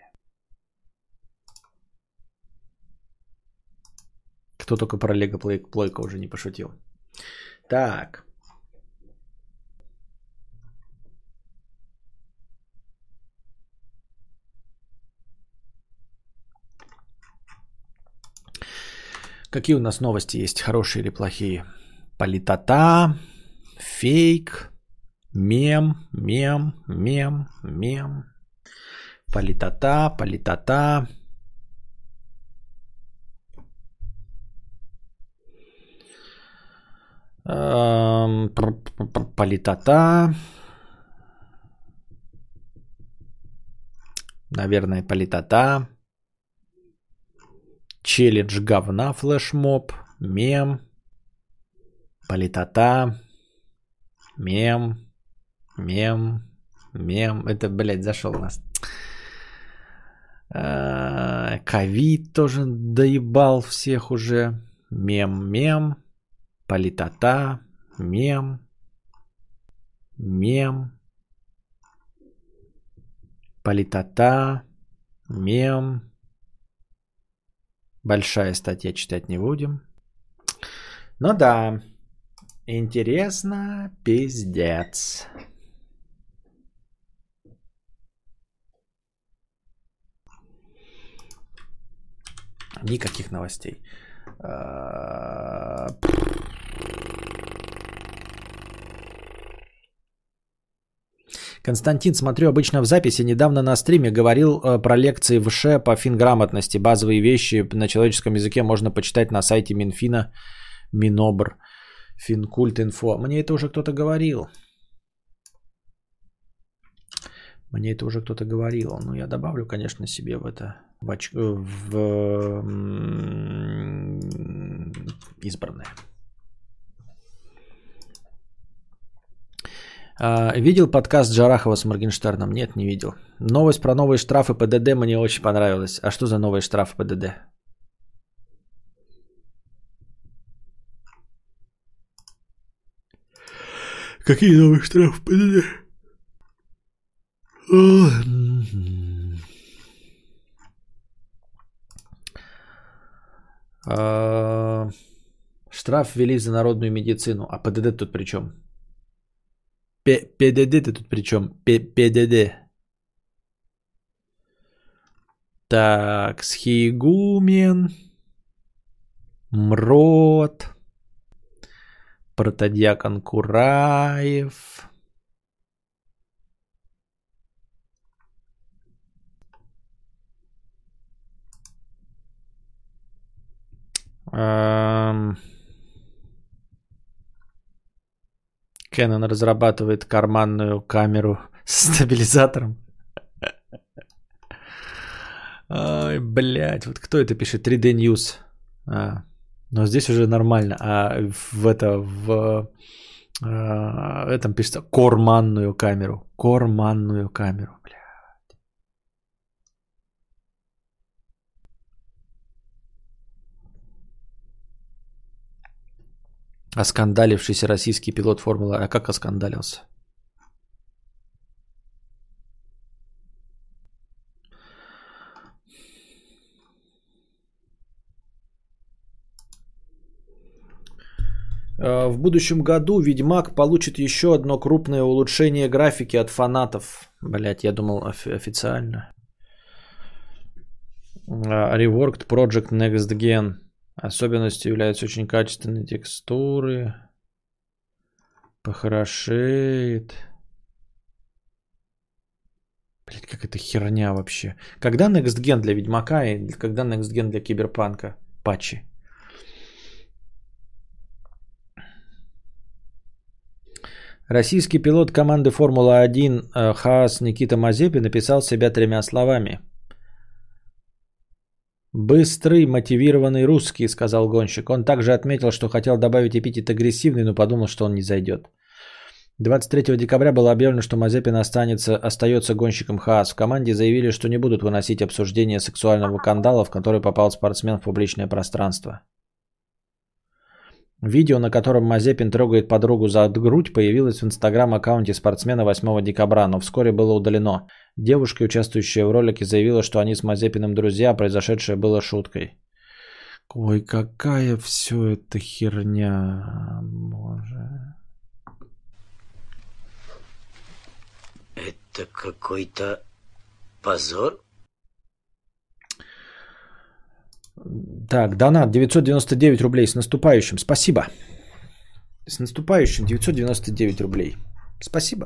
[SPEAKER 1] Кто только про лего плойка уже не пошутил. Так. Какие у нас новости есть, хорошие или плохие? Политота, фейк, мем, мем, мем, мем. Политота, политота. Политота. Наверное, политота. Челлендж говна, флешмоб, мем, политота, мем, мем, мем. Это, блядь, зашел у нас. Ковид тоже доебал всех уже. Мем, мем, политота, мем, мем, политота, мем. Большая статья, читать не будем. Ну да, интересно, пиздец. Никаких новостей. Константин, смотрю обычно в записи, недавно на стриме говорил э, про лекции в ШЭ по финграмотности. Базовые вещи на человеческом языке можно почитать на сайте Минфина, Минобр, Финкульт.инфо. Мне это уже кто-то говорил. Мне это уже кто-то говорил. Ну, я добавлю, конечно, себе в это, в, оч... в... избранное. Видел подкаст Джарахова с Моргенштерном? Нет, не видел. Новость про новые штрафы ПДД мне очень понравилась. А что за новые штрафы ПДД? Какие новые штрафы ПДД? Штраф ввели за народную медицину. А ПДД тут при чем? ПДД-то тут при чем? ПДД. Так, схиегумен, Мрот, протодиакон Кураев. Эм... Canon разрабатывает карманную камеру с стабилизатором. Ой, блядь, вот кто это пишет? три дэ News. А, но здесь уже нормально. А в это в а, этом пишется корманную камеру. Корманную камеру, блядь. Оскандалившийся российский пилот Формулы. А как оскандалился? В будущем году Ведьмак получит еще одно крупное улучшение графики от фанатов. Блять, я думал офи- официально. Reworked Project Next Gen. Особенностью являются очень качественные текстуры. Похорошеет. Блять, как это херня вообще. Когда Next Gen для Ведьмака и когда Next Gen для Киберпанка? Патчи. Российский пилот команды Формула один Хаас Никита Мазепи написал себя тремя словами. «Быстрый, мотивированный русский», сказал гонщик. Он также отметил, что хотел добавить эпитет агрессивный, но подумал, что он не зайдет. двадцать третьего декабря было объявлено, что Мазепин останется, остается гонщиком Хаас. В команде заявили, что не будут выносить обсуждение сексуального скандала, в который попал спортсмен в публичное пространство. Видео, на котором Мазепин трогает подругу за грудь, появилось в инстаграм-аккаунте спортсмена восьмого декабря, но вскоре было удалено. Девушка, участвующая в ролике, заявила, что они с Мазепиным друзья, а произошедшее было шуткой. Ой, какая все это херня, боже.
[SPEAKER 4] Это какой-то позор?
[SPEAKER 1] Так, донат девятьсот девяносто девять рублей. С наступающим. Спасибо. С наступающим девятьсот девяносто девять рублей. Спасибо.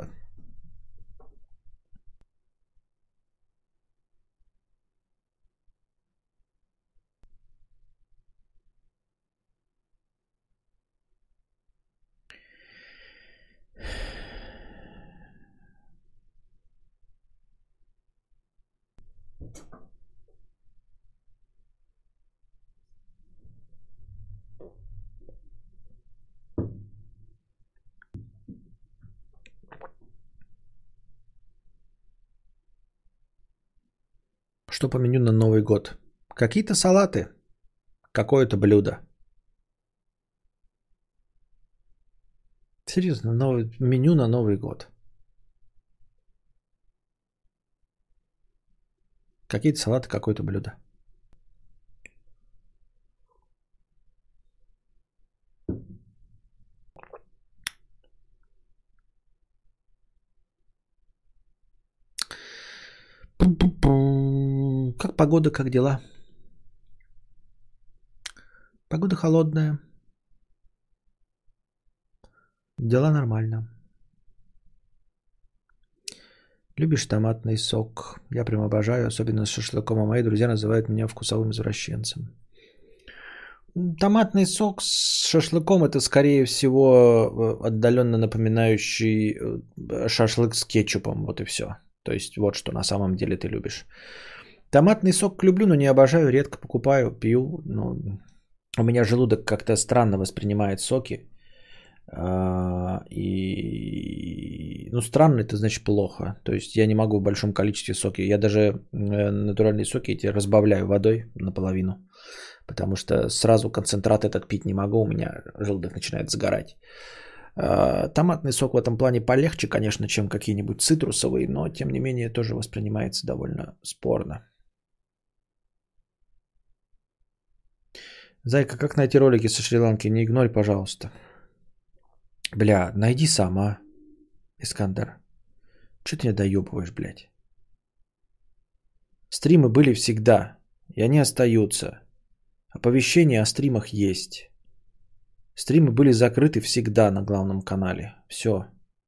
[SPEAKER 1] Что по меню на Новый год? Какие-то салаты, какое-то блюдо. Серьезно, новое меню на Новый год. Какие-то салаты, какое-то блюдо. Как погода, как дела? Погода холодная. Дела нормально. Любишь томатный сок? Я прям обожаю, особенно с шашлыком. А мои друзья называют меня вкусовым извращенцем. Томатный сок с шашлыком — это, скорее всего, отдаленно напоминающий шашлык с кетчупом. Вот и все. То есть вот что на самом деле ты любишь. Томатный сок люблю, но не обожаю. Редко покупаю, пью. Но у меня желудок как-то странно воспринимает соки. И, ну, странно, это значит плохо. То есть я не могу в большом количестве соки. Я даже натуральные соки эти разбавляю водой наполовину. Потому что сразу концентрат этот пить не могу. У меня желудок начинает загорать. Томатный сок в этом плане полегче, конечно, чем какие-нибудь цитрусовые. Но, тем не менее, тоже воспринимается довольно спорно. Зайка, как найти ролики со Шри-Ланки? Не игнорь, пожалуйста. Бля, найди сама, Искандер. Чё ты меня доёбываешь, блядь? Стримы были всегда, и они остаются. Оповещения о стримах есть. Стримы были закрыты всегда на главном канале. Все.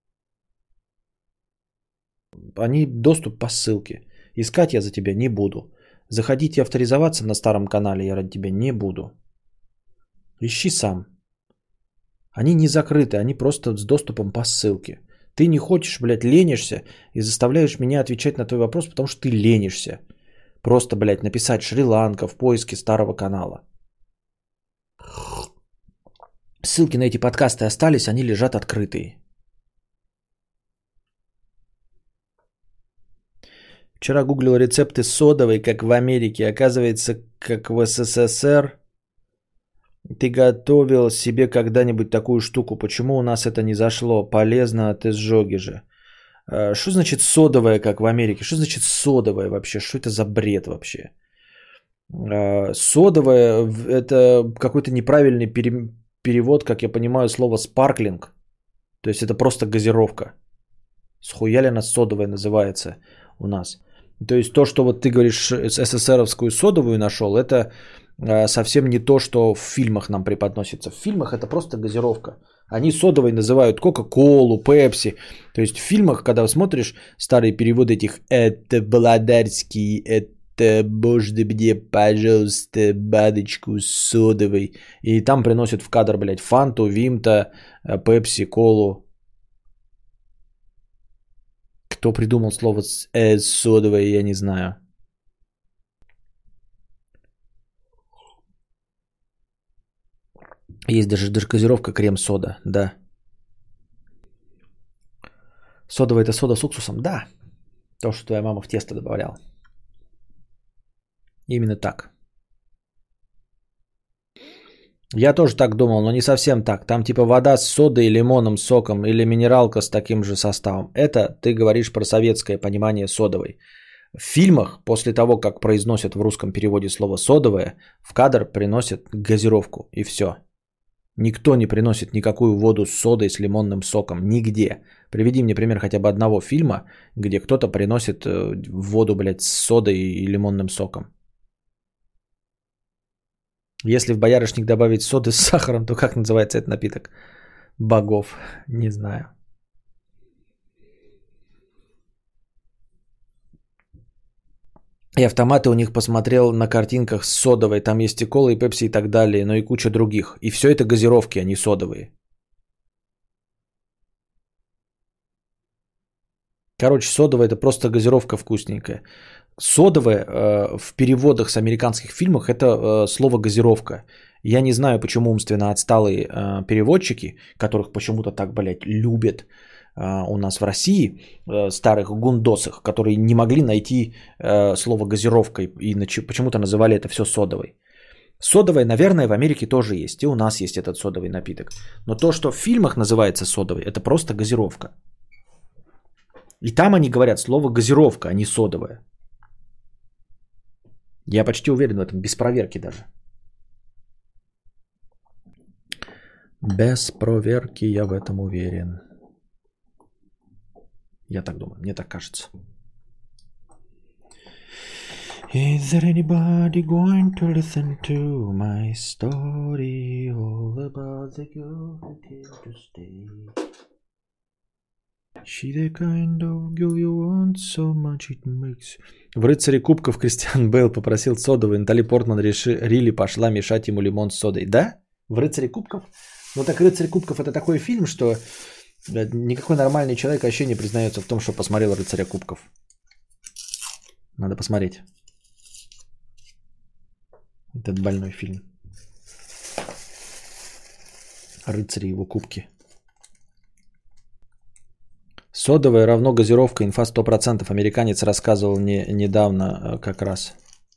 [SPEAKER 1] Они доступ по ссылке. Искать я за тебя не буду. Заходить и авторизоваться на старом канале я ради тебя не буду. Ищи сам. Они не закрыты, они просто с доступом по ссылке. Ты не хочешь, блядь, ленишься и заставляешь меня отвечать на твой вопрос, потому что ты ленишься. Просто, блядь, написать Шри-Ланка в поиске старого канала. Ссылки на эти подкасты остались, они лежат открытые. Вчера гуглил рецепты содовой, как в Америке. Оказывается, как в СССР. Ты готовил себе когда-нибудь такую штуку? Почему у нас это не зашло? Полезно от изжоги же. Что значит содовая, как в Америке? Что значит содовая вообще? Что это за бред вообще? Содовая – это какой-то неправильный перевод, как я понимаю, слова спарклинг. То есть это просто газировка. Схуяли она содовая называется у нас. То есть то, что вот ты говоришь, СССРовскую содовую нашел, это совсем не то, что в фильмах нам преподносится. В фильмах это просто газировка. Они содовой называют Кока-Колу, Пепси. То есть в фильмах, когда смотришь старые переводы этих «это Володарский», «это, боже да мне, пожалуйста, бадочку содовой». И там приносят в кадр, блядь, Фанту, Вимта, Пепси, Колу. Кто придумал слово э, содовое, я не знаю. Есть даже, даже газировка крем-сода, да. Содовая – это сода с уксусом, да. То, что твоя мама в тесто добавляла. Именно так. Я тоже так думал, но не совсем так. Там типа вода с содой, лимонным соком или минералка с таким же составом. Это ты говоришь про советское понимание содовой. В фильмах, после того, как произносят в русском переводе слово «содовое», в кадр приносят газировку и все. Никто не приносит никакую воду с содой, с лимонным соком. Нигде. Приведи мне пример хотя бы одного фильма, где кто-то приносит воду, блядь, с содой и лимонным соком. Если в боярышник добавить соды с сахаром, то как называется этот напиток? Богов. Не знаю. И автоматы у них посмотрел на картинках с содовой. Там есть и кола, и пепси, и так далее, но и куча других. И все это газировки, а не содовые. Короче, содовая это просто газировка вкусненькая. Содовая э, в переводах с американских фильмов это э, слово газировка. Я не знаю, почему умственно отсталые э, переводчики, которых почему-то так, блядь, любят э, у нас в России, э, старых гундосах, которые не могли найти э, слово газировка и нач- почему-то называли это все содовой. Содовая, наверное, в Америке тоже есть, и у нас есть этот содовый напиток. Но то, что в фильмах называется содовой, это просто газировка. И там они говорят слово газировка, а не содовая. Я почти уверен в этом, без проверки даже. Без проверки я в этом уверен. Я так думаю, мне так кажется. Is there anybody going to listen to my story all about the girl who came to stay? She the kind of girl you want so much it makes. В «Рыцаре кубков» Кристиан Бейл попросил содовый, Натали Портман реши, Рилли пошла мешать ему лимон с содой. Да? В «Рыцаре кубков»? Ну так «Рыцарь кубков» это такой фильм, что никакой нормальный человек вообще не признается в том, что посмотрел «Рыцаря кубков». Надо посмотреть. Этот больной фильм. «Рыцари и его кубки». Содовая равно газировка, инфа сто процентов. Американец рассказывал не, недавно как раз.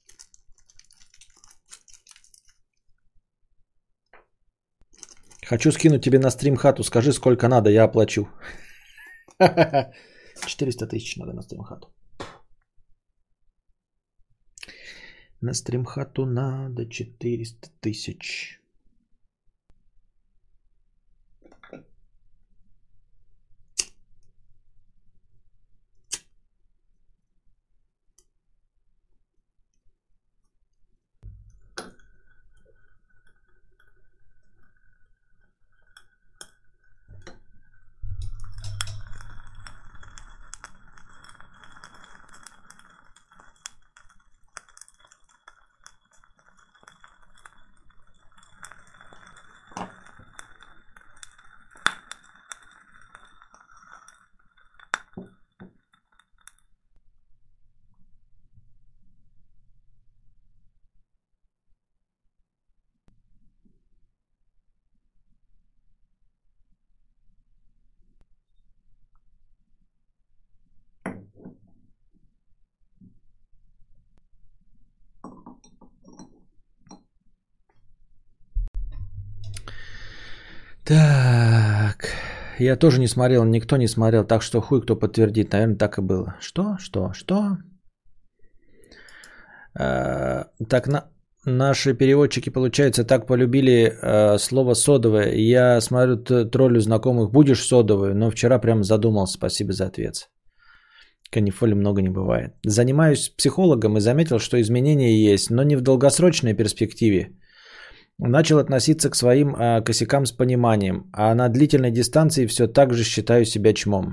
[SPEAKER 1] Хочу скинуть тебе на стрим хату. Скажи, сколько надо, я оплачу. четыреста тысяч надо на стрим хату. На стрим хату надо четыреста тысяч. Так, я тоже не смотрел, никто не смотрел, так что хуй кто подтвердит, наверное, так и было. Что, что, что? А, так, на, наши переводчики, получается, так полюбили а, слово содовое. Я смотрю, троллю знакомых, будешь содовую, но вчера прям задумался, спасибо за ответ. Канифоли много не бывает. Занимаюсь психологом и заметил, что изменения есть, но не в долгосрочной перспективе. Начал относиться к своим а, косякам с пониманием, а на длительной дистанции все так же считаю себя чмом.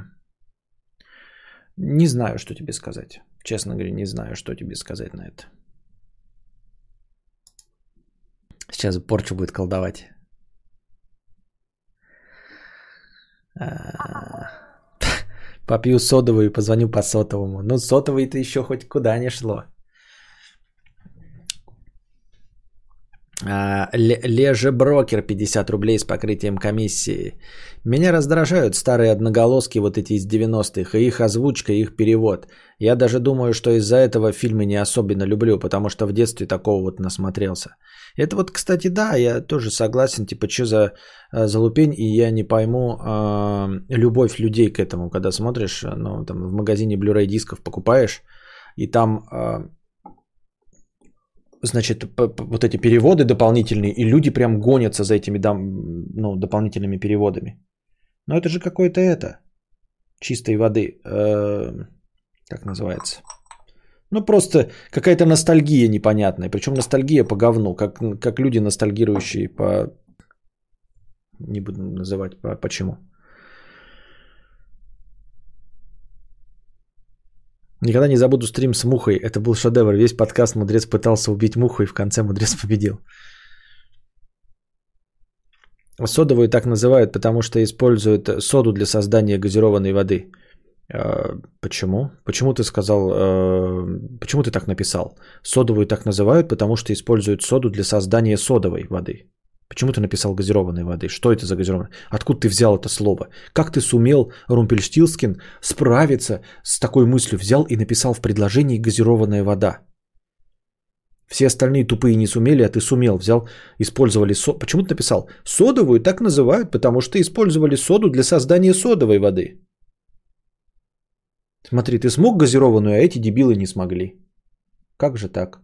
[SPEAKER 1] Не знаю, что тебе сказать. Честно говоря, не знаю, что тебе сказать на это. Сейчас порчу будет колдовать. А, попью содовую и позвоню по сотовому. Ну, сотовый-то еще хоть куда не шло. Лежеброкер пятьдесят рублей с покрытием комиссии. Меня раздражают старые одноголоски вот эти из девяностых, и их озвучка, и их перевод. Я даже думаю, что из-за этого фильмы не особенно люблю, потому что в детстве такого вот насмотрелся. Это вот, кстати, да, я тоже согласен, типа, что за залупень, и я не пойму э, любовь людей к этому, когда смотришь, ну, там, в магазине Blu-ray дисков покупаешь, и там... Э, Значит, вот эти переводы дополнительные, и люди прям гонятся за этими ну, дополнительными переводами. Но это же какое-то это, чистой воды, э, как называется? Ну, просто какая-то ностальгия непонятная, причем ностальгия по говну, как, как люди ностальгирующие по... Не буду называть по почему. Никогда не забуду стрим с Мухой. Это был шедевр. Весь подкаст Мудрец пытался убить Муху, и в конце Мудрец победил. Содовую так называют, потому что используют соду для создания газированной воды. Почему? Почему ты сказал... Почему ты так написал? Содовую так называют, потому что используют соду для создания содовой воды. Почему ты написал газированной воды? Что это за газированная? Откуда ты взял это слово? Как ты сумел, Румпельштилцхен, справиться с такой мыслью? Взял и написал в предложении газированная вода. Все остальные тупые не сумели, а ты сумел. Взял, использовали соду. Почему ты написал? Содовую так называют, потому что использовали соду для создания содовой воды. Смотри, ты смог газированную, а эти дебилы не смогли. Как же так?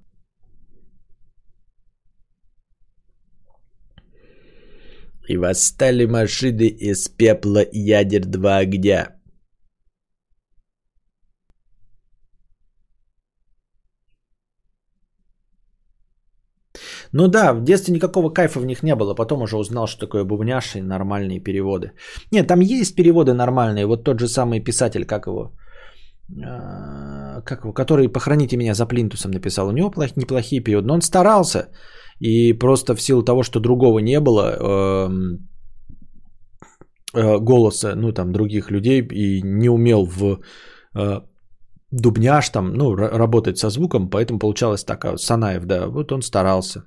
[SPEAKER 1] И восстали машины из пепла и ядер два огня. Ну да, в детстве никакого кайфа в них не было. Потом уже узнал, что такое бубняж и нормальные переводы. Нет, там есть переводы нормальные. Вот тот же самый писатель, как его, как его, который «Похороните меня за плинтусом» написал. У него неплохие переводы. Но он старался. И просто в силу того, что другого не было, э, э, голоса, ну там, других людей, и не умел в э, дубняж там, ну, р- работать со звуком, поэтому получалось так. А Санаев, да, вот он старался.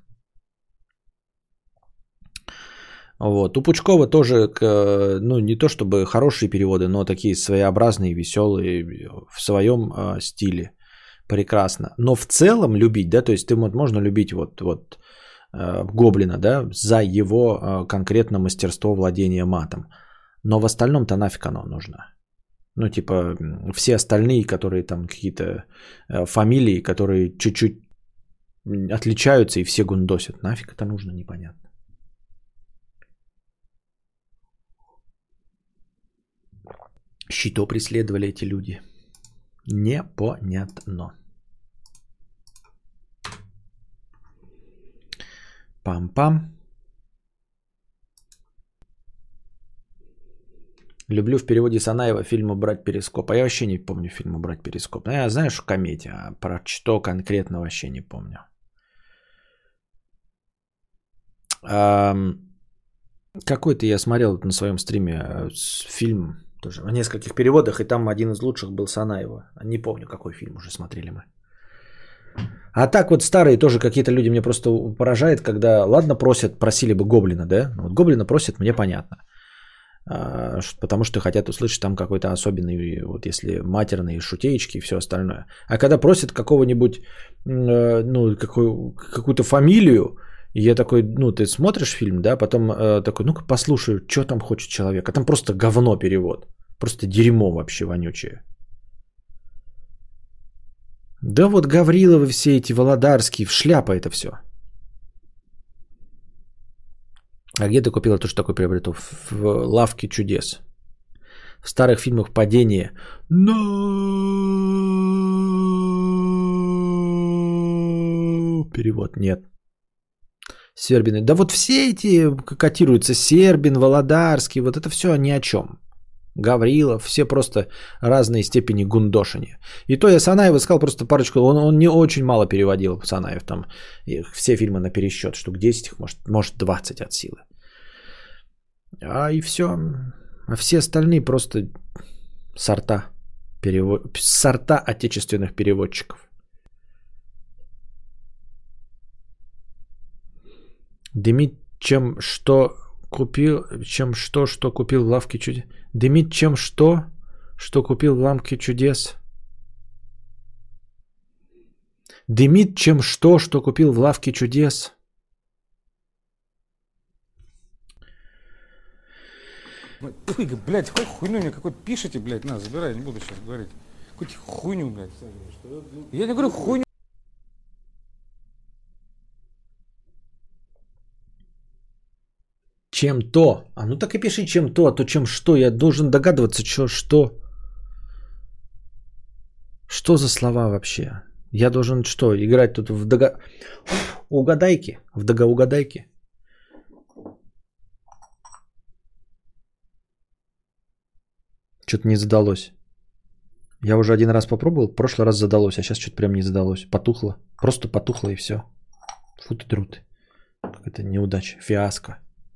[SPEAKER 1] Вот. У Пучкова тоже, ну, не то чтобы хорошие переводы, но такие своеобразные, веселые, в своем э, стиле. Прекрасно. Но в целом любить, да, то есть ты вот, можно любить вот, вот э, Гоблина, да, за его э, конкретно мастерство владения матом. Но в остальном-то нафиг оно нужно. Ну, типа, все остальные, которые там какие-то э, фамилии, которые чуть-чуть отличаются и все гундосят. Нафиг это нужно, непонятно. Что преследовали эти люди? Непонятно. Пам-пам. Люблю в переводе Санаева фильм «Убрать перископ». А я вообще не помню фильм «Убрать перископ». Ну, я знаю, что комедия, а про что конкретно вообще не помню. А, какой-то я смотрел на своем стриме фильм тоже в нескольких переводах, и там один из лучших был Санаева. Не помню, какой фильм уже смотрели мы. А так вот старые тоже какие-то люди меня просто поражает, когда, ладно, просят, просили бы Гоблина, да? Вот Гоблина просят, мне понятно. А, потому что хотят услышать там какой-то особенный, вот если матерные шутеечки и все остальное. А когда просят какого-нибудь, ну, какую, какую-то фамилию, и я такой, ну, ты смотришь фильм, да, потом э, такой, ну-ка послушаю, что там хочет человек. А там просто говно перевод. Просто дерьмо вообще вонючее. Да вот Гавриловы все эти, Володарские, в шляпа это все. А где ты купила то, что такое приобрету? В лавке чудес. В старых фильмах падение. Но перевод нет. Сербины. Да вот все эти котируются. Сербин, Володарский. Вот это все ни о чем. Гаврилов. Все просто разные степени гундошения. И то я Санаева сказал просто парочку. Он, он не очень мало переводил, Санаев. Там все фильмы на пересчет. Штук десять, может, может двадцать от силы. А и все. А все остальные просто сорта. Перевод... Сорта отечественных переводчиков. Дымит, чем что купил, чем что, что купил в лавке чудес. Дымит, чем что, что купил в лавке чудес. Дымит, чем что, что купил в лавке чудес.
[SPEAKER 3] Ой, блядь, какой хуйню мне какой-то пишите, блядь, на, забирай, не буду сейчас говорить. Какую-то хуйню, блядь. Я не говорю хуйню.
[SPEAKER 1] Чем-то. А ну так и пиши чем-то, а то чем что. Я должен догадываться, что, что. Что за слова вообще? Я должен что, играть тут в дога... угадайки? В догоугадайки? Что-то не задалось. Я уже один раз попробовал, в прошлый раз задалось, а сейчас что-то прям не задалось. Потухло. Просто потухло и все. Фу ты, друт. Какая-то неудача, фиаско.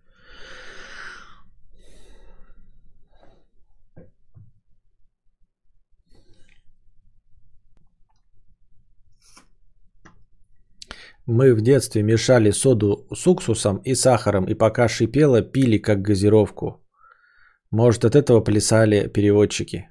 [SPEAKER 1] Мы в детстве мешали соду с уксусом и сахаром, и пока шипело, пили как газировку. Может, от этого плясали переводчики.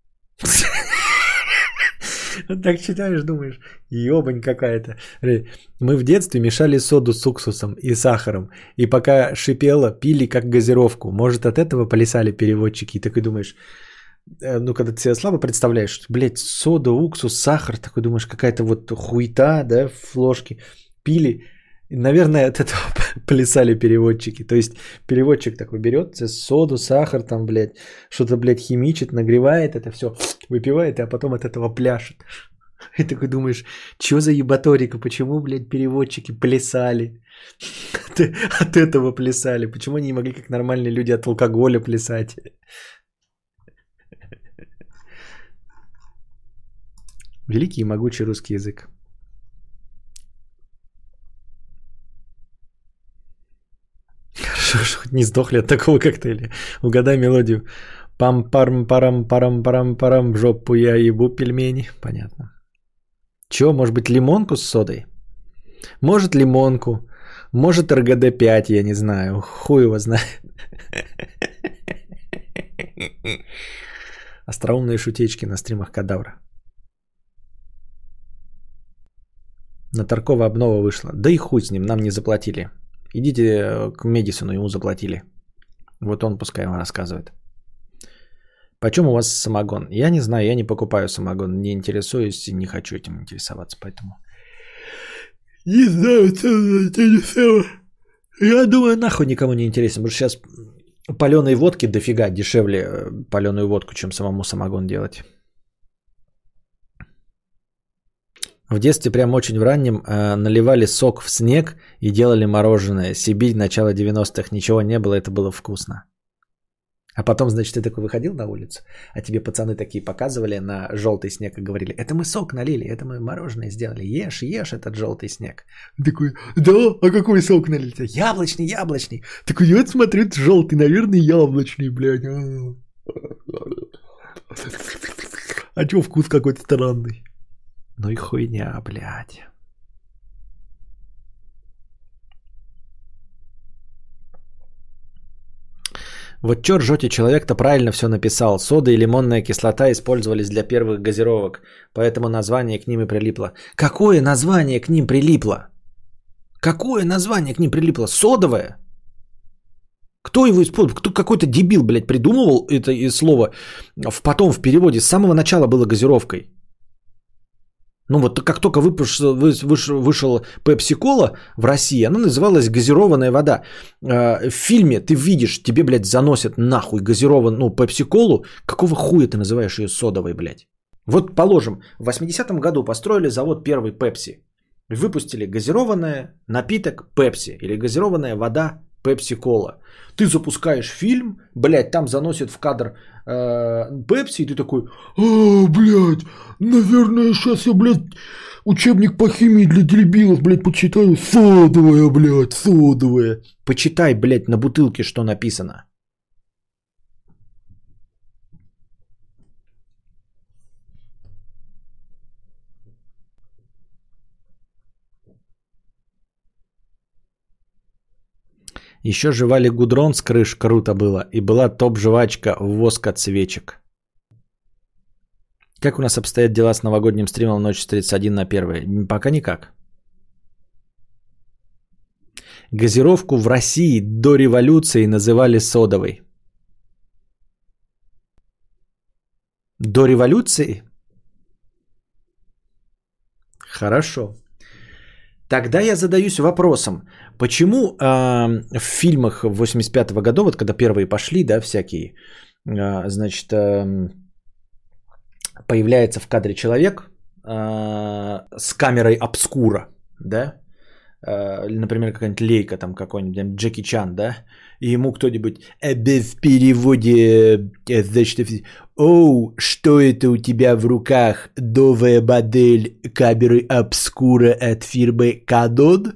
[SPEAKER 1] Так читаешь, думаешь, ебань какая-то. Мы в детстве мешали соду с уксусом и сахаром, и пока шипело, пили как газировку. Может, от этого плясали переводчики. И такой думаешь, ну, когда ты себя слабо представляешь, блядь, сода, уксус, сахар, такой думаешь, какая-то вот хуета, да, в ложке пили. И, наверное, от этого плясали переводчики. То есть переводчик такой берет соду, сахар, там, блядь, что-то, блядь, химичит, нагревает это все, выпивает, а потом от этого пляшет. И такой думаешь, что за ебаторика, почему, блядь, переводчики плясали? От этого плясали. Почему они не могли, как нормальные люди, от алкоголя плясать? Великий и могучий русский язык. Хорошо, что хоть не сдохли от такого коктейля. Угадай мелодию. Пам-парам-парам-парам-парам-парам, в жопу я ебу пельмени. Понятно. Чё, может быть, лимонку с содой? Может, лимонку. Может, эр гэ дэ пять, я не знаю. Хуй его знает. Остроумные шутечки на стримах Кадавра. На Таркова обнова вышла. Да и хуй с ним, нам не заплатили. Идите к Медисону, ему заплатили. Вот он пускай вам рассказывает. Почем у вас самогон? Я не знаю, я не покупаю самогон. Не интересуюсь и не хочу этим интересоваться, поэтому... Не знаю, что это. Я думаю, нахуй никому не интересен. Потому что сейчас паленой водки дофига дешевле паленую водку, чем самому самогон делать. В детстве прям очень в раннем э, наливали сок в снег и делали мороженое. Сибирь, начало девяностых, ничего не было, это было вкусно. А потом, значит, ты такой выходил на улицу, а тебе пацаны такие показывали на желтый снег и говорили, это мы сок налили, это мы мороженое сделали, ешь, ешь этот желтый снег. Такой, да, а какой сок налили? Яблочный, яблочный. Такой, я смотрю, это желтый, наверное, яблочный, блядь. А чё вкус какой-то странный? Ну и хуйня, блядь. Вот чё ржёте, человек-то правильно все написал. Сода и лимонная кислота использовались для первых газировок, поэтому название к ним и прилипло. Какое название к ним прилипло? Какое название к ним прилипло? Содовое? Кто его использовал? Кто какой-то дебил, блядь, придумывал это слово в, потом в переводе? С самого начала было газировкой. Ну вот как только выпущ, вышел, вышел Пепси-кола в России, она называлась газированная вода. В фильме ты видишь, тебе, блядь, заносят нахуй газированную, ну, Пепси-колу. Какого хуя ты называешь ее содовой, блядь? Вот положим, в восьмидесятом году построили завод первый Пепси. Выпустили газированный напиток Пепси или газированная вода Пепси-кола. Ты запускаешь фильм, блядь, там заносят в кадр Пепси, э, и ты такой, а, блядь, наверное, сейчас я, блядь, учебник по химии для дебилов, блядь, почитаю. Содовая, блядь, содовая. Почитай, блядь, на бутылке, что написано. Еще жевали гудрон с крыш, круто было. И была топ-жвачка воск от свечек. Как у нас обстоят дела с новогодним стримом ночь с тридцать один на первое? Пока никак. Газировку в России до революции называли содовой. До революции? Хорошо. Тогда я задаюсь вопросом, почему э, в фильмах восемьдесят пятого года, вот когда первые пошли, да, всякие, э, значит, э, появляется в кадре человек э, с камерой обскура, да, э, например, какая-нибудь Лейка, там какой-нибудь Джеки Чан, да, и ему кто-нибудь э, в переводе, э, значит, «Оу, что это у тебя в руках? Новая модель камеры обскура от фирмы Canon?»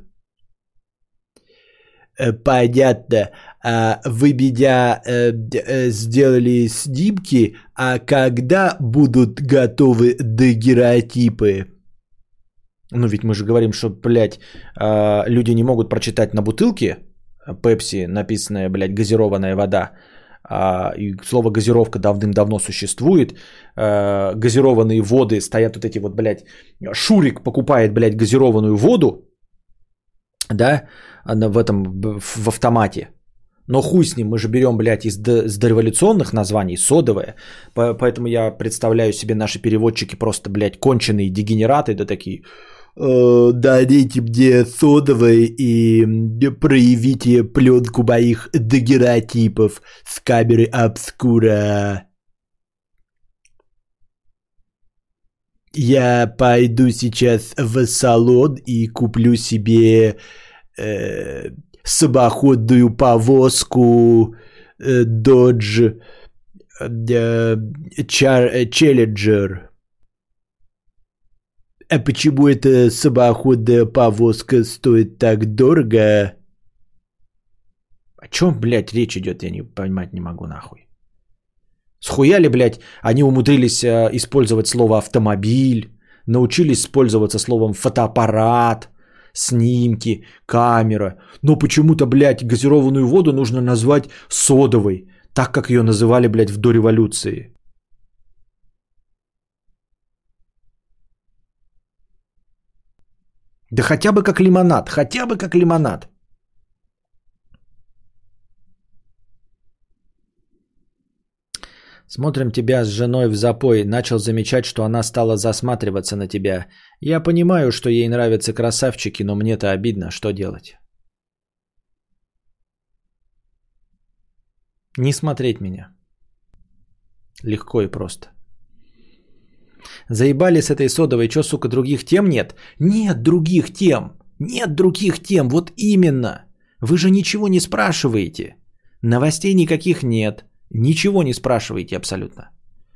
[SPEAKER 1] Понятно. Вы меня э, сделали снимки, а когда будут готовы дагеротипы? Ну ведь мы же говорим, что, блядь, э, люди не могут прочитать на бутылке Пепси написанная, блядь, газированная вода. А, и слово газировка давным-давно существует. А, газированные воды стоят вот эти вот, блядь, Шурик покупает, блядь, газированную воду, да, в этом, в автомате. Но хуй с ним, мы же берем, блядь, из, до, из дореволюционных названий, содовое. Поэтому я представляю себе наши переводчики просто, блядь, конченые дегенераты, да такие... Дайте мне содовое и проявите пленку моих дагеротипов с камеры обскура. Я пойду сейчас в салон и куплю себе э, самоходную повозку э, Dodge э, Challenger. А почему эта самоходная повозка стоит так дорого? О чем, блядь, речь идет, я не понимать не могу, нахуй. Схуяли, блядь, они умудрились э, использовать слово автомобиль, научились пользоваться словом фотоаппарат, снимки, камера. Но почему-то, блядь, газированную воду нужно назвать содовой, так как ее называли, блядь, в дореволюции. Да хотя бы как лимонад, хотя бы как лимонад. Смотрим тебя с женой в запой. Начал замечать, что она стала засматриваться на тебя. Я понимаю, что ей нравятся красавчики, но мне-то обидно. Что делать? Не смотреть меня. Легко и просто. Заебали с этой содовой. Чё, сука, других тем нет? Нет других тем. Нет других тем. Вот именно. Вы же ничего не спрашиваете. Новостей никаких нет. Ничего не спрашиваете абсолютно.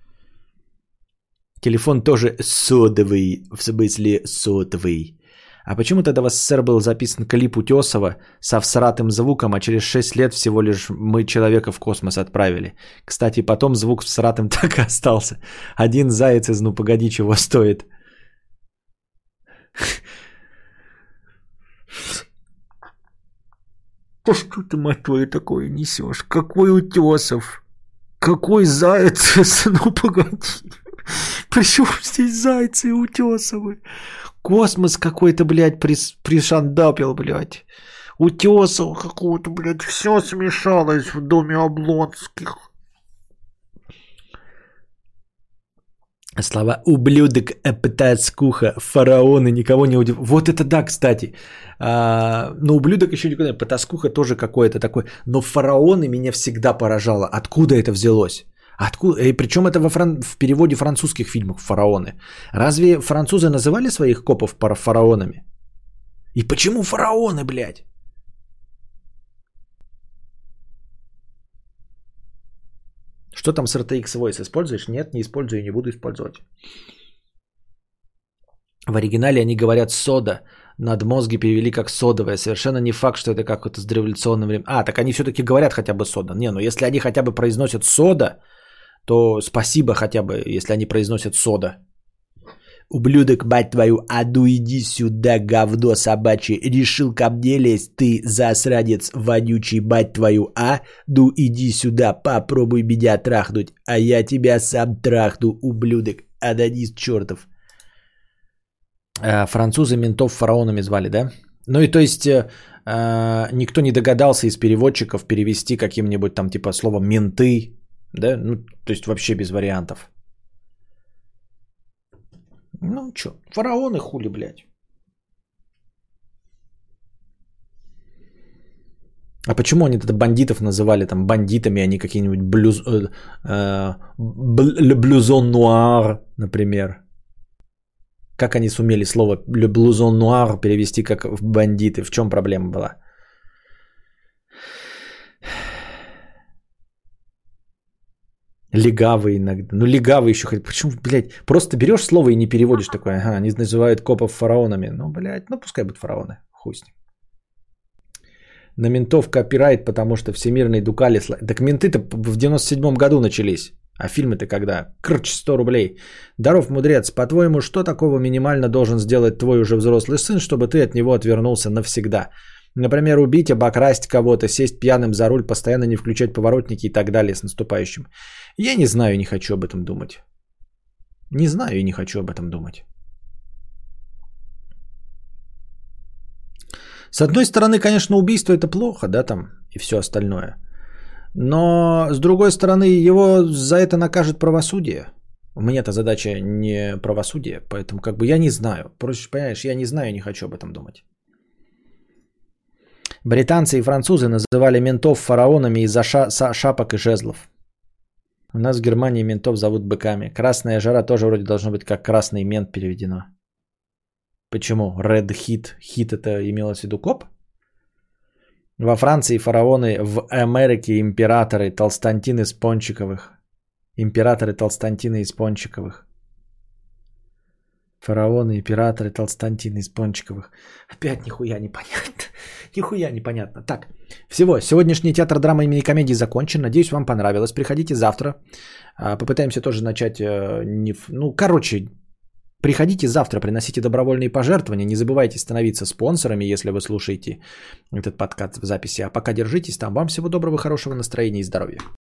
[SPEAKER 1] Телефон тоже содовый. В смысле сотовый. А почему тогда в СССР был записан клип Утесова со всратым звуком, а через шесть лет всего лишь мы человека в космос отправили? Кстати, потом звук всратым так и остался. Один заяц из «Ну погоди, чего стоит». Да что ты, мать твою, такое несешь? Какой Утесов? Какой заяц? Ну погоди. Причем здесь зайцы и Утесовы? Космос какой-то, блядь, прис, пришандапил, блядь. Утесов какого-то, блядь. Все смешалось в доме Облонских. Слова «ублюдок», «потаскуха», «фараоны» никого не удивляют. Вот это да, кстати. А, ну, «ублюдок» еще никуда. «Потаскуха» тоже какое-то такое. Но «фараоны» меня всегда поражало. Откуда это взялось? Откуда? И причем это во фран... в переводе французских фильмов «фараоны». Разве французы называли своих копов фараонами? И почему фараоны, блядь? Что там с эр ти икс Voice? Используешь? Нет, не использую и не буду использовать. В оригинале они говорят «сода». Надмозги перевели как «содовая». Совершенно не факт, что это как-то с дореволюционным временем. А, так они все-таки говорят хотя бы «сода». Не, ну если они хотя бы произносят «сода», то спасибо хотя бы, если они произносят «сода».
[SPEAKER 5] Ублюдок, мать твою, а ну иди сюда, говно собачье. Решил ко мне лезть, ты засранец вонючий, мать твою, а? Ну иди сюда, попробуй меня трахнуть, а я тебя сам трахну, ублюдок, анонist чертов.
[SPEAKER 1] Французы ментов фараонами звали, да? Ну и то есть э, никто не догадался из переводчиков перевести каким-нибудь там типа словом менты, да? Ну, то есть вообще без вариантов. Ну чё, фараоны хули, блядь. А почему они тогда бандитов называли там бандитами, а не какие-нибудь блюз... Э, э, бл... блюзон нуар, например? Как они сумели слово «le blouson noir» перевести как в бандиты? В чем проблема была? Легавый иногда. Ну, легавый еще хоть. Почему, блядь, просто берешь слово и не переводишь такое? Ага, они называют копов фараонами. Ну, блядь, ну пускай будут фараоны. Хуй с ним. На ментов копирайт, потому что всемирный дукали... Так менты-то в девяносто седьмом году начались. А фильмы-то когда? Крч, сто рублей. Даров, мудрец, по-твоему, что такого минимально должен сделать твой уже взрослый сын, чтобы ты от него отвернулся навсегда? Например, убить, обокрасть кого-то, сесть пьяным за руль, постоянно не включать поворотники и так далее с наступающим. Я не знаю и не хочу об этом думать. Не знаю и не хочу об этом думать. С одной стороны, конечно, убийство это плохо, да, там, и все остальное. Но, с другой стороны, его за это накажет правосудие. У меня-то задача не правосудие, поэтому как бы я не знаю. Проще, понимаешь, я не знаю и не хочу об этом думать. Британцы и французы называли ментов фараонами из-за ша- шапок и жезлов. У нас в Германии ментов зовут быками. Красная жара тоже вроде должно быть как красный мент переведено. Почему? Red Hit. Hit это имелось в виду коп? Во Франции фараоны, в Америке императоры Толстантин из Пончиковых. Императоры Толстантина из Пончиковых. Фараоны, императоры Толстантина из Пончиковых. Опять нихуя непонятно. Нихуя непонятно. Так, всего. Сегодняшний театр драмы имени комедии закончен. Надеюсь, вам понравилось. Приходите завтра. Попытаемся тоже начать... Ну, короче... Приходите завтра, приносите добровольные пожертвования. Не забывайте становиться спонсорами, если вы слушаете этот подкаст в записи. А пока держитесь там. Вам всего доброго, хорошего настроения и здоровья.